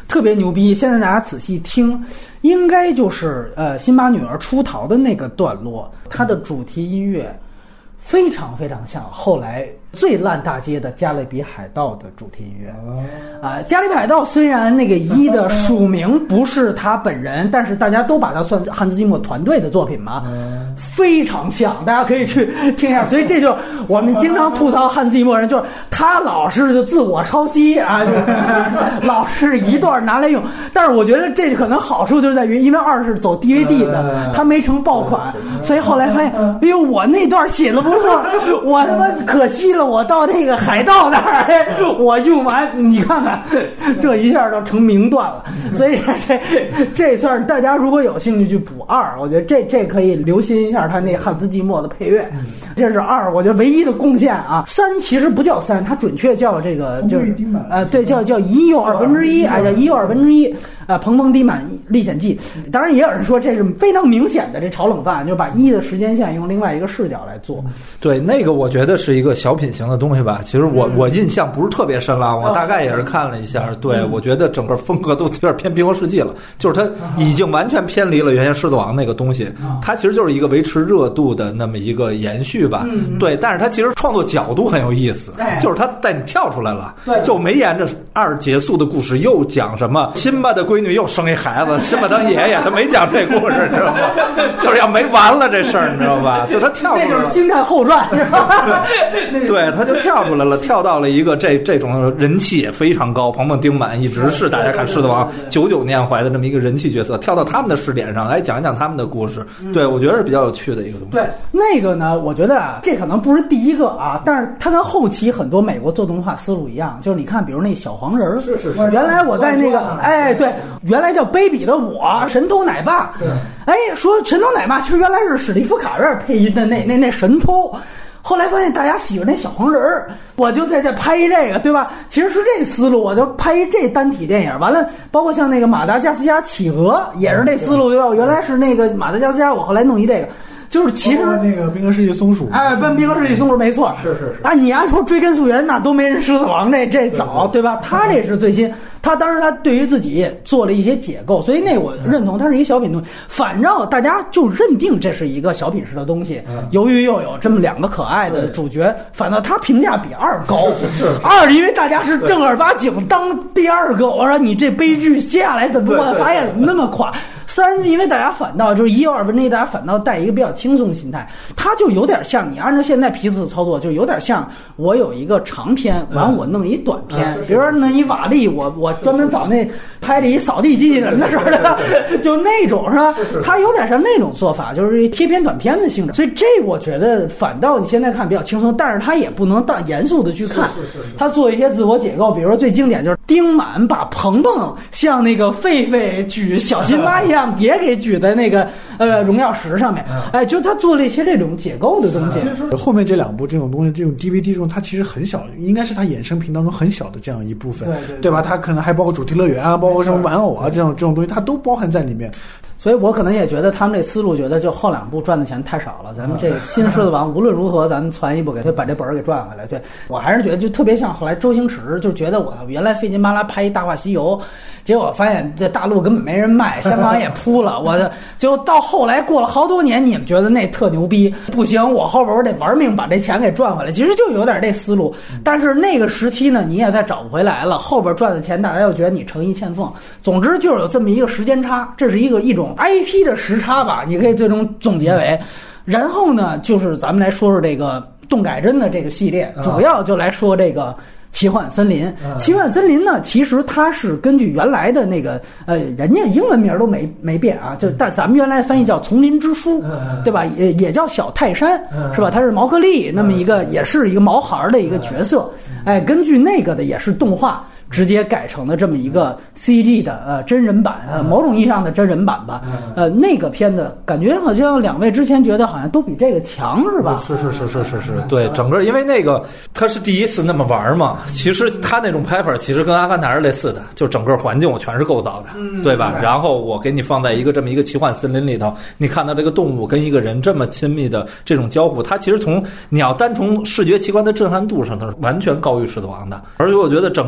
特别牛逼。现在大家仔细听，应该就是辛巴女儿出逃的那个段落，它的主题音乐非常非常像后来最烂大街的《加勒比海盗》的主题音乐。加勒比海盗虽然那个一的署名不是他本人，但是大家都把它算汉斯季默团队的作品嘛，非常像，大家可以去听一下。所以这就是我们经常吐槽汉斯季默人，就是他老是就自我抄袭啊，就是老是一段拿来用。但是我觉得这可能好处就是在于，因为二是走 DVD 的，他没成爆款，所以后来发现，哎呦，我那段写的不错，我他妈可惜了。我到那个海盗那儿，我用完，你看看，这一下就成名段了。所以这算是大家如果有兴趣去补二，我觉得这可以留心一下他那汉斯季默的配乐。这是二，我觉得唯一的贡献啊。三其实不叫三，它准确叫这个就是对，叫1又1/2，叫1又1/2。彭彭迪满历险记，当然也有人说这是非常明显的这炒冷饭，就把一的时间线用另外一个视角来做。 对，那个我觉得是一个小品型的东西吧。其实我印象不是特别深了，我大概也是看了一下。对，我觉得整个风格都有点偏冰河世纪了，就是它已经完全偏离了原先狮子王那个东西，它其实就是一个维持热度的那么一个延续吧。对，但是它其实创作角度很有意思，就是它带你跳出来了，就没沿着二结束的故事又讲什么辛巴的闺女又生一孩子，辛巴当爷爷，他没讲这故事，知道吗？就是要没完了这事儿，你知道吧？就他跳出来了， 那就是《星战后传》是吧？ 对，他就跳出来了，跳到了一个这种人气也非常高，彭彭丁满一直是大家看《狮子王》99年怀的这么一个人气角色，跳到他们的视点上来讲一讲他们的故事。对，我觉得是比较有趣的一个东西。 对，那个呢，我觉得啊，这可能不是第一个啊，但是他跟后期很多美国做动画思路一样，就是你看，比如那小黄人， 是， 原来我在那个，对，原来叫卑鄙的我，神偷奶爸，说神偷奶爸其实原来是史蒂夫卡瑞尔配音的那神偷。后来发现大家喜欢那小黄人儿，我就再拍一这个，对吧？其实是这思路，我就拍一这单体电影。完了，包括像那个马达加斯加企鹅，也是这思路，对吧？原来是那个马达加斯加，我后来弄一这个。就是其实那个冰河世纪松鼠， 冰河世纪松鼠没错， 是你按说追根溯源，那都没人狮子王这早，对吧？他这是最新，他当时他对于自己做了一些解构，所以那我认同他是一个小品东西。反正大家就认定这是一个小品式的东西。由于又有这么两个可爱的主角，反倒他评价比二高。 是二，因为大家是正儿八经当第二个，我说你这悲剧接下来怎么我发现怎么那么垮。三，因为大家反倒就是1又2/1，大家反倒带一个比较轻松的心态，它就有点像你按照现在皮斯操作，就有点像我有一个长篇，完我弄一短篇，比如说弄一瓦力，我专门找那拍了一扫地机器人的事儿的，就那种是吧？它有点像那种做法，就是贴片短片的性质。所以这我觉得反倒你现在看比较轻松，但是它也不能当严肃的去看，它做一些自我解构，比如说最经典就是丁满把鹏鹏像那个狒狒举小辛巴一样。也给举在那个荣耀石上面，就他做了一些这种解构的东西。 后面这两部这种东西，这种 DVD 中，它其实很小，应该是它衍生品当中很小的这样一部分，对吧？它可能还包括主题乐园啊，包括什么玩偶啊这种东西，它都包含在里面。 所以我可能也觉得他们这思路，觉得就后两部赚的钱太少了，咱们这新狮子王无论如何咱们传一部给他把这本儿给赚回来。对，我还是觉得就特别像后来周星驰，就觉得我原来费劲巴拉拍一大话西游，结果发现这大陆根本没人卖，香港也扑了，我的就到后来过了好多年，你们觉得那特牛逼，不行，我后边我得玩命把这钱给赚回来，其实就有点这思路。但是那个时期呢，你也再找不回来了，后边赚的钱大家又觉得你诚意欠奉，总之就是有这么一个时间差，这是一种IP 的时差吧，你可以最终总结为。然后呢，就是咱们来说说这个动改真的这个系列，主要就来说这个奇幻森林。奇幻森林呢，其实它是根据原来的那个人家英文名都没变啊，就但咱们原来翻译叫丛林之书，对吧？也叫小泰山，是吧？它是毛克利那么一个，也是一个毛孩的一个角色。根据那个的也是动画直接改成了这么一个 CG 的真人版，某种意义上的真人版吧。那个片子感觉好像两位之前觉得好像都比这个强，是吧？ 是，对，整个因为那个他是第一次那么玩嘛，其实他那种拍法其实跟阿凡达是类似的，就整个环境我全是构造的，对吧？然后我给你放在一个这么一个奇幻森林里头，你看到这个动物跟一个人这么亲密的这种交互，它其实你要单从视觉奇观的震撼度上，它是完全高于狮子王的。而且我觉得整个的故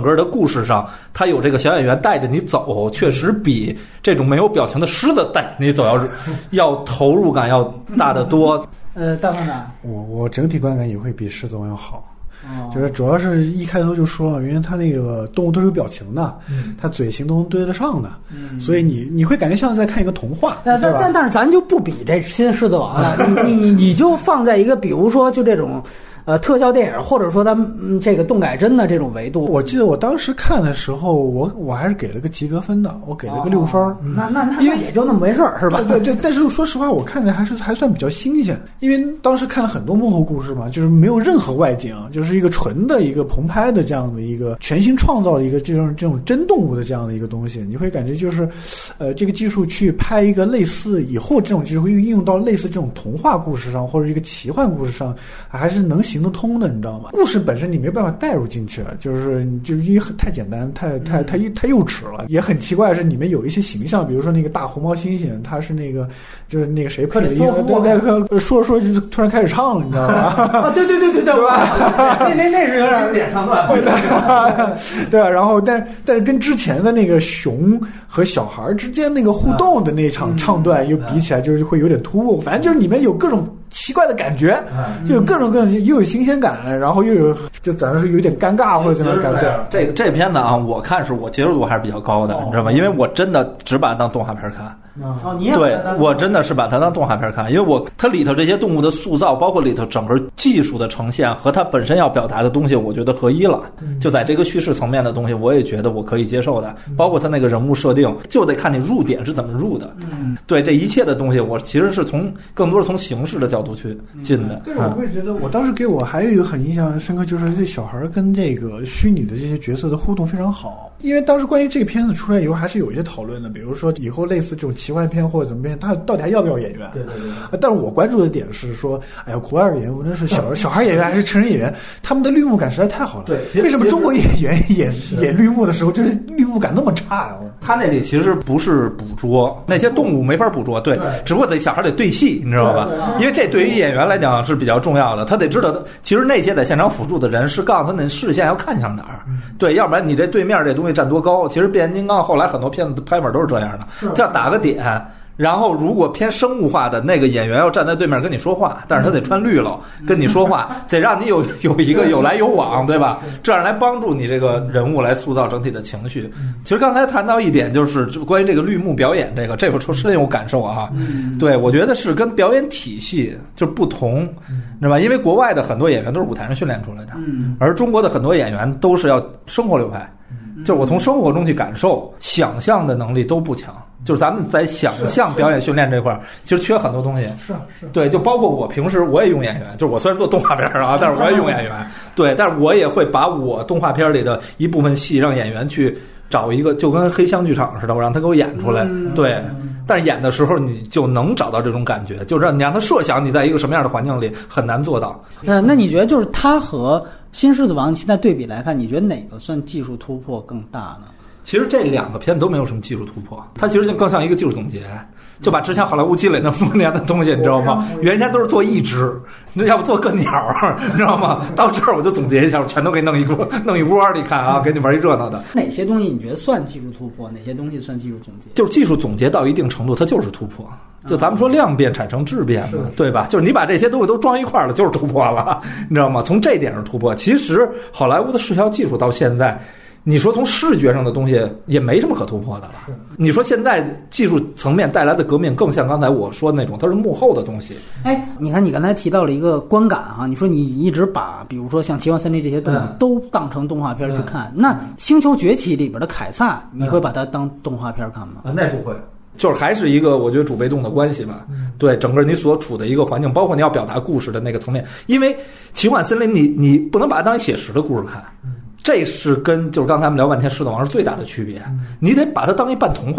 故事上，它有这个小演员带着你走，确实比这种没有表情的狮子带着你走要投入感要大得多。 大团长， 我整体观感也会比狮子王要好。就是主要是一开头就说了，因为它那个动物都是有表情的，它嘴型都能对得上的，所以你会感觉像是在看一个童话。 但是咱就不比这新狮子王了，你就放在一个比如说就这种。特效电影，或者说他们这个动改帧的这种维度， 我记得我当时看的时候，我还是给了个及格分的，我给了个6分。 那因为也就那么回事儿，是吧？ 对。但是说实话，我看着还算比较新鲜，因为当时看了很多幕后故事嘛，就是没有任何外景，就是一个纯的一个棚拍的这样的一个全新创造的一个这种真动物的这样的一个东西，你会感觉就是，这个技术去拍一个类似以后这种技术会应用到类似这种童话故事上或者一个奇幻故事上，还是能行得通的，你知道吗？故事本身你没有办法带入进去，就是因为太简单，太幼稚了，也很奇怪。是里面有一些形象，比如说那个大红毛猩猩，他是那个就是那个谁配的音，对，说就突然开始唱了，你知道吗？ 啊，对吧？那是有点经典唱段， 对吧？然后但是跟之前的那个熊和小孩之间那个互动的那场唱段又比起来，就是会有点突兀。反正就是里面有各种奇怪的感觉，就有各种又有新鲜感，然后又有就咱说是有点尴尬或者怎么感觉。 这片子啊，我看是我接受度还是比较高的，你知道吗？因为我真的只把它当动画片看。 你也对，我真的是把它当动画片看，因为它里头这些动物的塑造，包括里头整个技术的呈现和它本身要表达的东西，我觉得合一了。就在这个叙事层面的东西，我也觉得我可以接受的，包括它那个人物设定，就得看你入点是怎么入的。对，这一切的东西，我其实是更多是从形式的角度去进的。 对，我会觉得，我当时给我还有一个很印象深刻，就是这小孩跟这个虚拟的这些角色的互动非常好。因为当时关于这个片子出来以后，还是有一些讨论的，比如说以后类似这种奇幻片或者怎么样，他到底还要不要演员？ 对。 但是我关注的点是说，哎呀，国外演员无论是小孩演员还是成人演员，他们的绿幕感实在太好了。 对， 为什么中国演员演绿幕的时候，就是绿幕感那么差啊？ 他那里其实不是捕捉那些动物没法捕捉，对，只不过小孩得对戏，你知道吧？因为这对于演员来讲是比较重要的，他得知道，其实那些在现场辅助的人是告诉他那视线要看向哪儿，对，要不然你这对面这东西站多高。其实变形金刚后来很多片子拍法都是这样的，他要打个点。然后，如果偏生物化的那个演员要站在对面跟你说话，但是他得穿绿了跟你说话，得让你有一个有来有往，对吧？这样来帮助你这个人物来塑造整体的情绪。其实刚才谈到一点，就是关于这个绿幕表演这个深有感受啊。对，我觉得是跟表演体系就不同，知道吧？因为国外的很多演员都是舞台上训练出来的，而中国的很多演员都是要生活流派。就是我从生活中去感受，想象的能力都不强。就是咱们在想象表演训练这块儿，其实缺很多东西。 是对，就包括我平时我也用演员，就是我虽然做动画片啊，但是我也用演员。对，但是我也会把我动画片里的一部分戏让演员去找一个，就跟黑箱剧场似的，我让他给我演出来。对，但是演的时候你就能找到这种感觉，就让他设想你在一个什么样的环境里很难做到。 那你觉得就是他和新狮子王现在对比来看，你觉得哪个算技术突破更大呢？ 其实这两个片子都没有什么技术突破，它其实就更像一个技术总结，就把之前好莱坞积累那么多年的东西，你知道吗？原先都是做一只，要不做个鸟，你知道吗？到这儿我就总结一下，我全都给弄一窝，你看啊，给你玩一热闹的。 哪些东西你觉得算技术突破？哪些东西算技术总结？ 就是技术总结到一定程度，它就是突破。就咱们说量变产生质变嘛，对吧？就是你把这些东西都装一块了，就是突破了，你知道吗？从这点上突破。其实好莱坞的视效技术到现在，你说从视觉上的东西也没什么可突破的了。你说现在技术层面带来的革命，更像刚才我说的那种，它是幕后的东西。 哎，你看你刚才提到了一个观感啊，你说你一直把比如说像奇幻森林这些东西都当成动画片去看，那星球崛起里边的凯撒，你会把它当动画片看吗？ 那不会。就是还是一个我觉得主被动的关系吧，对整个你所处的一个环境，包括你要表达故事的那个层面，因为奇幻森林你不能把它当写实的故事看，这是跟就是刚才我们聊半天狮子王是最大的区别，你得把它当一半童话看。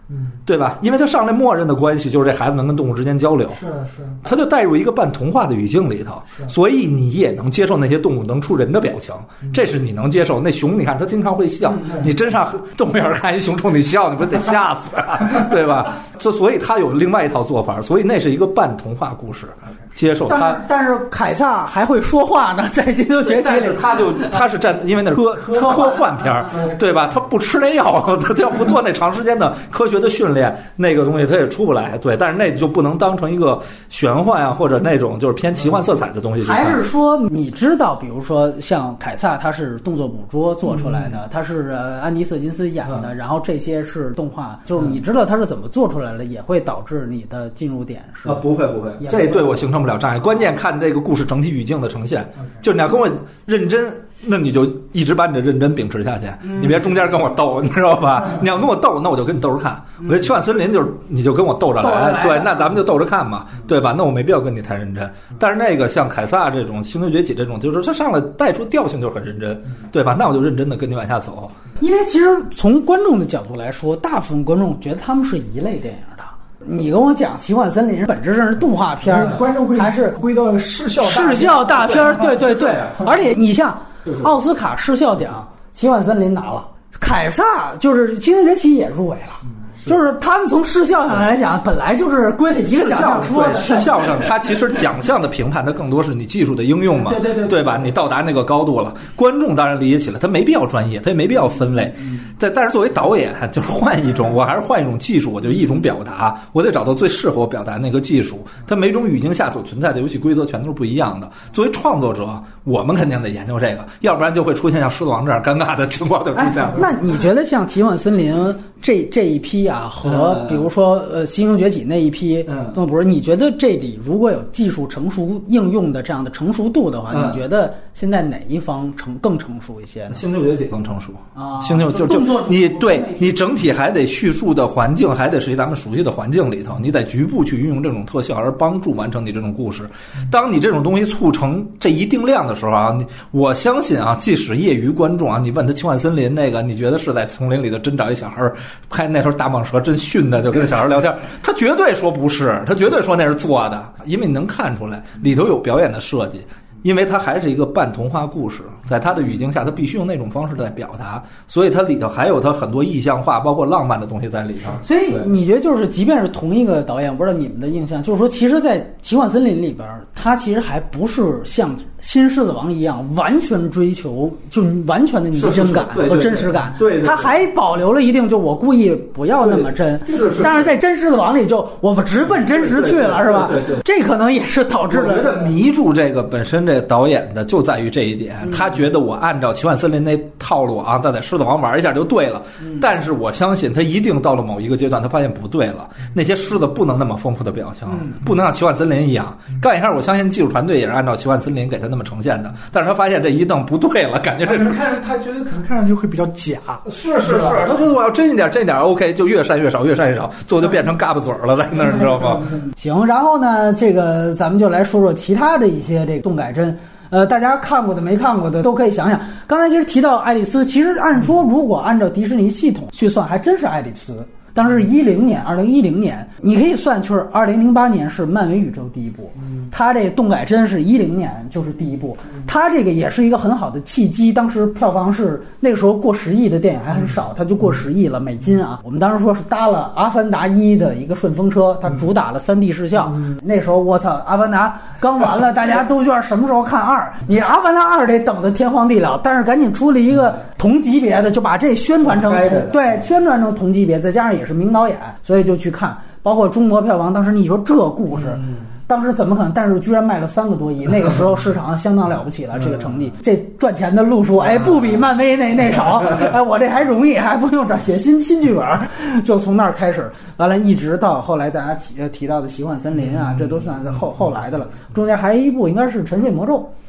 对吧？因为他上来默认的关系就是这孩子能跟动物之间交流， 是， 他就带入一个半童话的语境里头，所以你也能接受那些动物能出人的表情，这是你能接受。那熊你看它经常会笑，你真上动物园看一熊冲你笑，你不得吓死啊，对吧？所以他有另外一套做法，所以那是一个半童话故事。接受他， 但是凯撒还会说话呢，在《金牛崛起》里， 他是站，因为那是科幻片儿，对吧？他不吃那药，他要不做那长时间的科学的训练，那个东西他也出不来。对，但是那就不能当成一个玄幻啊，或者那种就是偏奇幻色彩的东西。 还是说你知道，比如说像凯撒，他是动作捕捉做出来的，他是安妮瑟金斯演的，然后这些是动画，就是你知道他是怎么做出来的，也会导致你的进入点是不会，这对我形成不了障碍。关键看这个故事整体语境的呈现，就是你要跟我认真，那你就一直把你的认真秉持下去，你别中间跟我斗，你知道吧？你要跟我斗，那我就跟你斗着看。我觉得奇幻森林就是你就跟我斗着来，对，那咱们就斗着看嘛，对吧？那我没必要跟你太认真。但是那个像凯撒这种星球崛起这种，就是他上来带出调性就是很认真，对吧？那我就认真的跟你往下走。 因为其实从观众的角度来说，大部分观众觉得他们是一类电影。你跟我讲奇幻森林本质上是动画片， 观众会还是归到视效大片？对，而且你像奥斯卡视效奖，奇幻森林拿了，凯撒就是《星球崛起》也入围了。就是他们从视效上来讲，本来就是归了一个奖项说的。 视效上，它其实奖项的评判，它更多是你技术的应用嘛，对吧？你到达那个高度了，观众当然理解起来，他没必要专业，他也没必要分类。但是作为导演，就是换一种，我还是换一种技术，我就一种表达，我得找到最适合我表达那个技术。它每种语境下所存在的游戏规则全都是不一样的。作为创作者，我们肯定得研究这个，要不然就会出现像《狮子王》这样尴尬的情况就出现了。 那你觉得像奇幻森林这一批啊，和比如说星球崛起那一批，不是？你觉得这里如果有技术成熟应用的这样的成熟度的话，你觉得现在哪一方更成熟一些呢？ 星球崛起更成熟啊，星球就你整体还得叙述的环境还得是咱们熟悉的环境里头，你在局部去运用这种特效而帮助完成你这种故事。当你这种东西促成这一定量的时候啊，我相信啊，即使业余观众啊，你问他奇幻森林那个，你觉得是在丛林里头真找一小孩拍那时候大蟒蛇真训的，就跟小孩聊天，他绝对说不是，他绝对说那是做的，因为你能看出来里头有表演的设计。因为它还是一个半童话故事，在它的语境下，它必须用那种方式在表达，所以它里头还有它很多意象化，包括浪漫的东西在里头。 所以你觉得，就是即便是同一个导演，不知道你们的印象，就是说，其实，在奇幻森林里边，它其实还不是像新狮子王一样完全追求就完全的拟真感和真实感， 对， 它还保留了一定，就我故意不要那么真，但是在真狮子王里就我们直奔真实去了，是吧？ 对， 这可能也是导致了。 我觉得迷住这个本身这个导演的就在于这一点，他觉得我按照奇幻森林那套路啊，再在狮子王玩一下就对了。但是我相信他一定到了某一个阶段，他发现不对了，那些狮子不能那么丰富的表情，不能像奇幻森林一样。干一下，我相信技术团队也是按照奇幻森林给他那么呈现的，但是他发现这一弄不对了，感觉这他觉得可能看上去会比较假。 是，他觉得我要真一点，OK， 就越删越少，最后就变成嘎巴嘴了，在那儿，你知道吗？ 行，然后呢，这个咱们就来说说其他的一些这个动改帧。大家看过的没看过的都可以想想。刚才其实提到爱丽丝，其实按说如果按照迪士尼系统去算，还真是爱丽丝。当时是2010年，你可以算就是2008年是漫威宇宙第一部，它这动改帧是10年就是第一部，它这个也是一个很好的契机。当时票房是那个时候过10亿的电影还很少，它就过10亿了美金啊。我们当时说是搭了《阿凡达1》的一个顺风车，它主打了3D 视效。那时候我操，《阿凡达》刚完了，大家都觉得什么时候看2？你《阿凡达2》得等得天荒地老，但是赶紧出了一个同级别的，就把这宣传成同级别，再加上也是名导演，所以就去看。包括中国票房，当时你说这故事，当时怎么可能？但是居然卖了3个多亿，那个时候市场相当了不起了，这个成绩，这赚钱的路数，不比漫威那少，我这还容易，还不用写新剧本，就从那儿开始，完了一直到后来大家提到的奇幻森林啊，这都算是后来的了。中间还有一部应该是沉睡魔咒。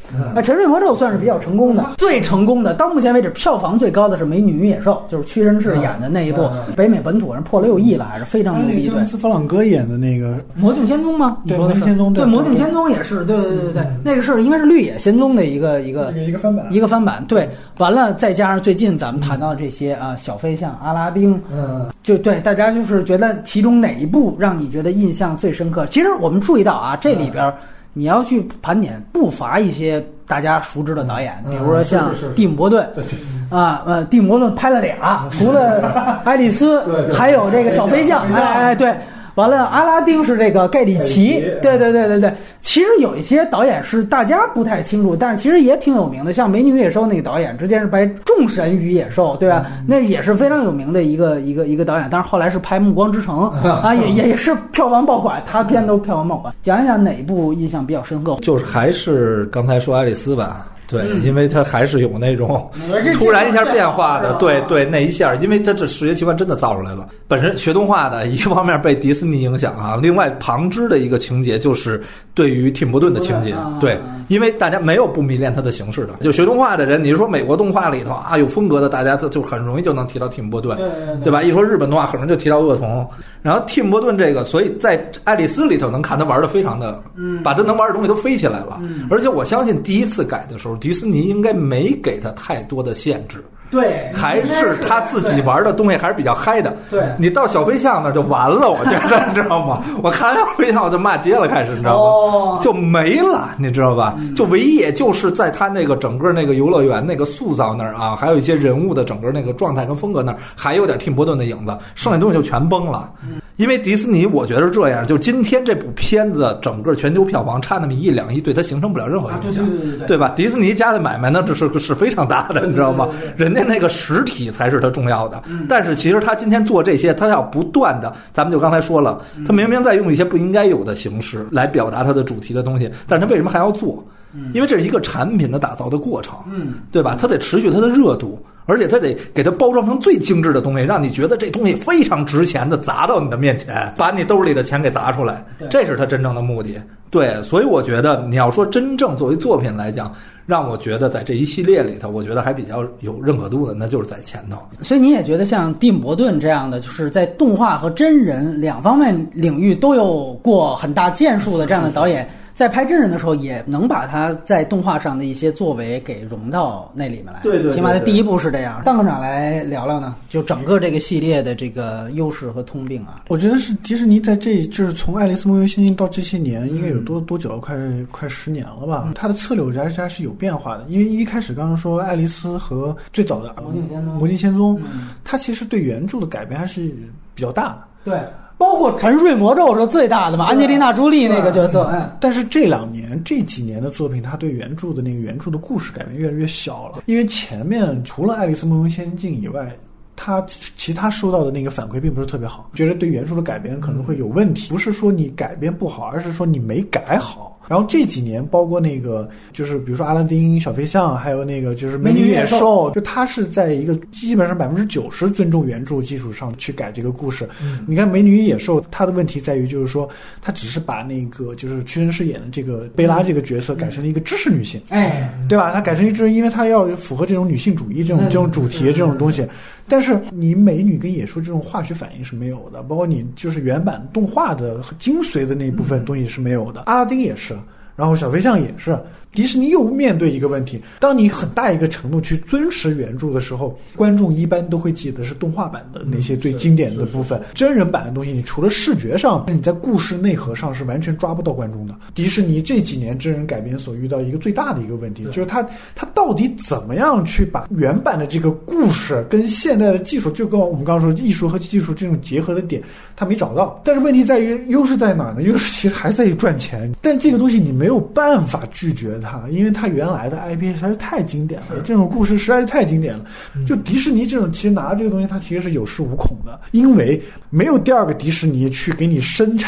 沉睡魔咒算是比较成功的，最成功的，到目前为止票房最高的是《美女与野兽》，就是屈臣氏演的那一部，北美本土人破了6亿了，还是非常牛逼。 詹姆斯·弗朗哥演的那个《 魔镜仙踪》吗？你说的是魔镜仙踪， 对，魔镜仙踪也是，对，那个是应该是绿野仙踪的一个翻版，对。完了，再加上最近咱们谈到这些啊，小飞象、阿拉丁，就对大家就是觉得其中哪一部让你觉得印象最深刻？其实我们注意到啊，这里边你要去盘点，不乏一些大家熟知的导演，比如说像蒂姆·伯顿，蒂姆·伯顿拍了俩，除了爱丽丝，还有这个小飞象，对。完了，阿拉丁是这个盖里奇，对。其实有一些导演是大家不太清楚，但是其实也挺有名的，像《美女与野兽》那个导演，之前是拍《众神与野兽》，对吧？那也是非常有名的一个导演，但是后来是拍《暮光之城》啊，也是票房爆款，他片都票房爆款。讲一讲哪一部印象比较深刻？ 就是还是刚才说爱丽丝吧。对，因为它还是有那种突然一下变化的，对，那一下，因为它这视觉奇观真的造出来了。本身学动画的一个方面被迪士尼影响啊，另外旁支的一个情节就是对于蒂姆·伯顿的情节，对，因为大家没有不迷恋它的形式的，就学动画的人，你说美国动画里头啊有风格的，大家就很容易就能提到蒂姆·伯顿，对吧？一说日本动画，可能就提到恶童，然后蒂姆·伯顿这个，所以在爱丽丝里头能看他玩的非常的，把他能玩的东西都飞起来了，而且我相信第一次改的时候，迪士尼应该没给他太多的限制， 对， 还是他自己玩的东西还是比较嗨的。对，你到小飞象那就完了，我觉得你知道吗？我看小飞象我就骂街了，开始你知道吗？就没了，你知道吧？就唯一也就是在他那个整个那个游乐园那个塑造那儿啊，还有一些人物的整个那个状态跟风格那儿，还有点蒂姆·伯顿的影子，剩下东西就全崩了。因为迪士尼我觉得是这样，就今天这部片子整个全球票房差那么1亿2亿，对它形成不了任何影响，对吧？迪士尼家的买卖呢，这是非常大的，你知道吗？人家那个实体才是它重要的。但是其实他今天做这些，他要不断的，咱们就刚才说了，他明明在用一些不应该有的形式来表达他的主题的东西，但是他为什么还要做？因为这是一个产品的打造的过程，对吧？它得持续它的热度，而且它得给它包装成最精致的东西，让你觉得这东西非常值钱的砸到你的面前，把你兜里的钱给砸出来，这是它真正的目的。对，所以我觉得你要说真正作为作品来讲，让我觉得在这一系列里头，我觉得还比较有认可度的，那就是在前头。 所以你也觉得像蒂姆·伯顿这样的，就是在动画和真人两方面领域都有过很大建树的这样的导演，在拍真人的时候，也能把他在动画上的一些作为给融到那里面来。对，起码在第一部是这样。邓科长来聊聊呢，就整个这个系列的这个优势和通病啊。 我觉得是迪士尼在就是从《爱丽丝梦游仙境》到这些年，应该有多久了？快10年了吧？它的策略我觉得还是有变化的。因为一开始刚刚说爱丽丝和最早的魔镜仙踪，它其实对原著的改编还是比较大的。 对。包括沉睡魔咒是最大的嘛，安吉丽娜·朱莉那个角色。 但是这几年的作品，它对原著的故事改变越来越小了。因为前面除了《爱丽丝梦游仙境》以外，他其他收到的那个反馈并不是特别好，觉得对原著的改编可能会有问题。不是说你改编不好，而是说你没改好。然后这几年包括那个就是比如说阿拉丁、小飞象，还有那个就是美女野兽，就它是在一个基本上90%尊重原著基础上去改这个故事。你看美女与野兽，它的问题在于就是说它只是把那个就是屈臣氏演的这个贝拉这个角色改成了一个知识女性，对吧？它改成一个因为它要符合这种女性主义这种主题这种东西。但是你美女跟野兽这种化学反应是没有的，包括你就是原版动画的精髓的那部分东西是没有的。阿拉丁也是，然后小飞象也是。迪士尼又面对一个问题，当你很大一个程度去遵持原著的时候，观众一般都会记得是动画版的那些最经典的部分。真人版的东西，你除了视觉上，你在故事内核上是完全抓不到观众的。迪士尼这几年真人改编所遇到一个最大的一个问题，就是它到底怎么样去把原版的这个故事跟现代的技术，就跟我们刚刚说艺术和技术这种结合的点，它没找到。但是问题在于优势在哪呢？优势其实还在于赚钱，但这个东西你没有办法拒绝它，因为它原来的 IP 实在是太经典了，这种故事实在是太经典了。就迪士尼这种其实拿这个东西，它其实是有恃无恐的，因为没有第二个迪士尼去给你生产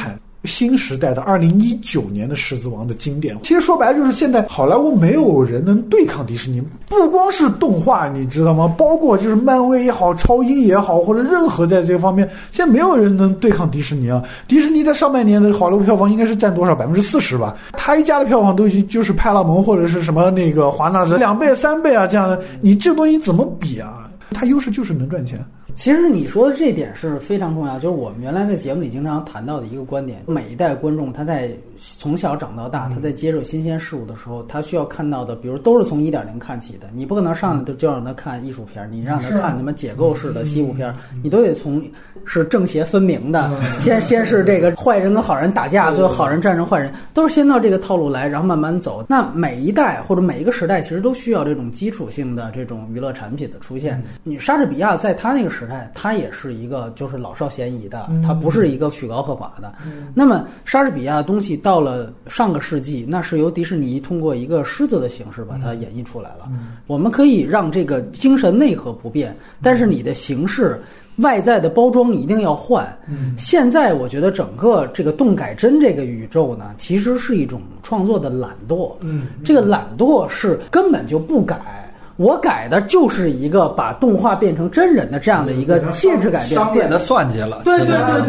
新时代的2019年的狮子王的经典。其实说白了就是现在好莱坞没有人能对抗迪士尼，不光是动画你知道吗，包括就是漫威也好，超英也好，或者任何在这个方面，现在没有人能对抗迪士尼啊。迪士尼在上半年的好莱坞票房应该是占多少40%吧，他一家的票房都就是派拉蒙或者是什么那个华纳的2倍3倍啊这样的，你这东西怎么比啊？它优势就是能赚钱。 其实你说的这点是非常重要，就是我们原来在节目里经常谈到的一个观点，每一代观众他在从小长到大，他在接受新鲜事物的时候，他需要看到的比如都是从 1.0 看起的，你不可能上来就让他看艺术片，你让他看什么解构式的西部片，你都得从是正邪分明的，先是这个坏人跟好人打架，最后好人战胜坏人，都是先到这个套路来，然后慢慢走。那每一代或者每一个时代其实都需要这种基础性的这种娱乐产品的出现。你莎士比亚在他那个时代，他也是一个就是老少咸宜的，他不是一个曲高和寡的。那么莎士比亚的东西到了上个世纪，那是由迪士尼通过一个狮子的形式把它演绎出来了。我们可以让这个精神内核不变，但是你的形式外在的包装一定要换。现在我觉得整个这个动改真这个宇宙呢，其实是一种创作的懒惰。这个懒惰是根本就不改，我改的就是一个把动画变成真人的这样的一个介质改变， 商业的算计了。 对。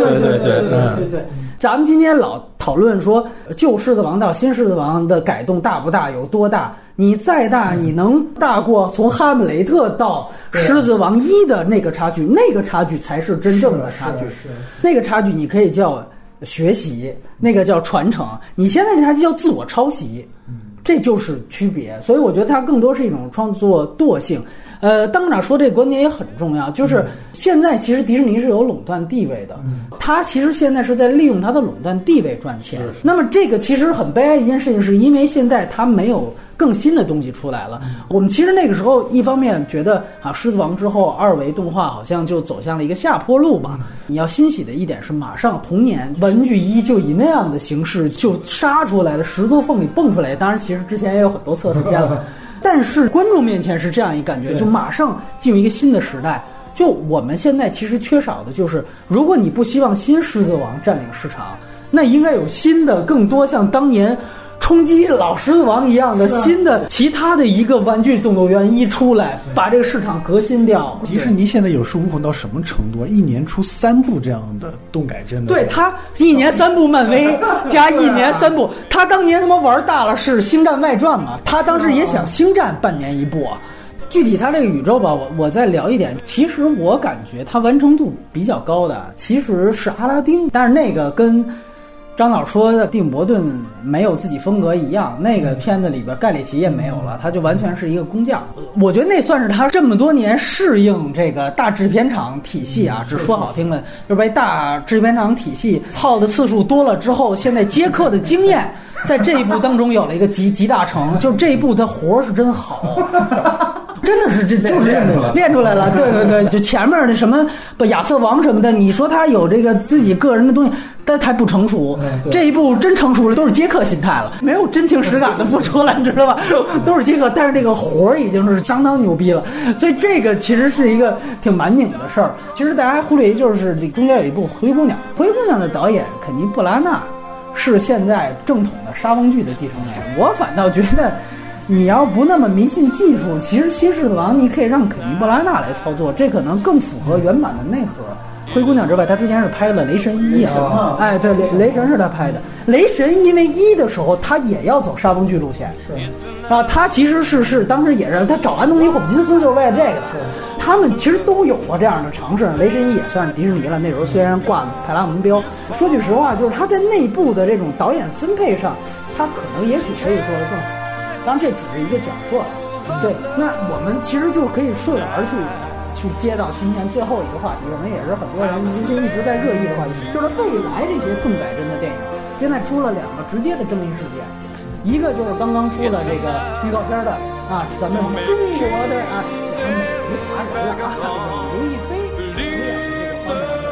咱们今天老讨论说旧狮子王到新狮子王的改动大不大，有多大？你再大，你能大过从哈姆雷特到狮子王1的那个差距？那个差距才是真正的差距。那个差距你可以叫学习，那个叫传承。你现在这差距叫自我抄袭。这就是区别，所以我觉得它更多是一种创作惰性。当长说这个观点也很重要，就是现在其实迪士尼是有垄断地位的，它其实现在是在利用它的垄断地位赚钱。那么这个其实很悲哀一件事情，是因为现在它没有更新的东西出来了。我们其实那个时候一方面觉得啊，狮子王之后2维动画好像就走向了一个下坡路吧。你要欣喜的一点是，马上同年文具1就以那样的形式就杀出来了，10多缝里蹦出来。当然，其实之前也有很多测试片了。但是观众面前是这样一感觉，就马上进入一个新的时代。就我们现在其实缺少的就是，如果你不希望新狮子王占领市场，那应该有新的更多像当年冲击老狮子王一样的新的其他的一个玩具总动员1出来，把这个市场革新掉。 迪士尼现在有恃无恐到什么程度？一年出3部这样的动改真的。 对，他一年3部漫威加一年3部，他当年他妈玩大了是星战外传嘛，他当时也想星战半年1部啊。具体他这个宇宙吧，我再聊一点。其实我感觉它完成度比较高的其实是阿拉丁，但是那个跟张导说的蒂姆·伯顿没有自己风格一样，那个片子里边盖里奇也没有了，他就完全是一个工匠。我觉得那算是他这么多年适应这个大制片厂体系啊，只说好听的，就被大制片厂体系操的次数多了之后，现在接客的经验在这一部当中有了一个集大成，就这一部他活是真好。真的是就是练出来了，对，就前面的什么不亚瑟王什么的，你说他有这个自己个人的东西，但还不成熟。这一步真成熟了，都是接客心态了，没有真情实感的不出来，你知道吧？都是接客，但是这个活儿已经是相当牛逼了，所以这个其实是一个挺蛮拧的事儿。其实大家还忽略，就是这中间有一部《灰姑娘》，《灰姑娘》的导演肯尼·布拉纳是现在正统的沙翁剧的继承人，我反倒觉得。你要不那么迷信技术，其实新狮子王你可以让肯尼·布拉纳来操作，这可能更符合原版的内核。灰姑娘之外，他之前是拍了雷神1啊，哎，对，雷神是他拍的。雷神因为1的时候，他也要走沙翁剧路线，是啊，他其实是当时也是他找安东尼·霍普金斯就是为了这个，他们其实都有过这样的尝试。雷神1也算是迪士尼了，那时候虽然挂了派拉蒙标，说句实话，就是他在内部的这种导演分配上，他可能也许可以做得更好。当然这只是一个假设，对。那我们其实就可以顺而去接到今天最后一个话题，可能也是很多人最近一直在热议的话题，就是未来这些动改真的电影，现在出了2个直接的争议事件，一个就是刚刚出的这个预告片的啊，咱们中国的啊美籍华人啊，刘亦菲主演的这个方面的。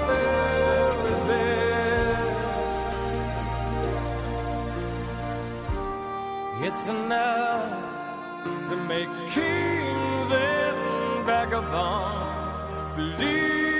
It's enough to make kings and vagabonds believe